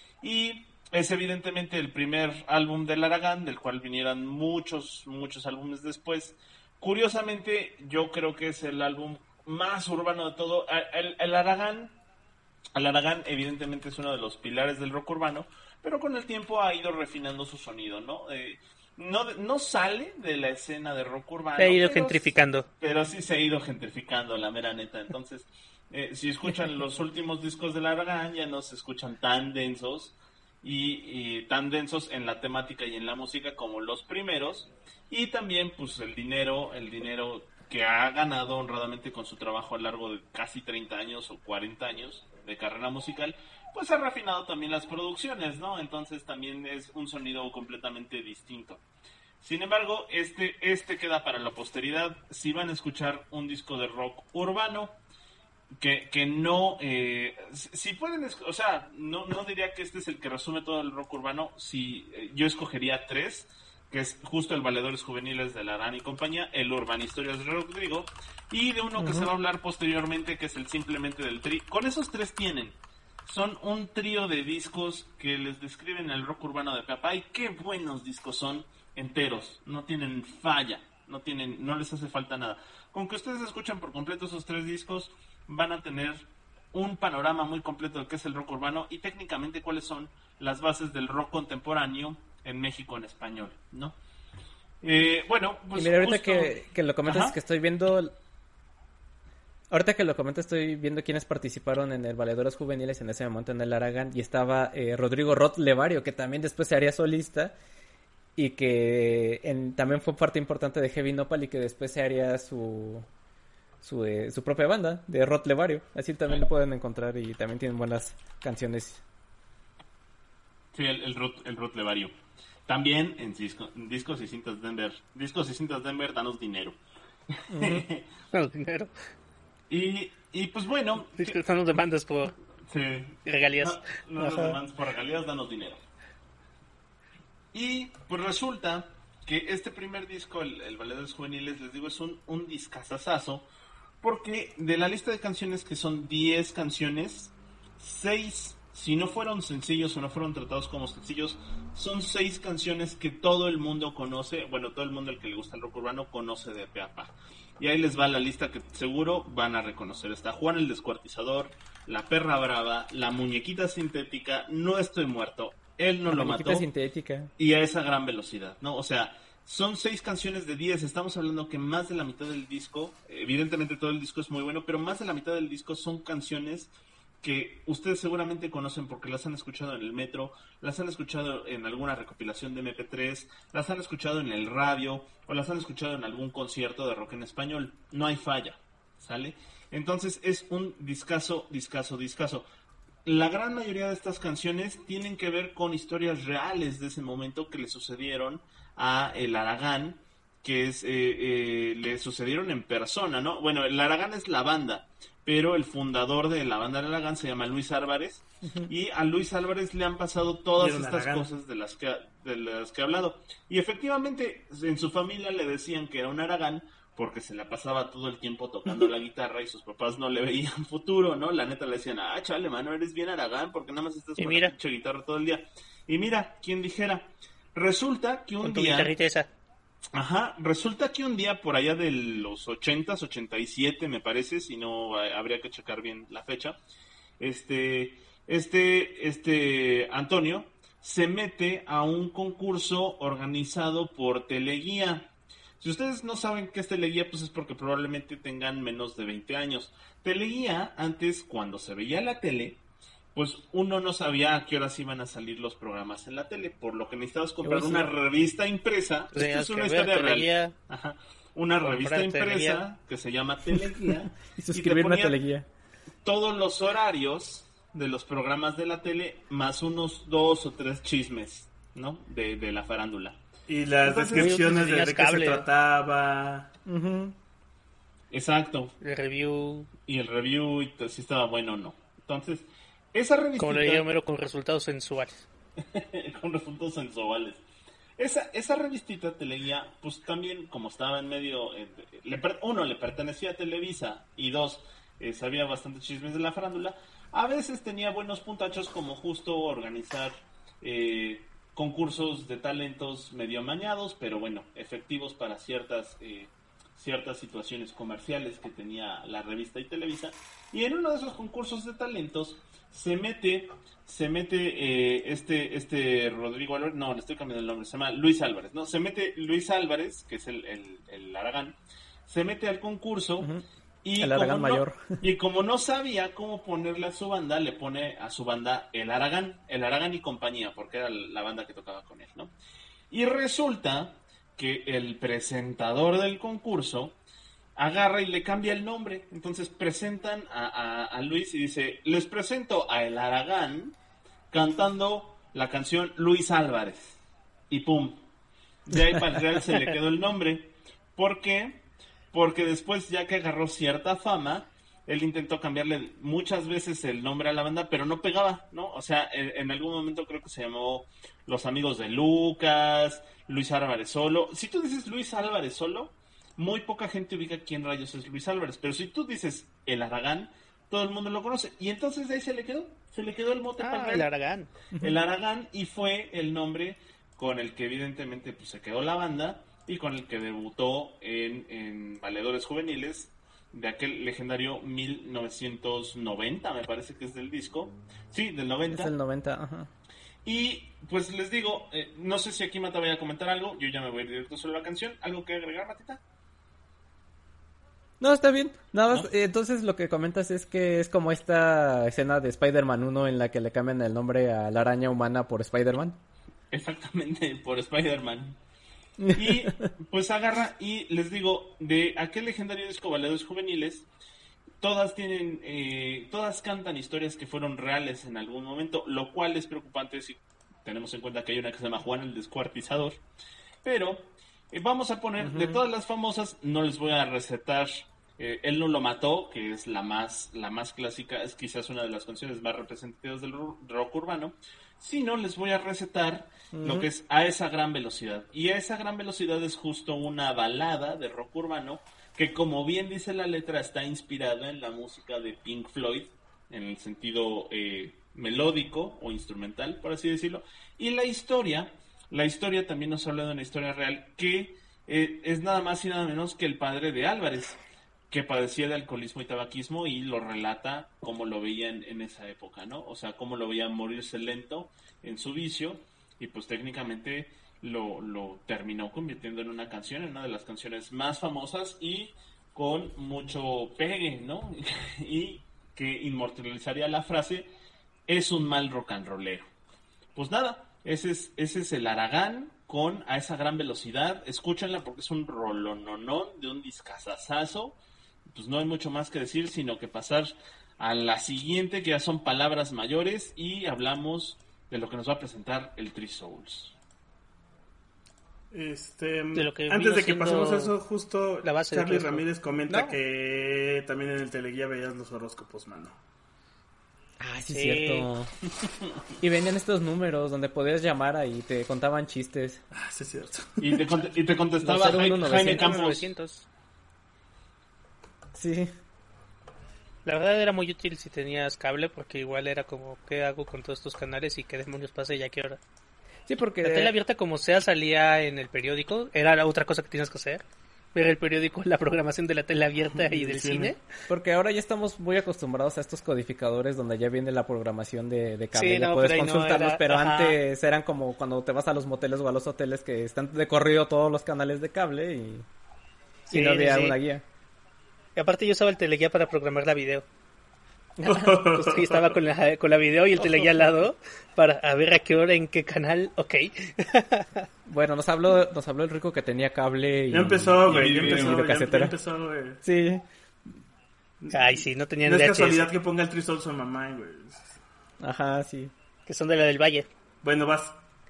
Speaker 5: Y es evidentemente el primer álbum del Aragán, del cual vinieran muchos, muchos álbumes después. Curiosamente, yo creo que es el álbum más urbano de todo. El, el Aragán, el Aragán evidentemente es uno de los pilares del rock urbano, pero con el tiempo ha ido refinando su sonido, ¿no? Eh, no, no sale de la escena de rock urbano.
Speaker 6: Se ha ido
Speaker 5: pero-
Speaker 6: gentrificando.
Speaker 5: pero sí se ha ido gentrificando, la mera neta. Entonces, eh, si escuchan los últimos discos de Aragán, ya no se escuchan tan densos y, y tan densos en la temática y en la música como los primeros. Y también, pues, el dinero, el dinero que ha ganado honradamente con su trabajo a lo largo de casi treinta años o cuarenta años de carrera musical, pues ha refinado también las producciones, ¿no? Entonces también es un sonido completamente distinto. Sin embargo, este, este queda para la posteridad. Si van a escuchar un disco de rock urbano, que, que no, eh, si si pueden, es- o sea, no, no diría que este es el que resume todo el rock urbano, si eh, yo escogería tres, que es justo el Valedores Juveniles de Larán y compañía, el Urban Historias de Rodrigo, y de uno que se va a hablar posteriormente, que es el Simplemente del Tri. Con esos tres tienen. Son un trío de discos que les describen el rock urbano de Peapa. Y qué buenos discos son, enteros, no tienen falla, no tienen, no les hace falta nada. Con que ustedes escuchan por completo esos tres discos, van a tener un panorama muy completo de qué es el rock urbano y técnicamente cuáles son las bases del rock contemporáneo en México en español, ¿no? Eh, bueno, pues
Speaker 3: y mira, ahorita
Speaker 5: justo-
Speaker 3: que, que lo comentas,
Speaker 5: Ajá.
Speaker 3: que estoy viendo... Ahorita que lo comentas, estoy viendo quiénes participaron en el Valedores Juveniles en ese momento en el Aragán. Y estaba eh, Rodrigo Roth Levario, que también después se haría solista. Y que en- también fue parte importante de Heavy Nopal y que después se haría su su, eh, su propia banda de Roth Levario. Así también lo pueden encontrar y también tienen buenas canciones.
Speaker 5: Sí, el, el, Ruth, el Ruth Levario. También en, disco- en Discos y Cintas Denver. Discos y Cintas Denver, danos dinero.
Speaker 6: No, dinero.
Speaker 5: y, y pues bueno,
Speaker 6: Es que están los demandas por
Speaker 5: sí,
Speaker 6: regalías.
Speaker 5: no, no nos
Speaker 6: Ajá.
Speaker 5: demandes por regalías, danos dinero. Y pues resulta que este primer disco, el, el Valedores Juveniles, les digo, es un, un discazazazo, porque de la lista de canciones, que son diez canciones, seis, si no fueron sencillos o no fueron tratados como sencillos, son seis canciones que todo el mundo conoce, bueno, todo el mundo al que le gusta el rock urbano conoce de pe a pa. Y ahí les va la lista que seguro van a reconocer. Está Juan el Descuartizador, La Perra Brava, La Muñequita Sintética, No Estoy Muerto, Él no
Speaker 3: La
Speaker 5: lo
Speaker 3: muñequita
Speaker 5: mató,
Speaker 3: sintética.
Speaker 5: y a esa gran velocidad, ¿no? O sea, son seis canciones de diez. Estamos hablando que más de la mitad del disco, evidentemente todo el disco es muy bueno, pero más de la mitad del disco son canciones que ustedes seguramente conocen porque las han escuchado en el metro, las han escuchado en alguna recopilación de eme pe tres, las han escuchado en el radio o las han escuchado en algún concierto de rock en español. No hay falla, ¿sale? Entonces es un discazo, discazo, discazo. la gran mayoría de estas canciones tienen que ver con historias reales de ese momento que le sucedieron a el Aragán, que es eh, eh, le sucedieron en persona, ¿no? Bueno, el Aragán es la banda, pero el fundador de la banda del Aragán se llama Luis Álvarez, uh-huh. y a Luis Álvarez le han pasado todas estas Aragán. cosas de las que de las que he hablado. Y efectivamente, en su familia le decían que era un Aragán porque se la pasaba todo el tiempo tocando la guitarra y sus papás no le veían futuro, ¿no? La neta le decían, ah, chale, mano, eres bien Aragán porque nada más estás con la pinche guitarra todo el día. Y mira, ¿quién dijera? Resulta que un
Speaker 6: con tu
Speaker 5: día...
Speaker 6: guitarrita esa.
Speaker 5: Ajá, resulta que un día por allá de los ochentas, ochenta y siete me parece, si no habría que checar bien la fecha, este, este, este Antonio se mete a un concurso organizado por Teleguía. Si ustedes no saben qué es Teleguía, pues es porque probablemente tengan menos de veinte años. Teleguía, antes, cuando se veía la tele, pues uno no sabía a qué horas iban a salir los programas en la tele, por lo que necesitabas comprar
Speaker 6: sí.
Speaker 5: una revista impresa.
Speaker 6: Pues
Speaker 5: esto es una historia real. Ajá. Una revista impresa Teleguía. Que se llama Teleguía.
Speaker 3: y suscribirme a Teleguía.
Speaker 5: Todos los horarios de los programas de la tele, más unos dos o tres chismes, ¿no? De, de la farándula.
Speaker 4: Y las Entonces, descripciones de, de qué se trataba.
Speaker 3: Uh-huh.
Speaker 5: Exacto.
Speaker 6: El review.
Speaker 5: Y el review, y t- si estaba bueno o no. Entonces, esa revistita...
Speaker 6: Como le digo, mero con resultados sensuales.
Speaker 5: con resultados sensuales. Esa, esa revistita Teleguía, pues también, como estaba en medio... Eh, le, uno, le pertenecía a Televisa, y dos, eh, sabía bastantes chismes de la farándula. A veces tenía buenos puntachos, como justo organizar... Eh, concursos de talentos medio amañados, pero bueno, efectivos para ciertas eh, ciertas situaciones comerciales que tenía la revista y Televisa. Y en uno de esos concursos de talentos se mete se mete eh, este este Rodrigo Álvarez, no, le estoy cambiando el nombre, se llama Luis Álvarez, no, se mete Luis Álvarez, que es el, el, el Aragán, se mete al concurso. Uh-huh. Y
Speaker 3: el Aragán
Speaker 5: como
Speaker 3: mayor.
Speaker 5: No, y como no sabía cómo ponerle a su banda, le pone a su banda el Aragán, el Aragán y compañía, porque era la banda que tocaba con él, ¿no? Y resulta que el presentador del concurso agarra y le cambia el nombre. Entonces presentan a, a, a Luis y dice, les presento a el Aragán cantando la canción Luis Álvarez. Y pum, de ahí para el real se le quedó el nombre. ¿Por qué? Porque después, ya que agarró cierta fama, él intentó cambiarle muchas veces el nombre a la banda, pero no pegaba, ¿no? O sea, en, en algún momento creo que se llamó Los Amigos de Lucas, Luis Álvarez Solo. Si tú dices Luis Álvarez Solo, muy poca gente ubica quién rayos es Luis Álvarez. Pero si tú dices el Aragán, todo el mundo lo conoce. Y entonces de ahí se le quedó, se le quedó el mote
Speaker 6: ah,
Speaker 5: para
Speaker 6: el Aragán.
Speaker 5: El Aragán, y fue el nombre con el que evidentemente pues, se quedó la banda, y con el que debutó en, en Valedores Juveniles, de aquel legendario mil novecientos noventa, me parece que es del disco. Sí, del noventa.
Speaker 3: Es el noventa, ajá.
Speaker 5: Y pues les digo, eh, no sé si aquí Mata vaya a comentar algo, yo ya me voy a ir directo sobre la canción. ¿Algo que agregar, Matita?
Speaker 3: No, está bien. Nada más,
Speaker 5: ¿No?
Speaker 3: eh, entonces lo que comentas es que es como esta escena de Spider-Man uno en la que le cambian el nombre a la araña humana por Spider-Man.
Speaker 5: Exactamente, por Spider-Man. Y pues agarra y les digo, de aquel legendario disco Valedores Juveniles, todas tienen, eh, todas cantan historias que fueron reales en algún momento, lo cual es preocupante si tenemos en cuenta que hay una que se llama Juan el Descuartizador. Pero eh, vamos a poner, uh-huh. de todas las famosas, no les voy a recetar eh, Él no lo mató, que es la más, la más clásica, es quizás una de las canciones más representativas del rock urbano, sino les voy a recetar uh-huh. lo que es A esa gran velocidad. Y A esa gran velocidad es justo una balada de rock urbano que, como bien dice la letra, está inspirada en la música de Pink Floyd, en el sentido eh, melódico o instrumental, por así decirlo. Y la historia, la historia también nos habla de una historia real que eh, es nada más y nada menos que el padre de Álvarez, que padecía de alcoholismo y tabaquismo, y lo relata como lo veía en, en esa época, ¿no? O sea, cómo lo veía morirse lento en su vicio, y pues técnicamente lo, lo terminó convirtiendo en una canción, en una de las canciones más famosas y con mucho pegue, ¿no? Y que inmortalizaría la frase, es un mal rock and rollero. Pues nada, ese es, ese es el Aragán con A esa gran velocidad. Escúchenla porque es un rolononón de un discazazazo. Pues no hay mucho más que decir, sino que pasar a la siguiente, que ya son palabras mayores, y hablamos de lo que nos va a presentar el Three Souls.
Speaker 4: Este,
Speaker 6: De lo que
Speaker 4: antes
Speaker 6: vino
Speaker 4: de que
Speaker 6: siendo
Speaker 4: pasemos a eso, justo
Speaker 6: la base de
Speaker 4: Charlie
Speaker 6: todo esto.
Speaker 4: Ramírez comenta
Speaker 6: No.
Speaker 4: que también en el teleguía veías los horóscopos, mano.
Speaker 3: Ah, sí,
Speaker 6: Sí.
Speaker 3: cierto. Y venían estos números donde podías llamar y te contaban chistes.
Speaker 4: Ah, sí es cierto.
Speaker 5: Y te, cont- y te contestaba
Speaker 3: No, cero uno
Speaker 5: Jaime,
Speaker 3: novecientos.
Speaker 5: Jaime Campos.
Speaker 6: novecientos.
Speaker 3: Sí.
Speaker 6: La verdad era muy útil si tenías cable, porque igual era como, ¿qué hago con todos estos canales y qué demonios pasa y a qué hora?
Speaker 3: Sí, porque...
Speaker 6: La tele abierta, como sea, salía en el periódico, era la otra cosa que tienes que hacer. Ver el periódico, la programación de la tele abierta y del cine.
Speaker 3: Porque ahora ya estamos muy acostumbrados a estos codificadores donde ya viene la programación de, de cable,
Speaker 6: Sí,
Speaker 3: ya
Speaker 6: no,
Speaker 3: puedes
Speaker 6: pero ahí no
Speaker 3: consultarlos,
Speaker 6: era-
Speaker 3: pero
Speaker 6: ajá.
Speaker 3: antes eran como cuando te vas a los moteles o a los hoteles que están de corrido todos los canales de cable y,
Speaker 6: Sí,
Speaker 3: y no había
Speaker 6: sí.
Speaker 3: una guía.
Speaker 6: Y aparte yo usaba el teleguía para programar la video. Pues sí, estaba con la, con la video y el teleguía al lado para a ver a qué hora, en qué canal, ok.
Speaker 3: Bueno, nos habló nos habló el rico que tenía cable y...
Speaker 4: Ya empezó, güey,
Speaker 5: y
Speaker 4: ya
Speaker 5: video-
Speaker 4: empezó, ya, ya
Speaker 3: videocasetera.
Speaker 4: empezó, güey.
Speaker 3: Sí,
Speaker 6: Ay, sí, no tenían
Speaker 4: No es
Speaker 6: V H S,
Speaker 4: casualidad que ponga el Three Souls on my mind, güey.
Speaker 3: ajá, sí.
Speaker 6: que son de la del Valle.
Speaker 4: Bueno, vas.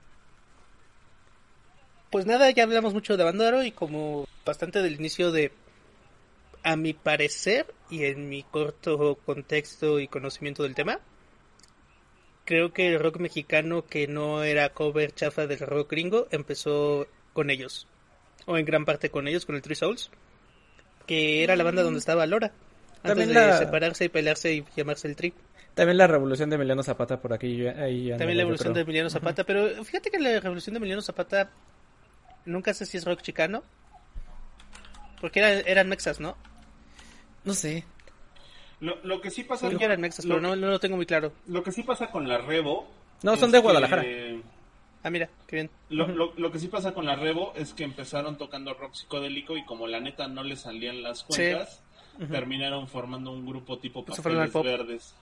Speaker 6: Pues nada, ya hablamos mucho de Bandaro y como bastante del inicio de, a mi parecer y en mi corto contexto y conocimiento del tema, creo que el rock mexicano que no era cover chafa del rock gringo empezó con ellos, o en gran parte con ellos, con el Three Souls, que era la banda donde estaba Lora, antes
Speaker 3: También
Speaker 6: de
Speaker 3: la-
Speaker 6: separarse y pelearse y llamarse el Tri.
Speaker 3: También la revolución de Emiliano Zapata por aquí. Ahí andaba,
Speaker 6: También la
Speaker 3: yo
Speaker 6: evolución de
Speaker 3: creo.
Speaker 6: Emiliano Zapata, pero fíjate que la revolución de Emiliano Zapata nunca sé si es rock chicano, porque era, eran mexas, ¿no?
Speaker 3: No sé.
Speaker 5: Lo, lo que sí pasa
Speaker 6: Creo
Speaker 5: con,
Speaker 6: que eran mexas,
Speaker 5: lo,
Speaker 6: pero no, no lo tengo muy claro.
Speaker 5: lo que sí pasa con la Revo.
Speaker 3: No,
Speaker 5: es
Speaker 3: son de
Speaker 5: que-
Speaker 3: Guadalajara.
Speaker 6: Ah, mira, qué bien.
Speaker 5: Lo, lo, lo que sí pasa con la Revo es que empezaron tocando rock psicodélico y como la neta no les salían las cuentas, terminaron formando un grupo tipo
Speaker 6: Se fueron al
Speaker 5: Papeles
Speaker 6: pop.
Speaker 5: Verdes.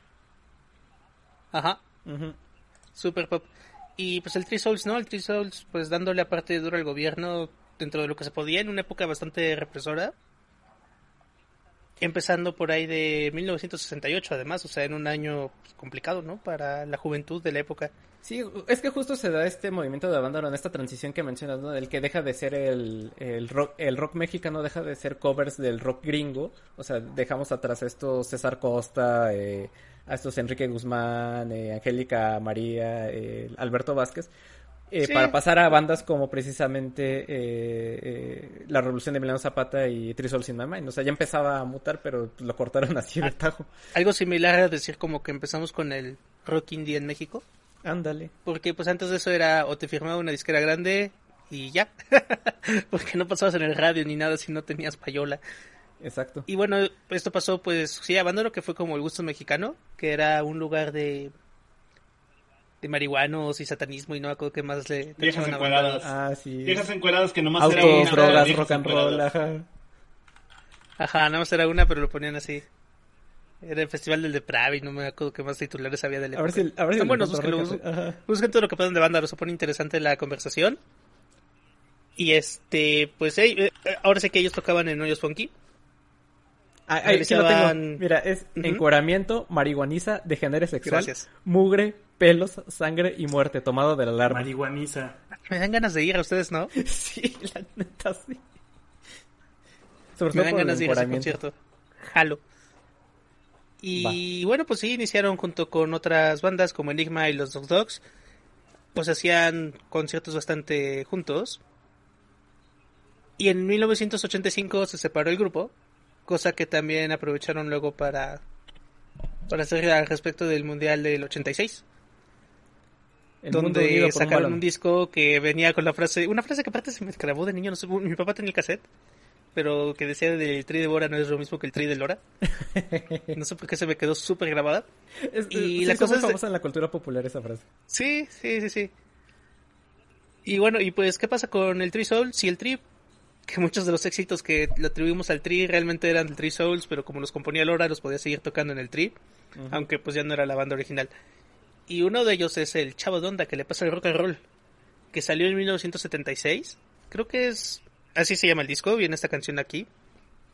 Speaker 6: Ajá,
Speaker 3: Ujú.
Speaker 6: super pop. Y pues el Three Souls, ¿no? El Three Souls, pues dándole aparte duro al gobierno dentro de lo que se podía en una época bastante represora. Empezando por ahí de mil novecientos sesenta y ocho, además, o sea, en un año pues, complicado, ¿no? Para la juventud de la época.
Speaker 3: Sí, es que justo se da este movimiento de Bandaro en esta transición que mencionas, ¿no? El que deja de ser el, el rock, el rock mexicano deja de ser covers del rock gringo, o sea, dejamos atrás a estos César Costa, eh, a estos Enrique Guzmán, eh, Angélica María, eh, Alberto Vázquez, eh,
Speaker 6: Sí.
Speaker 3: para pasar a bandas como precisamente eh, eh, La Revolución de Emiliano Zapata y Three Souls in My Mind, o sea, ya empezaba a mutar, pero lo cortaron así de tajo.
Speaker 6: Algo similar a decir como que empezamos con el rock indie en México.
Speaker 3: Ándale.
Speaker 6: Porque pues antes de eso era o te firmaba una disquera grande y ya. Porque no pasabas en el radio ni nada si no tenías payola.
Speaker 3: Exacto.
Speaker 6: Y bueno, esto pasó pues, sí, a Bandaro, que fue como el gusto mexicano, que era un lugar de de marihuanos y satanismo y no me acuerdo qué más le
Speaker 5: Viejas
Speaker 6: echaban a
Speaker 5: encueradas.
Speaker 6: Bandaro.
Speaker 3: Ah, sí.
Speaker 5: Viejas encueradas que nomás
Speaker 3: Autos,
Speaker 5: era una,
Speaker 3: drogas,
Speaker 5: viejas
Speaker 3: rock and roll,
Speaker 5: encueradas.
Speaker 3: ajá.
Speaker 6: Ajá, nada más era una, pero lo ponían así. Era el Festival del Deprave y no me acuerdo qué más titulares había del
Speaker 3: A ver si, a ver si
Speaker 6: Están
Speaker 3: le
Speaker 6: buenos,
Speaker 3: encuentro
Speaker 6: búsquenlo.
Speaker 3: rock, ajá.
Speaker 6: Busquen todo lo que puedan de Bandaro, se pone interesante la conversación. Y este, pues hey, eh, ahora sé que ellos tocaban en Hoyos Funky.
Speaker 3: Ah, ahí sí lo tengo.
Speaker 6: Realizaban-
Speaker 3: Mira, es
Speaker 6: Ujú.
Speaker 3: encueramiento, marihuaniza, degenere sexual,
Speaker 6: Gracias.
Speaker 3: mugre, pelos, sangre y muerte, tomado de la alarma.
Speaker 4: Marihuaniza.
Speaker 6: Me dan ganas de ir a ustedes, ¿no?
Speaker 3: Sí, la neta sí. Sobre
Speaker 6: Me
Speaker 3: todo
Speaker 6: dan
Speaker 3: por el
Speaker 6: ganas de ir a ese
Speaker 3: encueramiento.
Speaker 6: concierto. Jalo. Y bueno, pues sí, iniciaron junto con otras bandas como Enigma y los Dog Dogs. Pues hacían conciertos bastante juntos. Y en mil novecientos ochenta y cinco se separó el grupo. Cosa que también aprovecharon luego para, para hacer al respecto del Mundial del ochenta y seis.
Speaker 3: El mundo unido
Speaker 6: Donde
Speaker 3: por un
Speaker 6: sacaron
Speaker 3: balón.
Speaker 6: un disco que venía con la frase, una frase que aparte se me grabó de niño, no sé, mi papá tenía el cassette, pero que decía del tri de Bora no es lo mismo que el tri de Lora. No sé por qué se me quedó súper grabada.
Speaker 3: Es-
Speaker 6: Y
Speaker 3: sí,
Speaker 6: la
Speaker 3: hizo
Speaker 6: cosa
Speaker 3: muy
Speaker 6: es de-
Speaker 3: famosa en la cultura popular esa frase.
Speaker 6: Sí, sí, sí, sí. Y bueno, y pues, ¿qué pasa con el Three Souls? Si el Tri, que muchos de los éxitos que le atribuimos al Tri realmente eran del Three Souls, pero como los componía Lora, los podía seguir tocando en el Tri,
Speaker 3: Ujú.
Speaker 6: aunque pues ya no era la banda original. Y uno de ellos es el Chavo de Onda, que le pasa el rock and roll, que salió en mil novecientos setenta y seis. Creo que es... Así se llama el disco, viene esta canción aquí.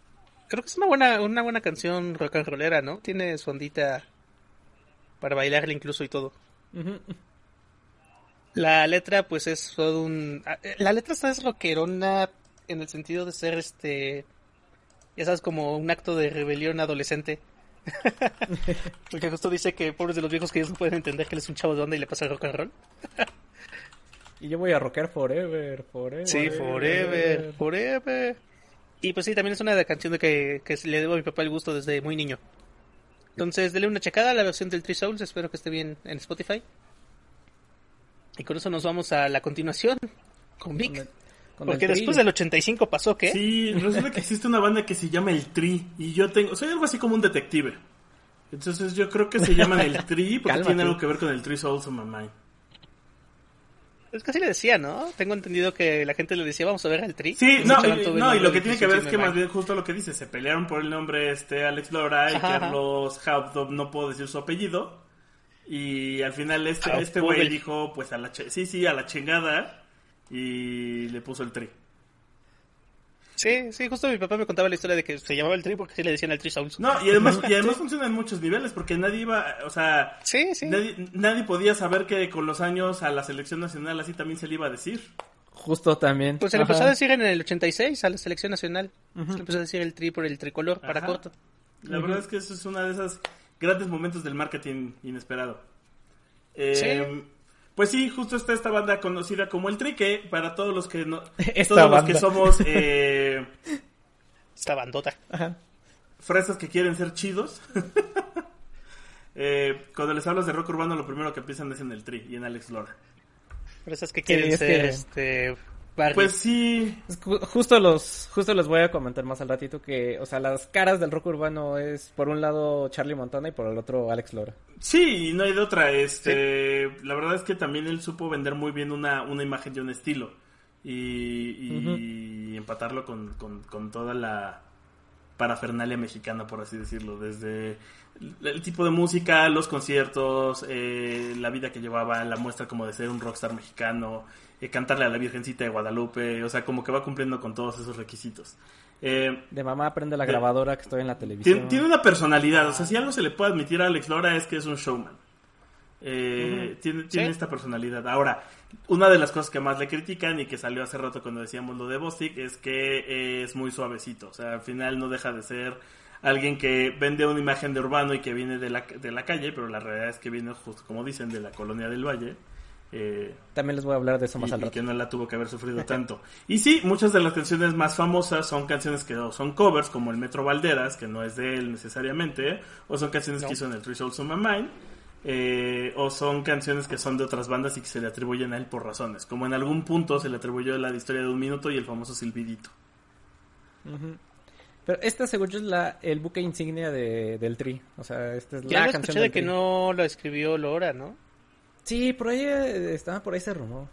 Speaker 6: Creo que es una buena, una buena canción rock and rollera, ¿no? Tiene su ondita para bailarle incluso y todo.
Speaker 3: Ujú.
Speaker 6: La letra, pues, es todo un... La letra está es rockerona en el sentido de ser, este... Ya sabes, como un acto de rebelión adolescente. Porque justo dice que pobres de los viejos que ellos no pueden entender que él es un chavo de onda y le pasa el rock and roll.
Speaker 3: Y yo voy a rockear forever, forever.
Speaker 6: Sí, forever, forever. Y pues sí, también es una canción de que, que le debo a mi papá el gusto desde muy niño. Entonces, dele una checada a la versión del Three Souls, espero que esté bien en Spotify. Y con eso nos vamos a la continuación con Vic.
Speaker 3: Con el- con
Speaker 6: Porque
Speaker 3: el Tri.
Speaker 6: después del ochenta y cinco pasó, ¿qué?
Speaker 4: Sí, resulta que existe una banda que se llama El Tri. Y yo tengo. Soy algo así como un detective. Entonces yo creo que se llaman El Tri porque
Speaker 3: Cálmate.
Speaker 4: tiene algo que ver con el Three Souls on My Mind.
Speaker 6: Es que así le decía, ¿no? Tengo entendido que la gente le decía, vamos a ver al Tri.
Speaker 4: Sí,
Speaker 6: Y
Speaker 4: no,
Speaker 6: se echaban
Speaker 4: y,
Speaker 6: todo el
Speaker 4: no, y
Speaker 6: nombre
Speaker 4: lo que
Speaker 6: del
Speaker 4: tiene
Speaker 6: Tri
Speaker 4: que ver es
Speaker 6: Souls
Speaker 4: que
Speaker 6: on My
Speaker 4: más
Speaker 6: Mind.
Speaker 4: bien justo lo que dice, se pelearon por el nombre este Alex Lora y
Speaker 6: Ajá, ajá.
Speaker 4: Carlos Hauptop no puedo decir su apellido. Y al final este
Speaker 6: Ah,
Speaker 4: este güey
Speaker 6: pobre.
Speaker 4: dijo, pues a la ch- sí, sí, a la chingada y le puso el Tri.
Speaker 6: Sí, sí, justo mi papá me contaba la historia de que se llamaba el Tri porque sí le decían al Tri Souls.
Speaker 4: No, y además y además funciona en muchos niveles porque nadie iba, o sea,
Speaker 6: Sí, sí.
Speaker 4: nadie, nadie podía saber que con los años a la selección nacional así también se le iba a decir.
Speaker 3: Justo también.
Speaker 6: Pues se le
Speaker 3: Ajá.
Speaker 6: empezó a decir en el ochenta y seis a la selección nacional. Se le empezó a decir el Tri por el tricolor para
Speaker 4: Ajá.
Speaker 6: corto.
Speaker 4: La verdad es que eso es uno de esos grandes momentos del marketing inesperado. Eh,
Speaker 6: Sí.
Speaker 4: Pues sí, justo está esta banda conocida como El Tri, que para todos los que no,
Speaker 3: Esta
Speaker 4: todos los
Speaker 3: banda.
Speaker 4: que somos eh,
Speaker 6: Esta bandota.
Speaker 3: Ajá.
Speaker 4: fresas que quieren ser chidos, eh, cuando les hablas de rock urbano lo primero que piensan es en El Tri y en Alex Lora.
Speaker 6: Pero esas que quieren
Speaker 3: es
Speaker 6: ser,
Speaker 3: que-
Speaker 6: este... Barney.
Speaker 4: Pues sí,
Speaker 3: Es ju- Justo los, justo les voy a comentar más al ratito que, o sea, las caras del rock urbano es por un lado Charlie Montana y por el otro Alex Lora.
Speaker 4: sí, y no hay de otra. Este, la verdad es que también él supo vender muy bien una, una imagen de un estilo y, y empatarlo con, con, con toda la parafernalia mexicana, por así decirlo, desde el, el tipo de música, los conciertos, eh, la vida que llevaba, la muestra como de ser un rockstar mexicano, eh, cantarle a la Virgencita de Guadalupe, o sea, como que va cumpliendo con todos esos requisitos. Eh,
Speaker 3: De mamá prende la
Speaker 4: De-
Speaker 3: grabadora que estoy en la televisión.
Speaker 4: tiene, tiene una personalidad, o sea, si algo se le puede admitir a Alex Lora es que es un showman. Eh, Tiene, tiene
Speaker 6: Sí.
Speaker 4: esta personalidad. Ahora, una de las cosas que más le critican y que salió hace rato cuando decíamos lo de Bostic es que es muy suavecito. O sea, al final no deja de ser alguien que vende una imagen de urbano y que viene de la, de la calle, pero la realidad es que viene justo como dicen de la colonia del Valle. Eh,
Speaker 3: También les voy a hablar de eso más
Speaker 4: y,
Speaker 3: al
Speaker 4: y
Speaker 3: rato.
Speaker 4: que no la tuvo que haber sufrido tanto. Y sí, muchas de las canciones más famosas son canciones que o son covers, como el Metro Valderas, que no es de él necesariamente, o son canciones
Speaker 6: No.
Speaker 4: que hizo en el Three Souls on My Mind, eh, o son canciones que son de otras bandas y que se le atribuyen a él por razones, como en algún punto se le atribuyó la de Historia de un Minuto y el famoso Silbidito.
Speaker 3: Ujú. Pero esta, según yo, es la, el buque insignia de, del Tri. O sea, esta es
Speaker 6: Ya
Speaker 3: la
Speaker 6: lo
Speaker 3: canción
Speaker 6: escuché
Speaker 3: del
Speaker 6: de que
Speaker 3: Tri.
Speaker 6: no lo escribió Lora, ¿no?
Speaker 3: Sí, por ahí eh, estaba por ahí ese rumor.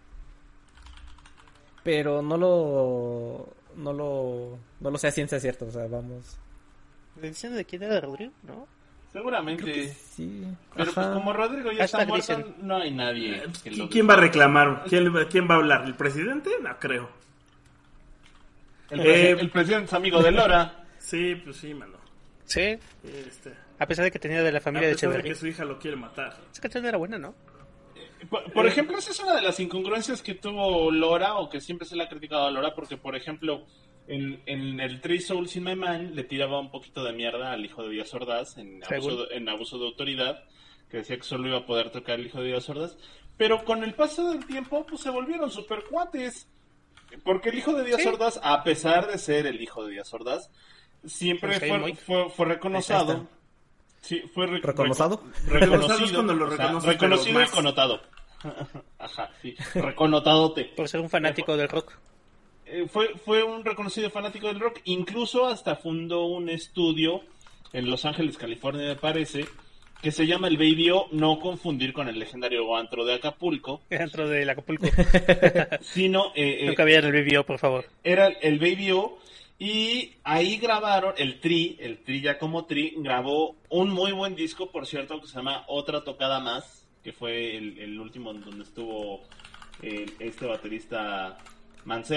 Speaker 3: Pero no lo... No lo... No lo sé a ciencia cierta, o sea, vamos...
Speaker 6: ¿Le dicen de quién era Rodrigo? ¿No?
Speaker 5: Seguramente.
Speaker 3: Sí.
Speaker 5: Pero pues
Speaker 3: Ajá.
Speaker 5: como Rodrigo ya está
Speaker 6: Hashtag
Speaker 5: muerto,
Speaker 6: dicen.
Speaker 5: no hay nadie. que lo-
Speaker 4: ¿Quién va a reclamar? ¿Quién, ¿Quién va a hablar? ¿El presidente? No creo.
Speaker 5: El,
Speaker 4: Eh,
Speaker 5: presi- el presidente es amigo de Lora.
Speaker 4: Sí, pues sí, mano.
Speaker 6: Sí,
Speaker 4: Este,
Speaker 6: a pesar de que tenía de la
Speaker 4: a
Speaker 6: familia de
Speaker 4: pesar de
Speaker 6: Echeverría.
Speaker 4: que su hija lo quiere matar.
Speaker 6: Esa canción era buena, ¿no?
Speaker 5: Por, por ejemplo, esa es una de las incongruencias que tuvo Lora, o que siempre se le ha criticado a Lora, porque, por ejemplo, en, en el Three Souls in My Mind le tiraba un poquito de mierda al hijo de Díaz Ordaz en
Speaker 6: Seguro.
Speaker 5: abuso de, en abuso de autoridad, que decía que solo iba a poder tocar el hijo de Díaz Ordaz, pero con el paso del tiempo, pues se volvieron super cuates. Porque el hijo de Díaz
Speaker 6: Sí.
Speaker 5: Ordaz, a pesar de ser el hijo de Díaz Ordaz, siempre
Speaker 6: Pues ahí
Speaker 5: fue,
Speaker 6: muy-
Speaker 5: fue, fue
Speaker 3: Ahí
Speaker 5: reconocido.
Speaker 3: está.
Speaker 5: Sí, fue re-
Speaker 3: ¿Reconozado?
Speaker 5: reco-
Speaker 4: Reconozado es cuando lo
Speaker 5: o sea,
Speaker 4: reconoces,
Speaker 5: reconocido
Speaker 4: pero
Speaker 5: y
Speaker 4: más.
Speaker 5: connotado. Ajá, sí. Reconotadote.
Speaker 6: Por ser un fanático del rock.
Speaker 5: Eh, fue, fue un reconocido fanático del rock. Incluso hasta fundó un estudio en Los Ángeles, California, me parece, que se llama el Baby O, no confundir con el legendario antro de Acapulco,
Speaker 6: Dentro del Acapulco.
Speaker 5: sino eh, eh,
Speaker 6: No cabía en el video, por favor.
Speaker 5: era el Baby O, y ahí grabaron el Tri, el Tri ya como Tri, grabó un muy buen disco, por cierto, que se llama Otra Tocada Más, que fue el, el último en donde estuvo eh, este baterista Mancera.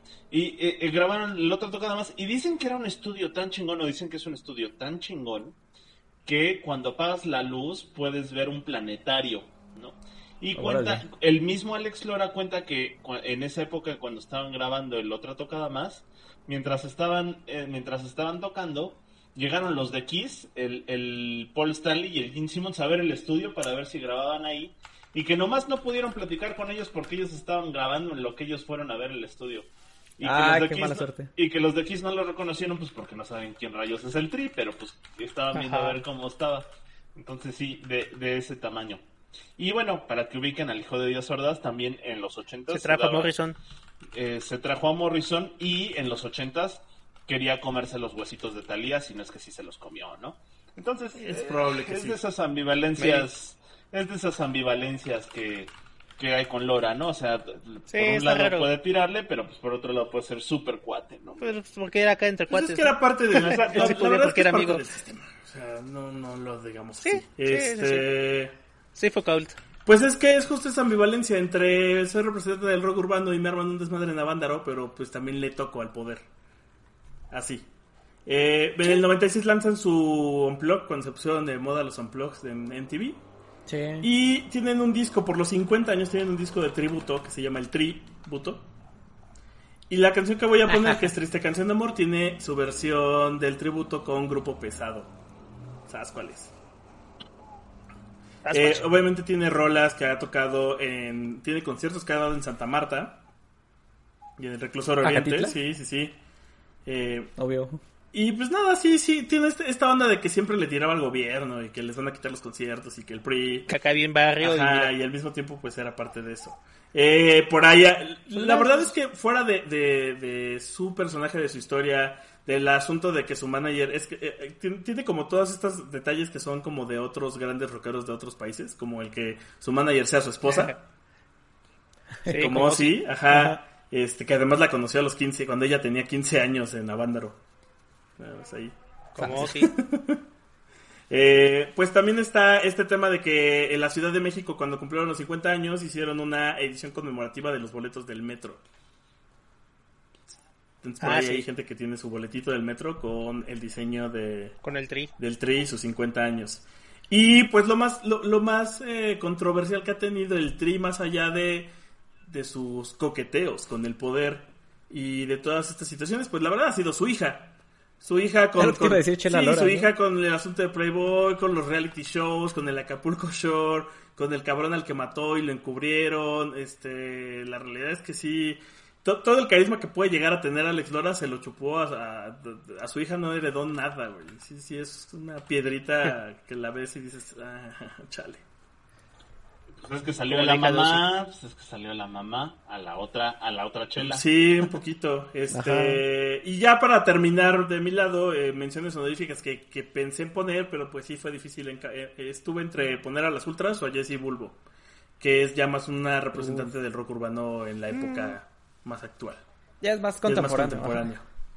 Speaker 5: Y eh, eh, grabaron el otro tocada más. Y dicen que era un estudio tan chingón, o dicen que es un estudio tan chingón, que cuando apagas la luz puedes ver un planetario, ¿no? Y cuenta,
Speaker 3: Órale.
Speaker 5: el mismo Alex Lora cuenta que en esa época, cuando estaban grabando el otra tocada más, mientras estaban, eh, mientras estaban tocando, llegaron los de Kiss, el, el Paul Stanley y el Gene Simmons a ver el estudio para ver si grababan ahí, y que nomás no pudieron platicar con ellos porque ellos estaban grabando en lo que ellos fueron a ver el estudio. Y
Speaker 3: Ah,
Speaker 5: que los de
Speaker 3: qué
Speaker 5: Kiss
Speaker 3: mala
Speaker 5: no-
Speaker 3: suerte.
Speaker 5: Y que los de Kiss no lo reconocieron, pues porque no saben quién rayos es el Tri, pero pues estaban viendo
Speaker 6: Ajá.
Speaker 5: a ver cómo estaba. Entonces sí, de, de ese tamaño. Y bueno, para que ubiquen al hijo de Dios Sordas, también en los ochentas
Speaker 6: Se trajo a
Speaker 5: daba-
Speaker 6: Morrison.
Speaker 5: eh, se trajo a Morrison, y en los ochentas quería comerse los huesitos de Thalía, si no es que sí se los comió, ¿no? Entonces
Speaker 4: Es
Speaker 5: eh,
Speaker 4: probable que
Speaker 5: es
Speaker 4: sí.
Speaker 5: de esas ambivalencias, es de esas ambivalencias que, que hay con Lora, ¿no? O sea, por un
Speaker 6: está
Speaker 5: lado
Speaker 6: raro.
Speaker 5: puede tirarle, pero pues por otro lado puede ser súper cuate, ¿no?
Speaker 6: Pues porque era acá entre
Speaker 4: Pues
Speaker 6: cuates.
Speaker 4: es que era parte de... la,
Speaker 6: No se
Speaker 4: la
Speaker 6: podía
Speaker 4: verdad es
Speaker 6: porque
Speaker 4: que es
Speaker 6: era
Speaker 4: parte
Speaker 6: amigo.
Speaker 4: del sistema. O sea, no, no lo digamos
Speaker 6: Sí,
Speaker 4: así.
Speaker 6: sí, sí,
Speaker 4: Este...
Speaker 6: Sí, fue cult.
Speaker 4: Pues es que es justo esa ambivalencia entre soy representante del rock urbano y me arman un desmadre en Avándaro, pero pues también le toco al poder. Así. Eh, en el noventa y seis lanzan su Unplugged, cuando se pusieron de moda los Unplugged en M T V.
Speaker 3: Sí.
Speaker 4: Y tienen un disco, por los cincuenta años tienen un disco de tributo que se llama el Tributo. Y la canción que voy a poner, que es Triste Canción de Amor, tiene su versión del tributo con Grupo Pesado. ¿Sabes cuál es? Eh, obviamente tiene rolas que ha tocado en... Tiene conciertos que ha dado en Santa Marta y en el Reclusorio Oriente.
Speaker 3: ¿Acatitla?
Speaker 4: Sí, sí, sí. Eh,
Speaker 3: Obvio.
Speaker 4: y pues nada, sí, sí, tiene este- esta onda de que siempre le tiraba al gobierno y que les van a quitar los conciertos y que el P R I...
Speaker 6: Que acá bien barrio.
Speaker 4: Ajá,
Speaker 6: y
Speaker 4: y al mismo tiempo pues era parte de eso. Eh, por ahí, la verdad es que fuera de, de, de su personaje, de su historia, del asunto de que su manager es que eh, tiene, tiene como todos estos detalles que son como de otros grandes rockeros de otros países, como el que su manager sea su esposa,
Speaker 6: Sí,
Speaker 4: como
Speaker 6: como
Speaker 4: sí, ajá, este que además la conoció a los quince, cuando ella tenía quince años en Avándaro. Ah, pues ahí.
Speaker 6: Como sí.
Speaker 4: Eh, pues también está este tema de que en la Ciudad de México, cuando cumplieron los cincuenta años, hicieron una edición conmemorativa de los boletos del metro. Entonces, por
Speaker 6: Ah,
Speaker 4: ahí
Speaker 6: sí.
Speaker 4: hay gente que tiene su boletito del metro con el diseño de,
Speaker 6: Con el tri.
Speaker 4: del Tri y sus cincuenta años. Y pues lo más lo, lo más eh, controversial que ha tenido el Tri, más allá de, de sus coqueteos con el poder y de todas estas situaciones, pues la verdad ha sido su hija. Su hija con,
Speaker 3: Era lo que te iba a decir, Chela
Speaker 4: sí,
Speaker 3: Lora,
Speaker 4: su
Speaker 3: ¿no?
Speaker 4: hija con el asunto de Playboy, con los reality shows, con el Acapulco Shore, con el cabrón al que mató y lo encubrieron. Este, la realidad es que sí, to- todo el carisma que puede llegar a tener Alex Lora se lo chupó a, a, a su hija, no heredó nada, güey. Sí, sí, es una piedrita que la ves y dices, ah, chale.
Speaker 5: Pues es que salió
Speaker 6: Como
Speaker 5: la
Speaker 6: la hija de
Speaker 5: mamá, pues es que salió la mamá a la otra, a la otra chela.
Speaker 4: Sí, un poquito. Este, y ya para terminar de mi lado, eh, menciones honoríficas que, que pensé en poner, pero pues sí fue difícil. enca- eh, estuve entre poner a las Ultras o a Jessie Bulbo, que es ya más una representante del rock urbano en la época más actual.
Speaker 3: Ya es más
Speaker 4: Y es más
Speaker 3: contemporáneo.
Speaker 4: contemporáneo.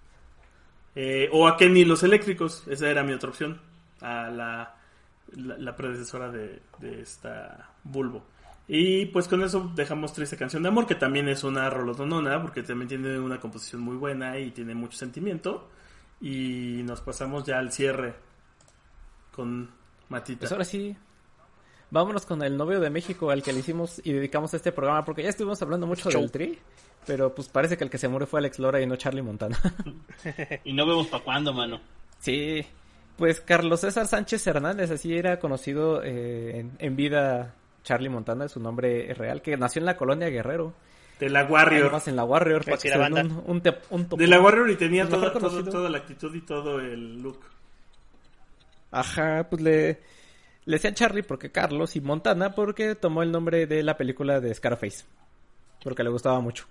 Speaker 4: Eh, o a Kenny Los Eléctricos, esa era mi otra opción. A la, la, la predecesora de, de esta Bulbo. Y pues con eso dejamos Triste Canción de Amor, que también es una rolodonona, porque también tiene una composición muy buena y tiene mucho sentimiento. Y nos pasamos ya al cierre con Matita.
Speaker 3: Pues ahora sí, vámonos con el novio de México al que le hicimos y dedicamos este programa, porque ya estuvimos hablando mucho
Speaker 6: Show.
Speaker 3: del Tri, pero pues parece que el que se murió fue Alex Lora y no Charlie Montana.
Speaker 5: Y no vemos para cuándo, mano.
Speaker 3: Sí, pues Carlos César Sánchez Hernández, así era conocido eh, en, en vida Charlie Montana, es su nombre real, que nació en la colonia Guerrero.
Speaker 4: De la Warrior.
Speaker 3: Además en la Warrior, para
Speaker 6: Sí,
Speaker 3: que
Speaker 6: la
Speaker 3: se den
Speaker 6: banda.
Speaker 3: un, un, te- un topo.
Speaker 4: De la Warrior y tenía
Speaker 3: Pues
Speaker 4: toda,
Speaker 3: mejor
Speaker 4: todo-
Speaker 3: conocido.
Speaker 4: toda la actitud y todo el look.
Speaker 3: Ajá, pues le, le decían Charlie porque Carlos y Montana porque tomó el nombre de la película de Scarface, porque le gustaba mucho.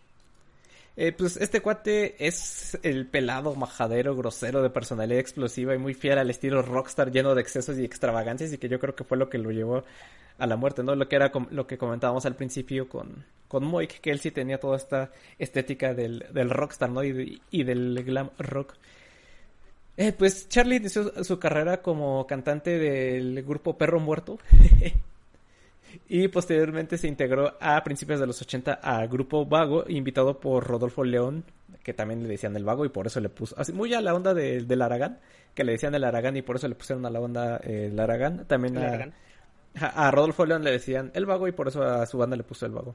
Speaker 3: Eh, pues este cuate es el pelado majadero grosero de personalidad explosiva y muy fiel al estilo rockstar lleno de excesos y extravagancias, y que yo creo que fue lo que lo llevó a la muerte, ¿no? Lo que era com- lo que comentábamos al principio con, con Moik, que él sí tenía toda esta estética del, del rockstar, ¿no? Y, de- y del glam rock. Eh, pues Charlie inició su carrera como cantante del grupo Perro Muerto. Y posteriormente se integró a principios de los ochenta a Grupo Vago, invitado por Rodolfo León, que también le decían el Vago y por eso le puso, así muy a la onda de, del Aragán, que le decían el Aragán y por eso le pusieron a la onda eh, el Aragán. También
Speaker 6: El
Speaker 3: a,
Speaker 6: Aragán.
Speaker 3: a, a Rodolfo León le decían el Vago y por eso a su banda le puso el Vago.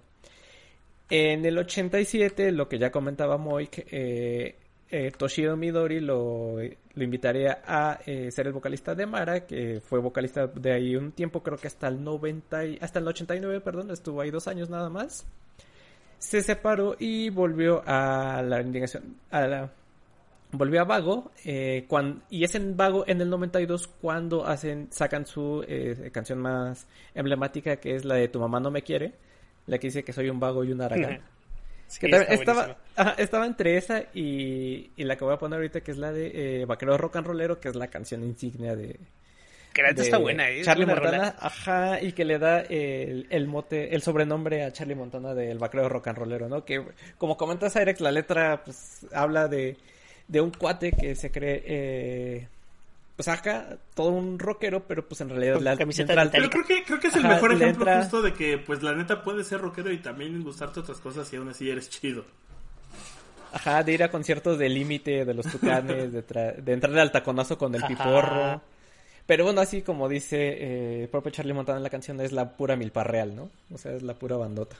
Speaker 3: En el ochenta y siete, lo que ya comentaba Moik, eh, eh, Toshiro Midori lo, lo invitaría a eh, ser el vocalista de Mara, que fue vocalista de ahí un tiempo, creo que hasta el noventa y, hasta el ochenta y nueve, perdón, estuvo ahí dos años nada más. Se separó y volvió a la indicación, a la, volvió a Vago, eh, cuando, y es en Vago en el noventa y dos cuando hacen, sacan su eh, canción más emblemática, que es la de Tu mamá no me quiere, la que dice que soy un vago y un aragán.
Speaker 6: Sí,
Speaker 3: Que también
Speaker 6: está
Speaker 3: estaba, ajá, estaba entre esa y, y la que voy a poner ahorita, que es la de eh, Vaquero Rock and Rollero, que es la canción insignia de,
Speaker 6: Que la neta
Speaker 3: de
Speaker 6: está buena, ¿eh? Es
Speaker 3: Charlie
Speaker 6: buena
Speaker 3: Montana,
Speaker 6: rola.
Speaker 3: ajá, y que le da el, el mote, el sobrenombre a Charlie Montana del Vaquero Rock and Rollero, ¿no? Que, como comentas, Irex, la letra, pues, habla de, de un cuate que se cree, eh, pues acá, todo un rockero, pero pues en realidad
Speaker 6: Con
Speaker 3: la
Speaker 6: camiseta
Speaker 3: entra al-
Speaker 4: Pero creo que, creo que es el
Speaker 3: Ajá,
Speaker 4: mejor
Speaker 3: le
Speaker 4: ejemplo
Speaker 3: entra-
Speaker 4: justo de que, pues, la neta puede ser rockero y también gustarte otras cosas y aún así eres chido.
Speaker 3: Ajá, de ir a conciertos de Límite, de los Tucanes, de, tra- de entrarle al taconazo con el
Speaker 6: Ajá.
Speaker 3: piporro. Pero bueno, así como dice eh, el propio Charlie Montana en la canción, es la pura milpa real, ¿no? O sea, es la pura bandota.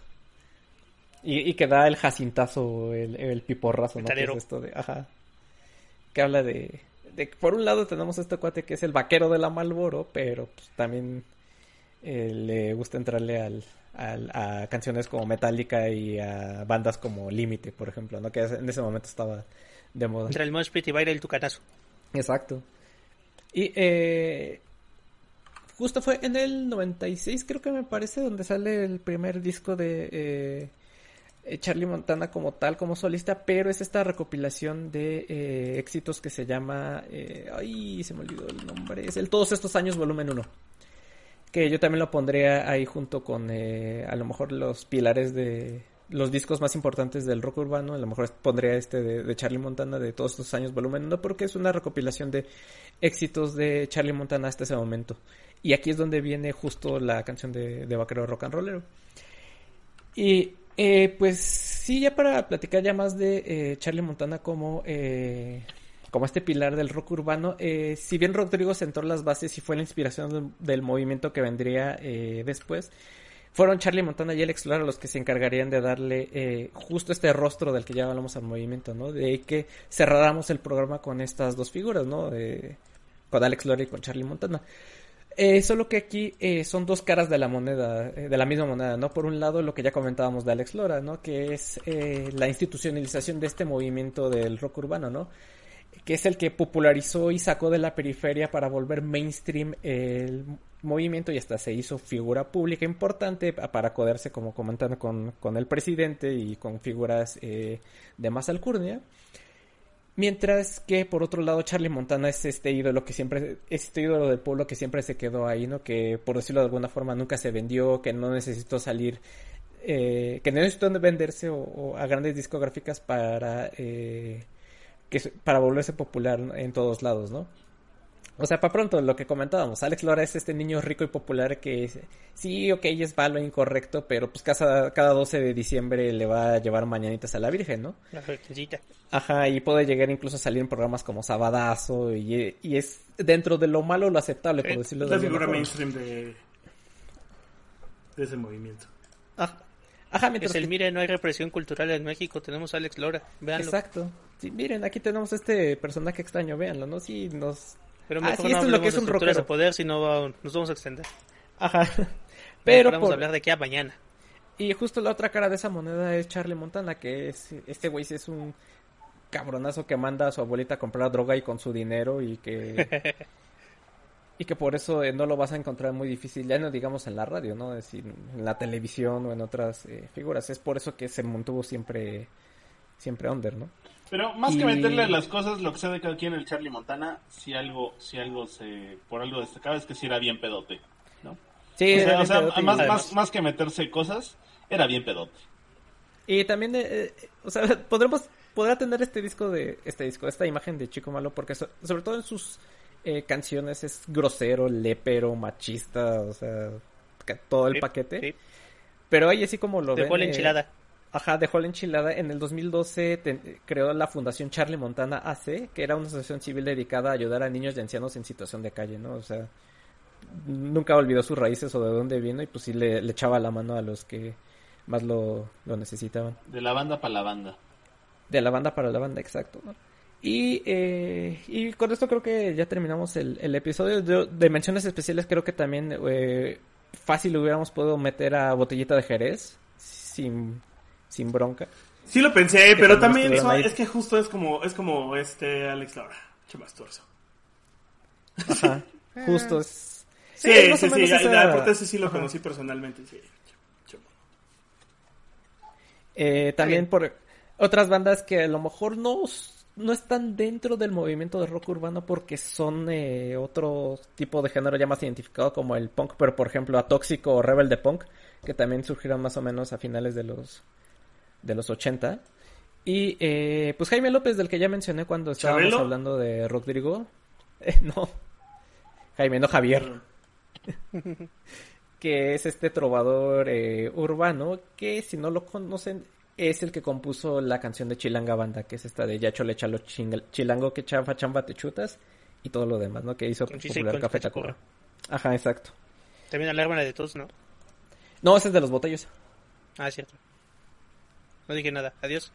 Speaker 3: Y, y que da el jacintazo, el, el piporrazo, ¿no? Que
Speaker 6: Metalero.
Speaker 3: es esto de, ajá. Que habla de, de... Por un lado tenemos este cuate que es el vaquero de la Marlboro, pero pues, también eh, le gusta entrarle al, al, a canciones como Metallica y a bandas como Límite, por ejemplo, ¿no? Que en ese momento estaba de moda.
Speaker 6: Entre el Mosh Pit y baila el tucanazo.
Speaker 3: Exacto. Y eh, justo fue en el noventa y seis, creo que me parece, donde sale el primer disco de eh, eh, Charlie Montana como tal, como solista, pero es esta recopilación de eh, éxitos que se llama... Eh, ay, se me olvidó el nombre. Es el Todos Estos Años Volumen uno. Que yo también lo pondría ahí junto con eh, a lo mejor los pilares de... los discos más importantes del rock urbano. A lo mejor pondría este de, de Charlie Montana de Todos Estos Años Volumen uno, porque es una recopilación de éxitos de Charlie Montana hasta ese momento. Y aquí es donde viene justo la canción de, de Vaquero Rock and Rollero. Y eh, pues sí, ya para platicar ya más de eh, Charlie Montana como, eh, como este pilar del rock urbano, eh, si bien Rodrigo sentó las bases y fue la inspiración del, del movimiento que vendría eh, después, fueron Charlie Montana y Alex Lora los que se encargarían de darle eh, justo este rostro del que ya hablamos al movimiento, ¿no? De ahí que cerráramos el programa con estas dos figuras, ¿no? De, con Alex Lora y con Charlie Montana. Eh, solo que aquí eh, son dos caras de la moneda, eh, de la misma moneda, ¿no? Por un lado, lo que ya comentábamos de Alex Lora, ¿no? Que es eh, la institucionalización de este movimiento del rock urbano, ¿no? Que es el que popularizó y sacó de la periferia para volver mainstream el movimiento y hasta se hizo figura pública importante para codearse, como comentando, con, con el presidente y con figuras eh, de más alcurnia. Mientras que, por otro lado, Charlie Montana es este ídolo que siempre, es este ídolo del pueblo que siempre se quedó ahí, ¿no? Que, por decirlo de alguna forma, nunca se vendió, que no necesitó salir, eh, que no necesitó venderse o, o a grandes discográficas para, eh, que, para volverse popular en todos lados, ¿no? O sea, para pronto, lo que comentábamos, Alex Lora es este niño rico y popular que sí, ok, es malo, incorrecto, pero pues cada, cada doce de diciembre le va a llevar mañanitas a la Virgen, ¿no?
Speaker 6: La virgencita.
Speaker 3: Ajá, y puede llegar incluso a salir en programas como Sabadazo y, y es dentro de lo malo lo aceptable, por
Speaker 6: Sí,
Speaker 3: decirlo
Speaker 4: Es
Speaker 3: de
Speaker 4: la
Speaker 3: alguna
Speaker 4: figura
Speaker 3: forma.
Speaker 4: mainstream de, de ese movimiento.
Speaker 3: Ajá, Ajá mientras
Speaker 6: Es el
Speaker 3: que-
Speaker 6: mire, no hay represión cultural en México, tenemos a Alex Lora, véanlo.
Speaker 3: Exacto. Sí, miren, aquí tenemos este personaje extraño, véanlo, ¿no? Sí, nos...
Speaker 6: Pero
Speaker 3: Ah,
Speaker 6: mejor
Speaker 3: sí,
Speaker 6: no
Speaker 3: esto es lo que
Speaker 6: hablemos
Speaker 3: es
Speaker 6: de
Speaker 3: un
Speaker 6: estructuras de
Speaker 3: rockero.
Speaker 6: poder, si no va- nos vamos a extender.
Speaker 3: Ajá.
Speaker 6: Pero
Speaker 3: Pero
Speaker 6: vamos
Speaker 3: por...
Speaker 6: a hablar de aquí a mañana.
Speaker 3: Y justo la otra cara de esa moneda es Charlie Montana, que es este güey sí es un cabronazo que manda a su abuelita a comprar droga y con su dinero y que y que por eso eh, no lo vas a encontrar muy difícil, ya no digamos en la radio, ¿no? Es decir, en la televisión o en otras eh, figuras. Es por eso que se mantuvo siempre siempre under, ¿no?
Speaker 5: Pero más
Speaker 3: Y-
Speaker 5: que meterle las cosas, lo que sea de cada quien, el Charlie Montana, si algo, si algo se, por algo destacaba es que si era bien pedote, ¿no?
Speaker 3: Sí,
Speaker 5: o sea,
Speaker 3: era
Speaker 5: o
Speaker 3: bien
Speaker 5: sea,
Speaker 3: pedote y-
Speaker 5: más,
Speaker 6: además-
Speaker 5: más, más que meterse cosas, era bien pedote.
Speaker 3: Y también, eh, eh, o sea, podremos, podrá tener este disco de, este disco, esta imagen de chico malo, porque so- sobre todo en sus eh, canciones es grosero, lépero, machista, o sea, todo el
Speaker 6: Sí,
Speaker 3: paquete.
Speaker 6: sí.
Speaker 3: Pero ahí así como lo ven...
Speaker 6: Dejó la
Speaker 3: eh,
Speaker 6: enchilada.
Speaker 3: Ajá, dejó la enchilada. En el dos mil doce te- creó la Fundación Charlie Montana A C, que era una asociación civil dedicada a ayudar a niños y ancianos en situación de calle, ¿no? O sea, nunca olvidó sus raíces o de dónde vino y pues sí le, le echaba la mano a los que más lo, lo necesitaban.
Speaker 5: De la banda para la banda.
Speaker 3: De la banda para la banda, exacto, ¿no? Y, eh, y con esto creo que ya terminamos el, el episodio. Yo, de menciones especiales creo que también eh, fácil hubiéramos podido meter a Botellita de Jerez sin, sin bronca.
Speaker 4: Sí lo pensé,
Speaker 3: Que
Speaker 4: pero
Speaker 3: también
Speaker 4: también
Speaker 3: estuvieron
Speaker 4: son-
Speaker 3: ahí.
Speaker 4: es que justo es como es como este Alex Laura, Chemastorzo.
Speaker 3: Ajá, justo es...
Speaker 4: Sí,
Speaker 3: es más
Speaker 4: sí,
Speaker 3: o
Speaker 4: sí,
Speaker 3: menos
Speaker 4: ya-
Speaker 3: esa-
Speaker 4: ya, aparte ese sí lo
Speaker 3: Ajá.
Speaker 4: conocí personalmente, sí. Che- che-
Speaker 3: Eh, también
Speaker 6: bien.
Speaker 3: por otras bandas que a lo mejor no, no están dentro del movimiento de rock urbano porque son eh, otro tipo de género ya más identificado como el punk, pero por ejemplo a Tóxico o Rebel de Punk, que también surgieron más o menos a finales de los de los ochenta. Y eh, pues Jaime López, del que ya mencioné cuando estábamos
Speaker 4: ¿Chabelo?
Speaker 3: hablando de Rodrigo. Eh, no, Jaime, no Javier. Que es este trovador eh, urbano que si no lo conocen es el que compuso la canción de Chilanga Banda, que es esta de Ya chole chalo chinga- chilango que chamba chamba te chutas y todo lo demás, ¿no? Que hizo
Speaker 6: Con Chisa y
Speaker 3: popular
Speaker 6: con
Speaker 3: Café
Speaker 6: Tacuba.
Speaker 3: Tacuba. Ajá, exacto.
Speaker 6: También alarma de todos, ¿no?
Speaker 3: No, ese es de los botellos.
Speaker 6: Ah, cierto. No dije nada. Adiós.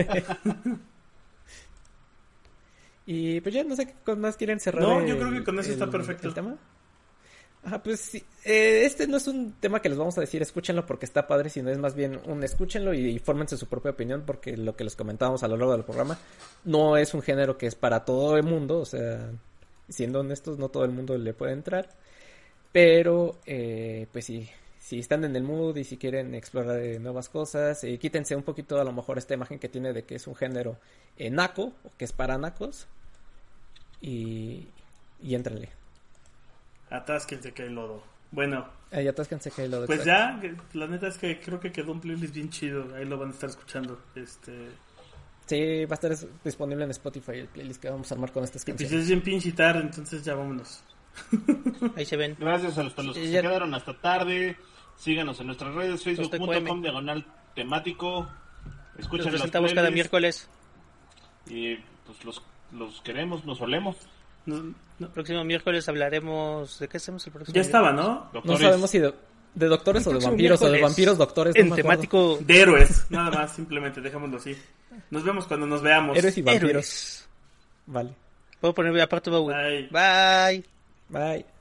Speaker 3: Y pues ya no sé qué con más quieren cerrar.
Speaker 4: No,
Speaker 3: el-
Speaker 4: yo creo que con eso está
Speaker 3: el-
Speaker 4: perfecto.
Speaker 3: el tema. Ajá, pues sí. Eh, este no es un tema que les vamos a decir escúchenlo porque está padre, sino es más bien un escúchenlo y, y fórmense su propia opinión porque lo que les comentábamos a lo largo del programa no es un género que es para todo el mundo, o sea, siendo honestos, no todo el mundo le puede entrar, pero eh, pues sí, si están en el mood y si quieren explorar eh, nuevas cosas, eh, quítense un poquito a lo mejor esta imagen que tiene de que es un género eh, naco o que es para nacos y, y éntrenle.
Speaker 4: Atásquense que hay lodo. Bueno,
Speaker 3: Eh, ya atásquense que lo de
Speaker 4: pues ya, que- la neta es que creo que quedó un playlist bien chido. Ahí lo van a estar escuchando. Este,
Speaker 3: Sí, va a estar es- disponible en Spotify el playlist que vamos a armar con estas
Speaker 4: y pues
Speaker 3: canciones.
Speaker 4: es bien pinche tarde, entonces ya vámonos.
Speaker 6: Ahí se ven.
Speaker 5: Gracias a los, a los que
Speaker 3: Sí,
Speaker 5: se
Speaker 3: ya-
Speaker 5: quedaron hasta tarde. Síganos en nuestras redes, facebook punto com
Speaker 6: Coste
Speaker 5: diagonal temático. Escuchen
Speaker 6: Los
Speaker 5: los
Speaker 6: presentamos cada
Speaker 5: playlists
Speaker 6: miércoles.
Speaker 5: y pues los, los queremos, nos solemos.
Speaker 4: No- no-
Speaker 6: Próximo miércoles hablaremos... ¿De qué hacemos el próximo
Speaker 4: ya estaba,
Speaker 6: miércoles?
Speaker 4: ¿no?
Speaker 3: No
Speaker 5: Doctores,
Speaker 3: sabemos si de, de doctores o de
Speaker 6: Próximo
Speaker 3: vampiros o de
Speaker 6: miércoles,
Speaker 3: vampiros doctores. no
Speaker 6: En
Speaker 3: me acuerdo.
Speaker 6: temático...
Speaker 4: De héroes, nada más, simplemente, dejémoslo así. Nos vemos cuando nos veamos.
Speaker 3: Héroes y vampiros.
Speaker 6: Héroes.
Speaker 3: Vale.
Speaker 6: Puedo poner aparte baúl.
Speaker 4: Bye.
Speaker 6: Bye.
Speaker 3: Bye.